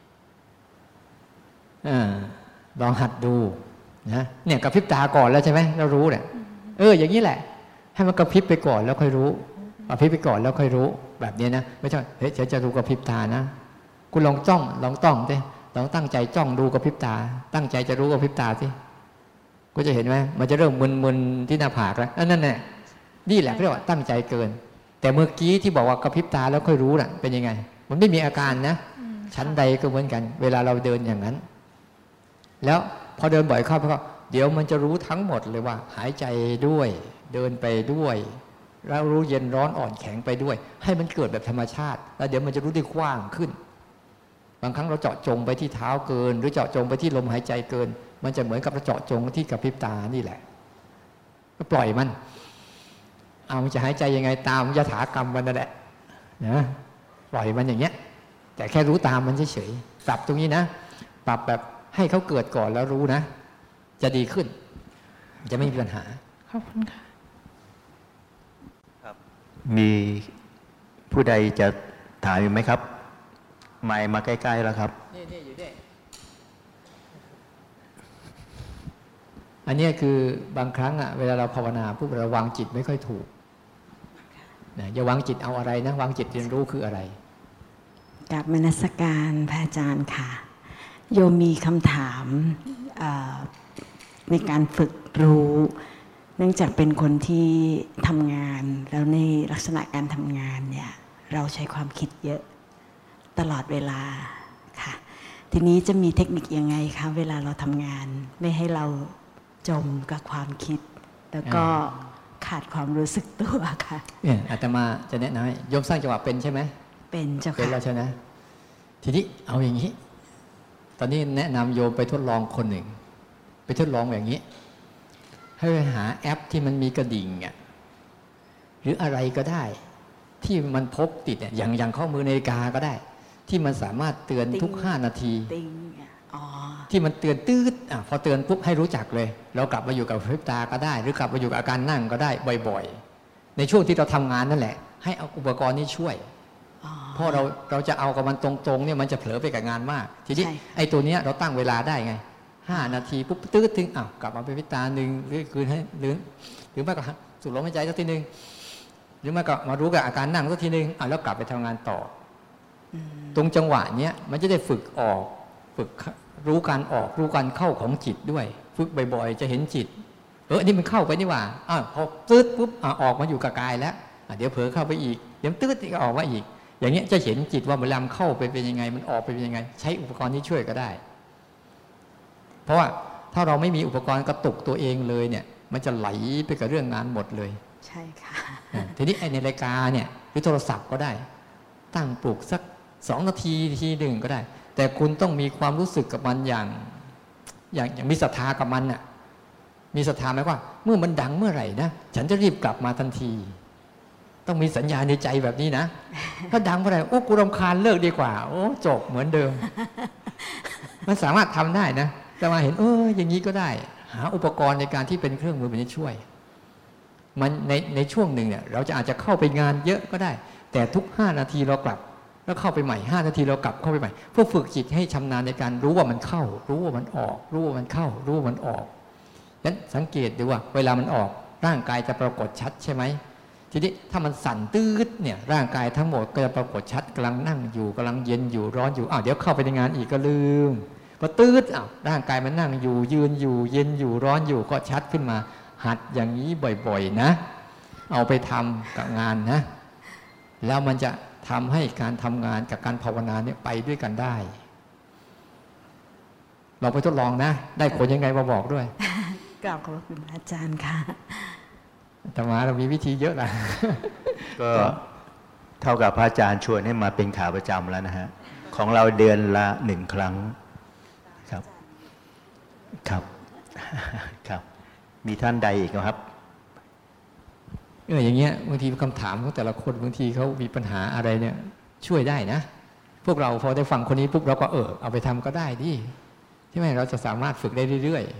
ลองหัดดูนะเนี่ยกระพริบตาก่อนแล้วใช่ไหมเรารู้เนี่ยอย่างนี้แหละให้มันกระพริบไปก่อนแล้วค่อยรู้กระพริบไปก่อนแล้วค่อยรู้แบบนี้นะไม่ใช่เฮ้ยฉันจะรู้กระพริบตานะคุณลองต้องสิลองตั้งใจจ้องดูกระพริบตาตั้งใจจะรู้กระพริบตาสิก็จะเห็นไหมมันจะเริ่มมึนๆที่หน้าผากแล้วนั่นแหละนี่แหละเรียกว่าตั้งใจเกินแต่เมื่อกี้ที่บอกว่ากระพริบตาแล้วค่อยรู้น่ะเป็นยังไงมันไม่มีอาการนะชั้นใดก็เหมือนกันเวลาเราเดินอย่างนั้นแล้วพอเดินบ่อยเข้าเดี๋ยวมันจะรู้ทั้งหมดเลยว่าหายใจด้วยเดินไปด้วยแล้วรู้เย็นร้อนอ่อนแข็งไปด้วยให้มันเกิดแบบธรรมชาติแล้วเดี๋ยวมันจะรู้ได้กว้างขึ้นบางครั้งเราเจาะจงไปที่เท้าเกินหรือเจาะจงไปที่ลมหายใจเกินมันจะเหมือนกับเราเจาะจงที่กระพริบตานี่แหละก็ปล่อยมันมันจะหายใจยังไงตามยถากรรมมันนั่นแหละนะปล่อยมันอย่างเงี้ยแต่แค่รู้ตามมันเฉยๆปรับตรงนี้นะปรับแบบให้เขาเกิดก่อนแล้วรู้นะจะดีขึ้นจะไม่มีปัญหาขอบคุณค่ะครับมีผู้ใดจะถามอีกไหมครับไมค์มาใกล้ๆแล้วครับนี่อยู่นี่อันนี้คือบางครั้งเวลาเราภาวนาปุ๊บเราวางจิตไม่ค่อยถูกนะอย่าวางจิตเอาอะไรนะวางจิตเรียนรู้คืออะไรกับมนสการพระอาจารย์ค่ะโยมมีคำถามในการฝึกรู้เนื่องจากเป็นคนที่ทำงานแล้วในลักษณะการทำงานเนี่ยเราใช้ความคิดเยอะตลอดเวลาค่ะทีนี้จะมีเทคนิคยังไงคะเวลาเราทำงานไม่ให้เราจมกับความคิดแล้วก็ขาดความรู้สึกตัวค่ะอาตมาจะแนะนำให้โยมสร้างจังหวะเป็นใช่ไหมเป็นเจ้าค่ะเป็นแล้วใช่ไหมทีนี้เอาอย่างนี้ตอนนี้แนะนำโยมไปทดลองคนหนึ่งไปทดลองอย่างนี้ให้ไปหาแอปที่มันมีกระดิ่งหรืออะไรก็ได้ที่มันพกติดอย่างข้อมือนาฬิกาก็ได้ที่มันสามารถเตือนทุก5 นาทีที่มันเตือนตืดพอเตือนปุ๊บให้รู้จักเลยเรากลับมาอยู่กับพริบตาก็ได้หรือกลับมาอยู่กับอาการนั่งก็ได้บ่อยๆในช่วงที่เราทำงานนั่นแหละให้เอาอุปกรณ์นี้ช่วยเพราะเราจะเอากับมันตรงๆเนี่ยมันจะเผลอไปกับงานมากทีนี้ไอ้ตัวนี้เราตั้งเวลาได้ไง5 นาทีปุ๊บตืดถึงกลับมาเป็นพริบตาหนึ่งหรือคืนให้หรือไม่ก็สูดลมหายใจสักทีนึงหรือไม่ก็มารู้กับอาการนั่งสักทีนึงแล้วกลับไปทำงานต่อตรงจังหวะนี้มันจะได้ฝึกออกฝึกรู้การออกรู้การเข้าของจิตด้วยฝึกบ่อยๆจะเห็นจิตนี่มันเข้าไปนี่หว่าพอตืดปุ๊บออกมาอยู่กับกายแล้วเดี๋ยวเผลอเข้าไปอีกเดี๋ยวตืดก็ออกมาอีกอย่างเงี้ยจะเห็นจิตว่าเวลามันเข้าไปเป็นยังไงมันออกไปเป็นยังไงใช้อุปกรณ์ที่ช่วยก็ได้เพราะว่าถ้าเราไม่มีอุปกรณ์กระตุกตัวเองเลยเนี่ยมันจะไหลไปกับเรื่องงานหมดเลยใช่ค่ะทีนี้ในรายการเนี่ยหรือโทรศัพท์ก็ได้ตั้งปลุกสัก2 นาทีทีหนึ่งก็ได้แต่คุณต้องมีความรู้สึกกับมันอย่างมีศรัทธากับมันมีศรัทธาไหมว่าเมื่อมันดังเมื่อไหร่นะฉันจะรีบกลับมาทันทีต้องมีสัญญาในใจแบบนี้นะถ้าดังเมื่อไหร่กูรำคาญเลิกดีกว่าจบเหมือนเดิมมันสามารถทำได้นะแต่มาเห็นอย่างนี้ก็ได้หาอุปกรณ์ในการที่เป็นเครื่องมือมันจะช่วยมันในช่วงหนึ่งเนี่ยเราจะอาจจะเข้าไปงานเยอะก็ได้แต่ทุก5 นาทีเรากลับแล้วเข้าไปใหม่5 นาทีเรากลับเข้าไปใหม่เพื่อฝึกจิตให้ชำนาญในการรู้ว่ามันเข้ารู้ว่ามันออกรู้ว่ามันเข้ารู้ว่ามันออกฉะนั้นสังเกตดูว่าเวลามันออกร่างกายจะปรากฏชัดใช่ไหมทีนี้ถ้ามันสั่นตืดเนี่ยร่างกายทั้งหมดก็จะปรากฏชัดกำลังนั่งอยู่กำลังเย็นอยู่ร้อนอยู่เดี๋ยวเข้าไปในงานอีกก็ลืมพอตืดร่างกายมันนั่งอยู่ยืนอยู่เย็นอยู่ร้อนอยู่ก็ชัดขึ้นมาหัดอย่างนี้บ่อยๆนะเอาไปทำกับงานนะแล้วมันจะทำให้การทำงานกับการภาวนาเนี่ยไปด้วยกันได้เราไปทดลองนะได้ผลยังไงมาบอกด้วยกราบขอบคุณอาจารย์ค่ะธรรมะเรามีวิธีเยอะนะก็เท่ากับพระอาจารย์ชวนให้มาเป็นขาประจำแล้วนะฮะของเราเดือนละ1 ครั้งครับครับมีท่านใดอีกไหมครับอย่างเงี้ยบางทีคำถามของแต่ละคนบางทีเขามีปัญหาอะไรเนี่ยช่วยได้นะพวกเราพอได้ฟังคนนี้ปุ๊บเราก็เอาไปทำก็ได้ดิใช่ไหมเราจะสามารถฝึกได้เรื่อย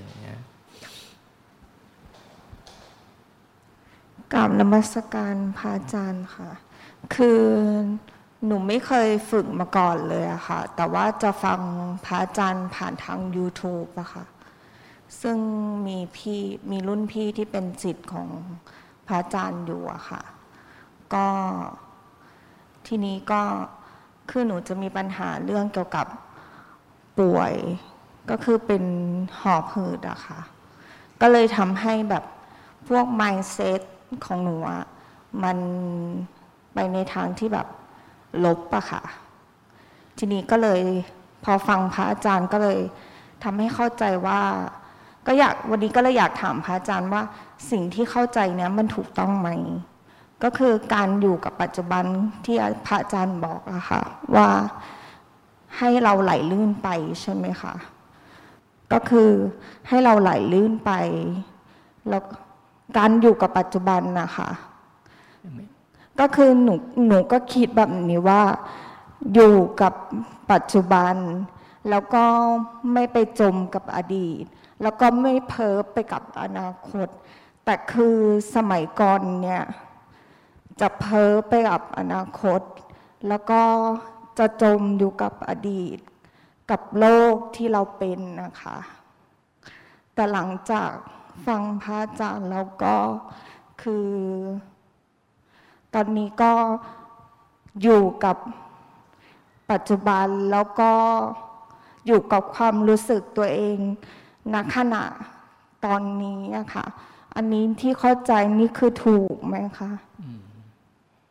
ๆกราบนมัสการพระอาจารย์ค่ะคือหนูไม่เคยฝึกมาก่อนเลยอะค่ะแต่ว่าจะฟังพระอาจารย์ผ่านทาง YouTube อะค่ะซึ่งมีรุ่นพี่ที่เป็นศิษย์ของพระอาจารย์อยู่อะค่ะก็ทีนี้ก็คือหนูจะมีปัญหาเรื่องเกี่ยวกับป่วยก็คือเป็นหอบหืดอะค่ะก็เลยทำให้แบบพวก mindset ของหนูอะมันไปในทางที่แบบลบอะค่ะทีนี้ก็เลยพอฟังพระอาจารย์ก็เลยทำให้เข้าใจว่าวันนี้ก็เลยอยากถามพระอาจารย์ว่าสิ่งที่เข้าใจเนี้ยมันถูกต้องไหมก็คือการอยู่กับปัจจุบันที่พระอาจารย์บอกอะค่ะว่าให้เราไหลลื่นไปใช่ไหมคะก็คือให้เราไหลลื่นไปแล้วการอยู่กับปัจจุบันนะคะก็คือหนูก็คิดแบบนี้ว่าอยู่กับปัจจุบันแล้วก็ไม่ไปจมกับอดีตแล้วก็ไม่เพ้อไปกับอนาคตแต่คือสมัยก่อนเนี่ยจะเพ้อไปกับอนาคตแล้วก็จะจมอยู่กับอดีตกับโลกที่เราเป็นนะคะแต่หลังจากฟังพระอาจารย์แล้วก็คือตอนนี้ก็อยู่กับปัจจุบันแล้วก็อยู่กับความรู้สึกตัวเองณขณะตอนนี้อะค่ะอันนี้ที่เข้าใจนี่คือถูกไหมคะ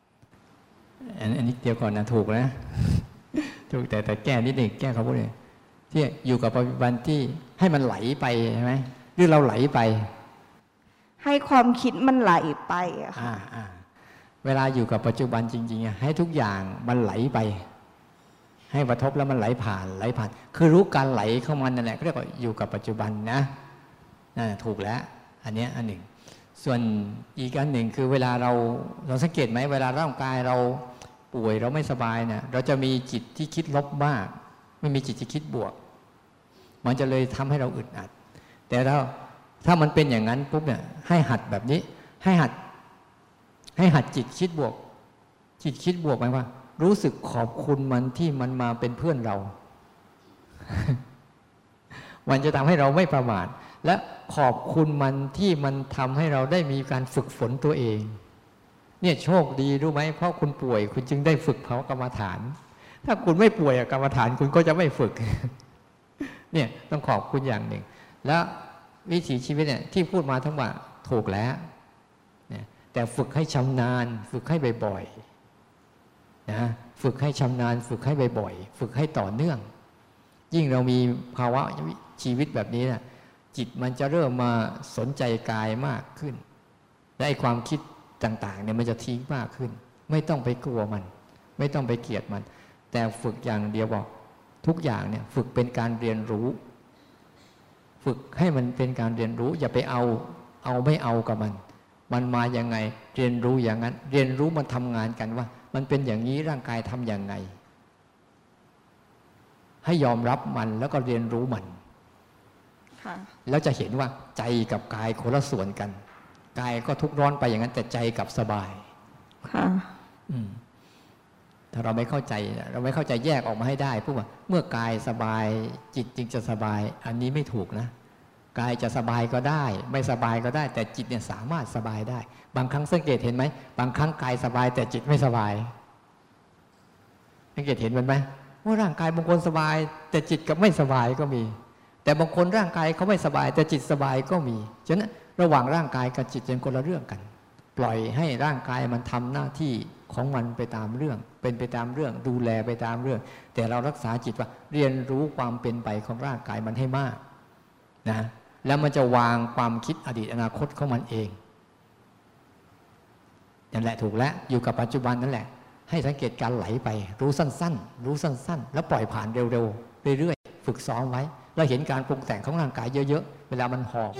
อันนี้เดียวก่อนนะถูกนะถูกแต่แก้นิดหนึ่งแก้เขาพูดเลยที่อยู่กับปัจจุบันที่ให้มันไหลไปใช่ไหมหรือเราไหลไปให้ความคิดมันไหลไปอะค่ะเวลาอยู่กับปัจจุบันจริงๆให้ทุกอย่างมันไหลไปให้กระทบแล้วมันไหลผ่านคือรู้การไหลเข้ามันนั่นแหละก็เรียกว่าอยู่กับปัจจุบันนะถูกแล้วอันนี้อันหนึ่งส่วนอีกอันหนึ่งคือเวลาเราสังเกตไหมเวลาร่างกายเราป่วยเราไม่สบายเนี่ยเราจะมีจิตที่คิดลบมากไม่มีจิตที่คิดบวกมันจะเลยทำให้เราอึดอัดแต่ถ้ามันเป็นอย่างนั้นปุ๊บเนี่ยให้หัดแบบนี้ให้หัดจิตคิดบวกจิตคิดบวกหมายว่ารู้สึกขอบคุณมันที่มันมาเป็นเพื่อนเรา มันจะทำให้เราไม่ประมาทและขอบคุณมันที่มันทำให้เราได้มีการฝึกฝนตัวเองเนี่ยโชคดีรู้ไหมเพราะคุณป่วยคุณจึงได้ฝึกภาวะกรรมฐานถ้าคุณไม่ป่วยกรรมฐานคุณก็จะไม่ฝึก เนี่ยต้องขอบคุณอย่างหนึ่งแล้ววิถีชีวิตเนี่ยที่พูดมาทั้งหมดถูกแล้วแต่ฝึกให้ชำนาญฝึกให้บ่อยๆนะฝึกให้ชำนาญฝึกให้บ่อยๆฝึกให้ต่อเนื่องยิ่งเรามีภาวะชีวิตแบบนี้นะจิตมันจะเริ่มมาสนใจกายมากขึ้นและไอ้ความคิดต่างๆเนี่ยมันจะทิ้งมากขึ้นไม่ต้องไปกลัวมันไม่ต้องไปเกลียดมันแต่ฝึกอย่างเดียวบอกทุกอย่างเนี่ยฝึกเป็นการเรียนรู้ฝึกให้มันเป็นการเรียนรู้อย่าไปเอาไม่เอากับมันมาอย่างไงเรียนรู้อย่างนั้นเรียนรู้มันทำงานกันว่ามันเป็นอย่างนี้ร่างกายทำอย่างไงให้ยอมรับมันแล้วก็เรียนรู้มันแล้วจะเห็นว่าใจกับกายคนละส่วนกันกายก็ทุกข์ร้อนไปอย่างนั้นแต่ใจกับสบายถ้าเราไม่เข้าใจแยกออกมาให้ได้พูดว่าเมื่อกายสบายจิตจึงจะสบายอันนี้ไม่ถูกนะกายจะสบายก็ได้ไม่สบายก็ได้แต่จิตเนี่ยสามารถสบายได้บางครั้งสังเกตเห็นไหมบางครั้งกายสบายแต่จิตไม่สบายสังเกตเห็นมันไหมว่าร่างกายบางคนสบายแต่จิตกับไม่สบายก็มีแต่บางคนร่างกายเขาไม่สบายแต่จิตสบายก็มีฉะนั้นระหว่างร่างกายกับจิตเป็นคนละเรื่องกันปล่อยให้ร่างกายมันทำหน้าที่ของมันไปตามเรื่องเป็นไปตามเรื่องดูแลไปตามเรื่องแต่เรารักษาจิตว่าเรียนรู้ความเป็นไปของร่างกายมันให้มากนะแล้วมันจะวางความคิดอดีตอนาคตของมันเองนั่นแหละถูกแล้วอยู่กับปัจจุบันนั่นแหละให้สังเกตการไหลไปรู้สั้นๆรู้สั้นๆแล้วปล่อยผ่านเร็วๆเรื่อยๆฝึกซ้อมไว้แล้วเห็นการปรุงแต่งของร่างกายเยอะๆเวลามันหอบ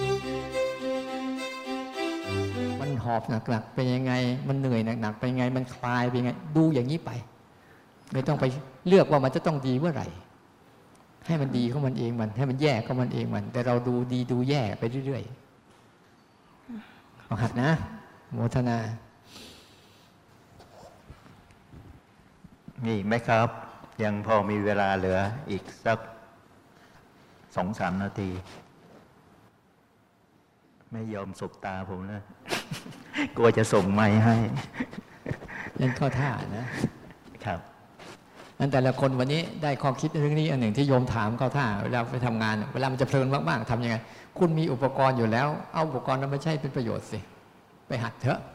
หนักๆเป็นยังไงมันเหนื่อยหนักๆเป็นยังไงมันคลายเป็นยังไงดูอย่างนี้ไปไม่ต้องไปเลือกว่ามันจะต้องดีเมื่อไหร่ให้มันดีของมันเองมันให้มันแย่ของมันเองมันแต่เราดูดีดูแย่ไปเรื่อยๆเอาหัดนะโมทนามีไหมครับยังพอมีเวลาเหลืออีกสัก 2-3 นาทีไม่ยอมสบตาผมนะ กลัวจะส่งไม้ให้เล่นข้อท่านะครับนั่นแต่ละคนวันนี้ได้ข้อคิดเรื่องนี้อันหนึ่งที่โยมถามข้อท่าเวลาไปทำงานเวลามันจะเพลินมากๆทำยังไงคุณมีอุปกรณ์อยู่แล้วเอาอุปกรณ์นั้นมาใช้เป็นประโยชน์สิไปหัดเถอะ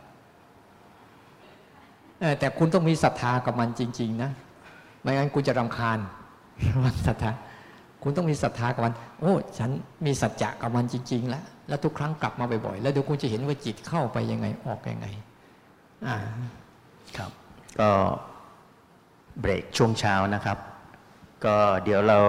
แต่คุณต้องมีศรัทธากับมันจริงๆนะไม่งั้นคุณจะรำคาญวันศรัทธาคุณต้องมีศรัทธากับมันโอ้ฉันมีสัจจะกับมันจริงๆแล้วทุกครั้งกลับมาบ่อยๆแล้วเดี๋ยวคุณจะเห็นว่าจิตเข้าไปยังไงออกยังไงครับก็เบรกช่วงเช้านะครับก็เดี๋ยวเรา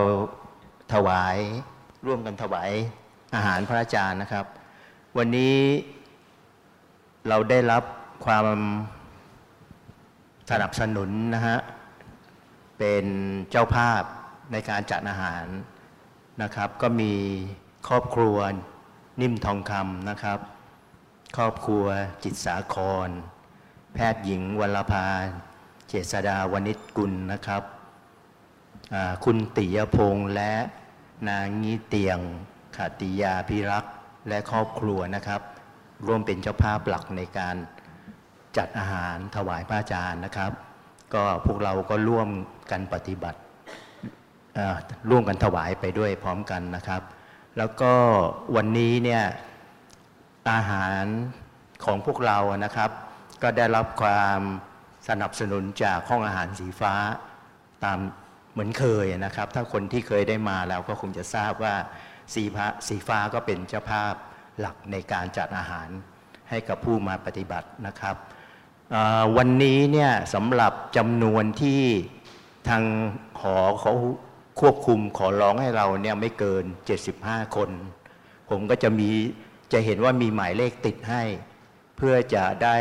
ร่วมกันถวายอาหารพระอาจารย์นะครับวันนี้เราได้รับความสนับสนุนนะฮะเป็นเจ้าภาพในการจัดอาหารนะครับก็มีครอบครัวนิ่มทองคำนะครับครอบครัวจิตสาครแพทย์หญิงวรภาเจษฎาวณิชกุลนะครับคุณติยพงษ์และนางงี้เตียงขัตติยาพิรักษ์และครอบครัวนะครับร่วมเป็นเจ้าภาพหลักในการจัดอาหารถวายพระอาจารย์นะครับก็พวกเราก็ร่วมกันปฏิบัติร่วมกันถวายไปด้วยพร้อมกันนะครับแล้วก็วันนี้เนี่ยอาหารของพวกเรานะครับก็ได้รับความสนับสนุนจากห้องอาหารสีฟ้าตามเหมือนเคยนะครับถ้าคนที่เคยได้มาแล้วก็คงจะทราบว่าสีฟ้าก็เป็นเจ้าภาพหลักในการจัดอาหารให้กับผู้มาปฏิบัตินะครับวันนี้เนี่ยสำหรับจำนวนที่ทางหอเขาควบคุมขอร้องให้เราเนี่ยไม่เกิน75คนผมก็จะเห็นว่ามีหมายเลขติดให้เพื่อจะได้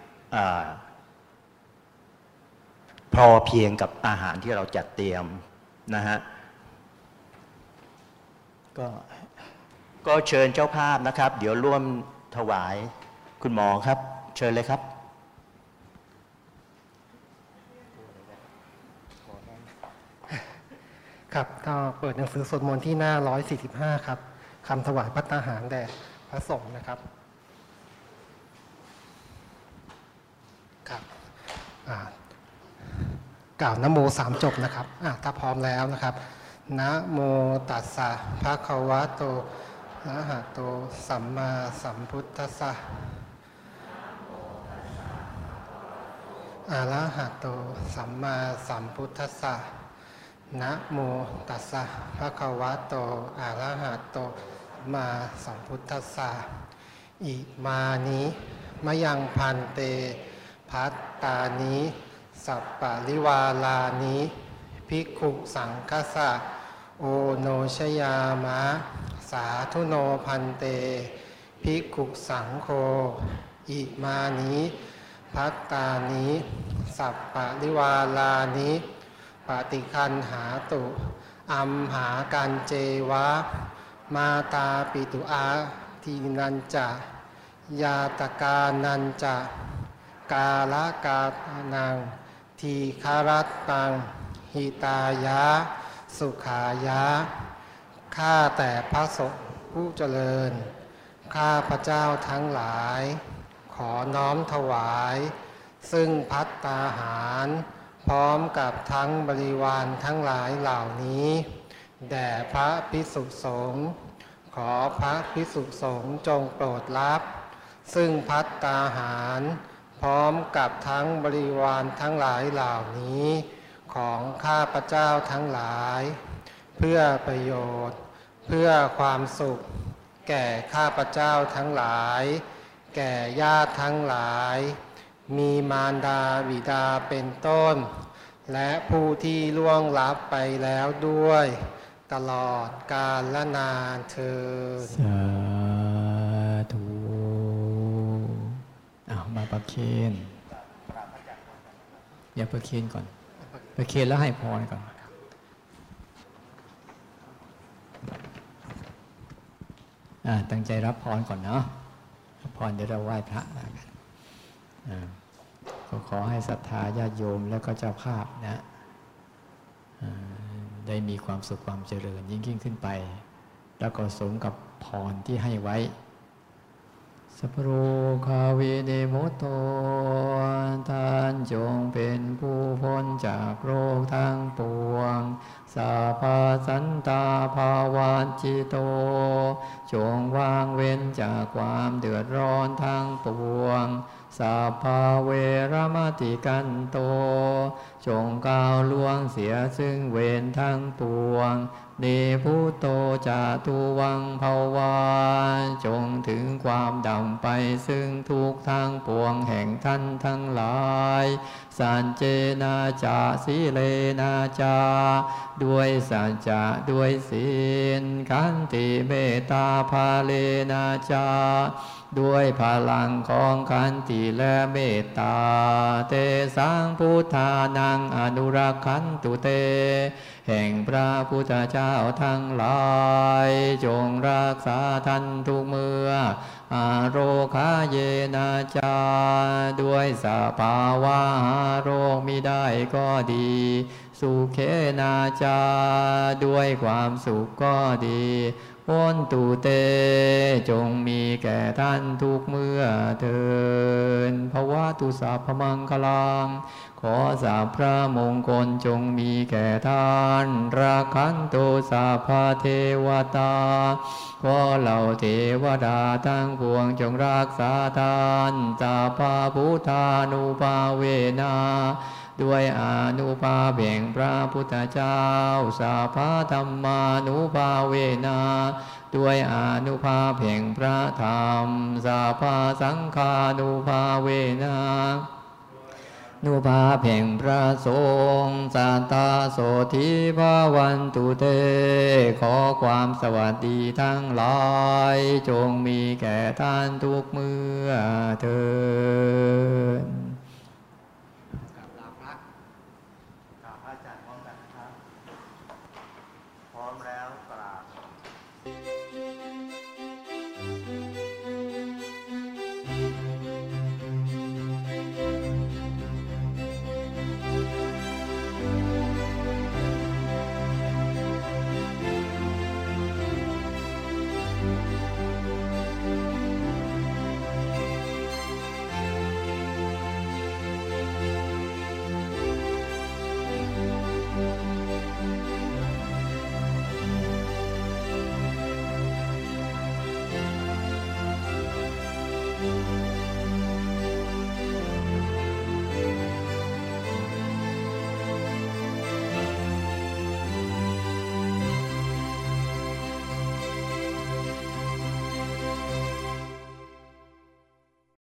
พอเพียงกับอาหารที่เราจัดเตรียมนะฮะก็เชิญเจ้าภาพนะครับเดี๋ยวร่วมถวายคุณหมอครับเชิญเลยครับครับก็เปิดหนังสือสวดมนต์ที่หน้า145ครับคำถวายภัตตาหารแด่พระสงฆ์นะครับครับกล่าวนะโม3จบนะครับถ้าพร้อมแล้วนะครับนะโมตัสสะภะคะวะโตอะระหะโตสัมมาสัมพุทธัสสะอะระหะโตสัมมาสัมพุทธัสสะนะโมตัสสะภะคะวะโตอะระหะโตสัมมาสัมพุทธัสสะอิมานิมะยังพันเตภัตตานิสัปปะริวาลานิภิกขุสังฆัสสะโอโนชยามะสาธุโนพันเตภิกขุสังโฆอิมานิภัตตานิสัปปะริวาลานิปฏิคันหาตุอัมหากันเจวะมาตาปิตุอาทีนันจะยาตกานันจะกาลกานังทีคารัตตังหิตายะสุขายะข้าแต่พระสงฆ์ผู้เจริญข้าพระเจ้าทั้งหลายขอน้อมถวายซึ่งภัตตาหารพร้อมกับทั้งบริวารทั้งหลายเหล่านี้แด่พระภิกษุสงฆ์ขอพระภิกษุสงฆ์จงโปรดรับซึ่งภัตตาหารพร้อมกับทั้งบริวารทั้งหลายเหล่านี้ของข้าพเจ้าทั้งหลายเพื่อประโยชน์เพื่อความสุขแก่ข้าพเจ้าทั้งหลายแก่ญาติทั้งหลายมีมารดาบิดาเป็นต้นและผู้ที่ล่วงลับไปแล้วด้วยตลอดกาลและนานเทอญสาธุมาประเคนอย่าประเคนก่อนประเคนแล้วให้พรก่อนตั้งใจรับพรก่อนเนาะพรเดี๋ยวเราไหว้พระกันขอให้ศรัทธาญาติโยมและก็เจ้าภาพนะได้มีความสุขความเจริญยิ่งขึ้นไปแล้วก็สมกับพรที่ให้ไว้สัพพโรคาวิเนโมโตท่านจงเป็นผู้พ้นจากโรคทั้งปวงสัพพสันตาภาวันจิโตจงวางเว้นจากความเดือดร้อนทั้งปวงสัพพเวรมติกันโตจงก้าวล่วงเสียซึ่งเวรทั้งปวงเนพุโตจาตุวังภาวาจงถึงความดับไปซึ่งทุกทางปวงแห่งท่านทั้งหลายสัจเจนะจาสีเลนะจาด้วยสัจจะด้วยศีลขันติเมตตาภาเลนะจาด้วยพลังของขันติและเมตตาเตสังพุทธานังอนุรักขันตุเตแห่งพระพุทธเจ้าทั้งหลายจงรักษาท่านทุกเมื่ออาโรคาเยนะจาด้วยสภาวะโรคมิได้ก็ดีสุเขนาจาด้วยความสุขก็ดีพ้นตุเตจงมีแก่ท่านทุกเมื่อเทินภวตุสัพพมังคลังขอสาพระมงคลจงมีแก่ท่านราคันโตสัพพเทวตาขอเหล่าเทวดาทั้งปวงจงรักษาท่านสัพพพุทธานุภาเวนะด้วยอานุภาพแห่งพระพุทธเจ้าสัพพะธัมมานุภาเวนะด้วยอานุภาพแห่งพระธรรมสัพพะสังฆานุภาเวนะนุภาพแห่งพระสงฆ์สัตตาโสธิภาวันตุเตขอความสวัสดีทั้งหลายจงมีแก่ท่านทุกเมื่อเถิด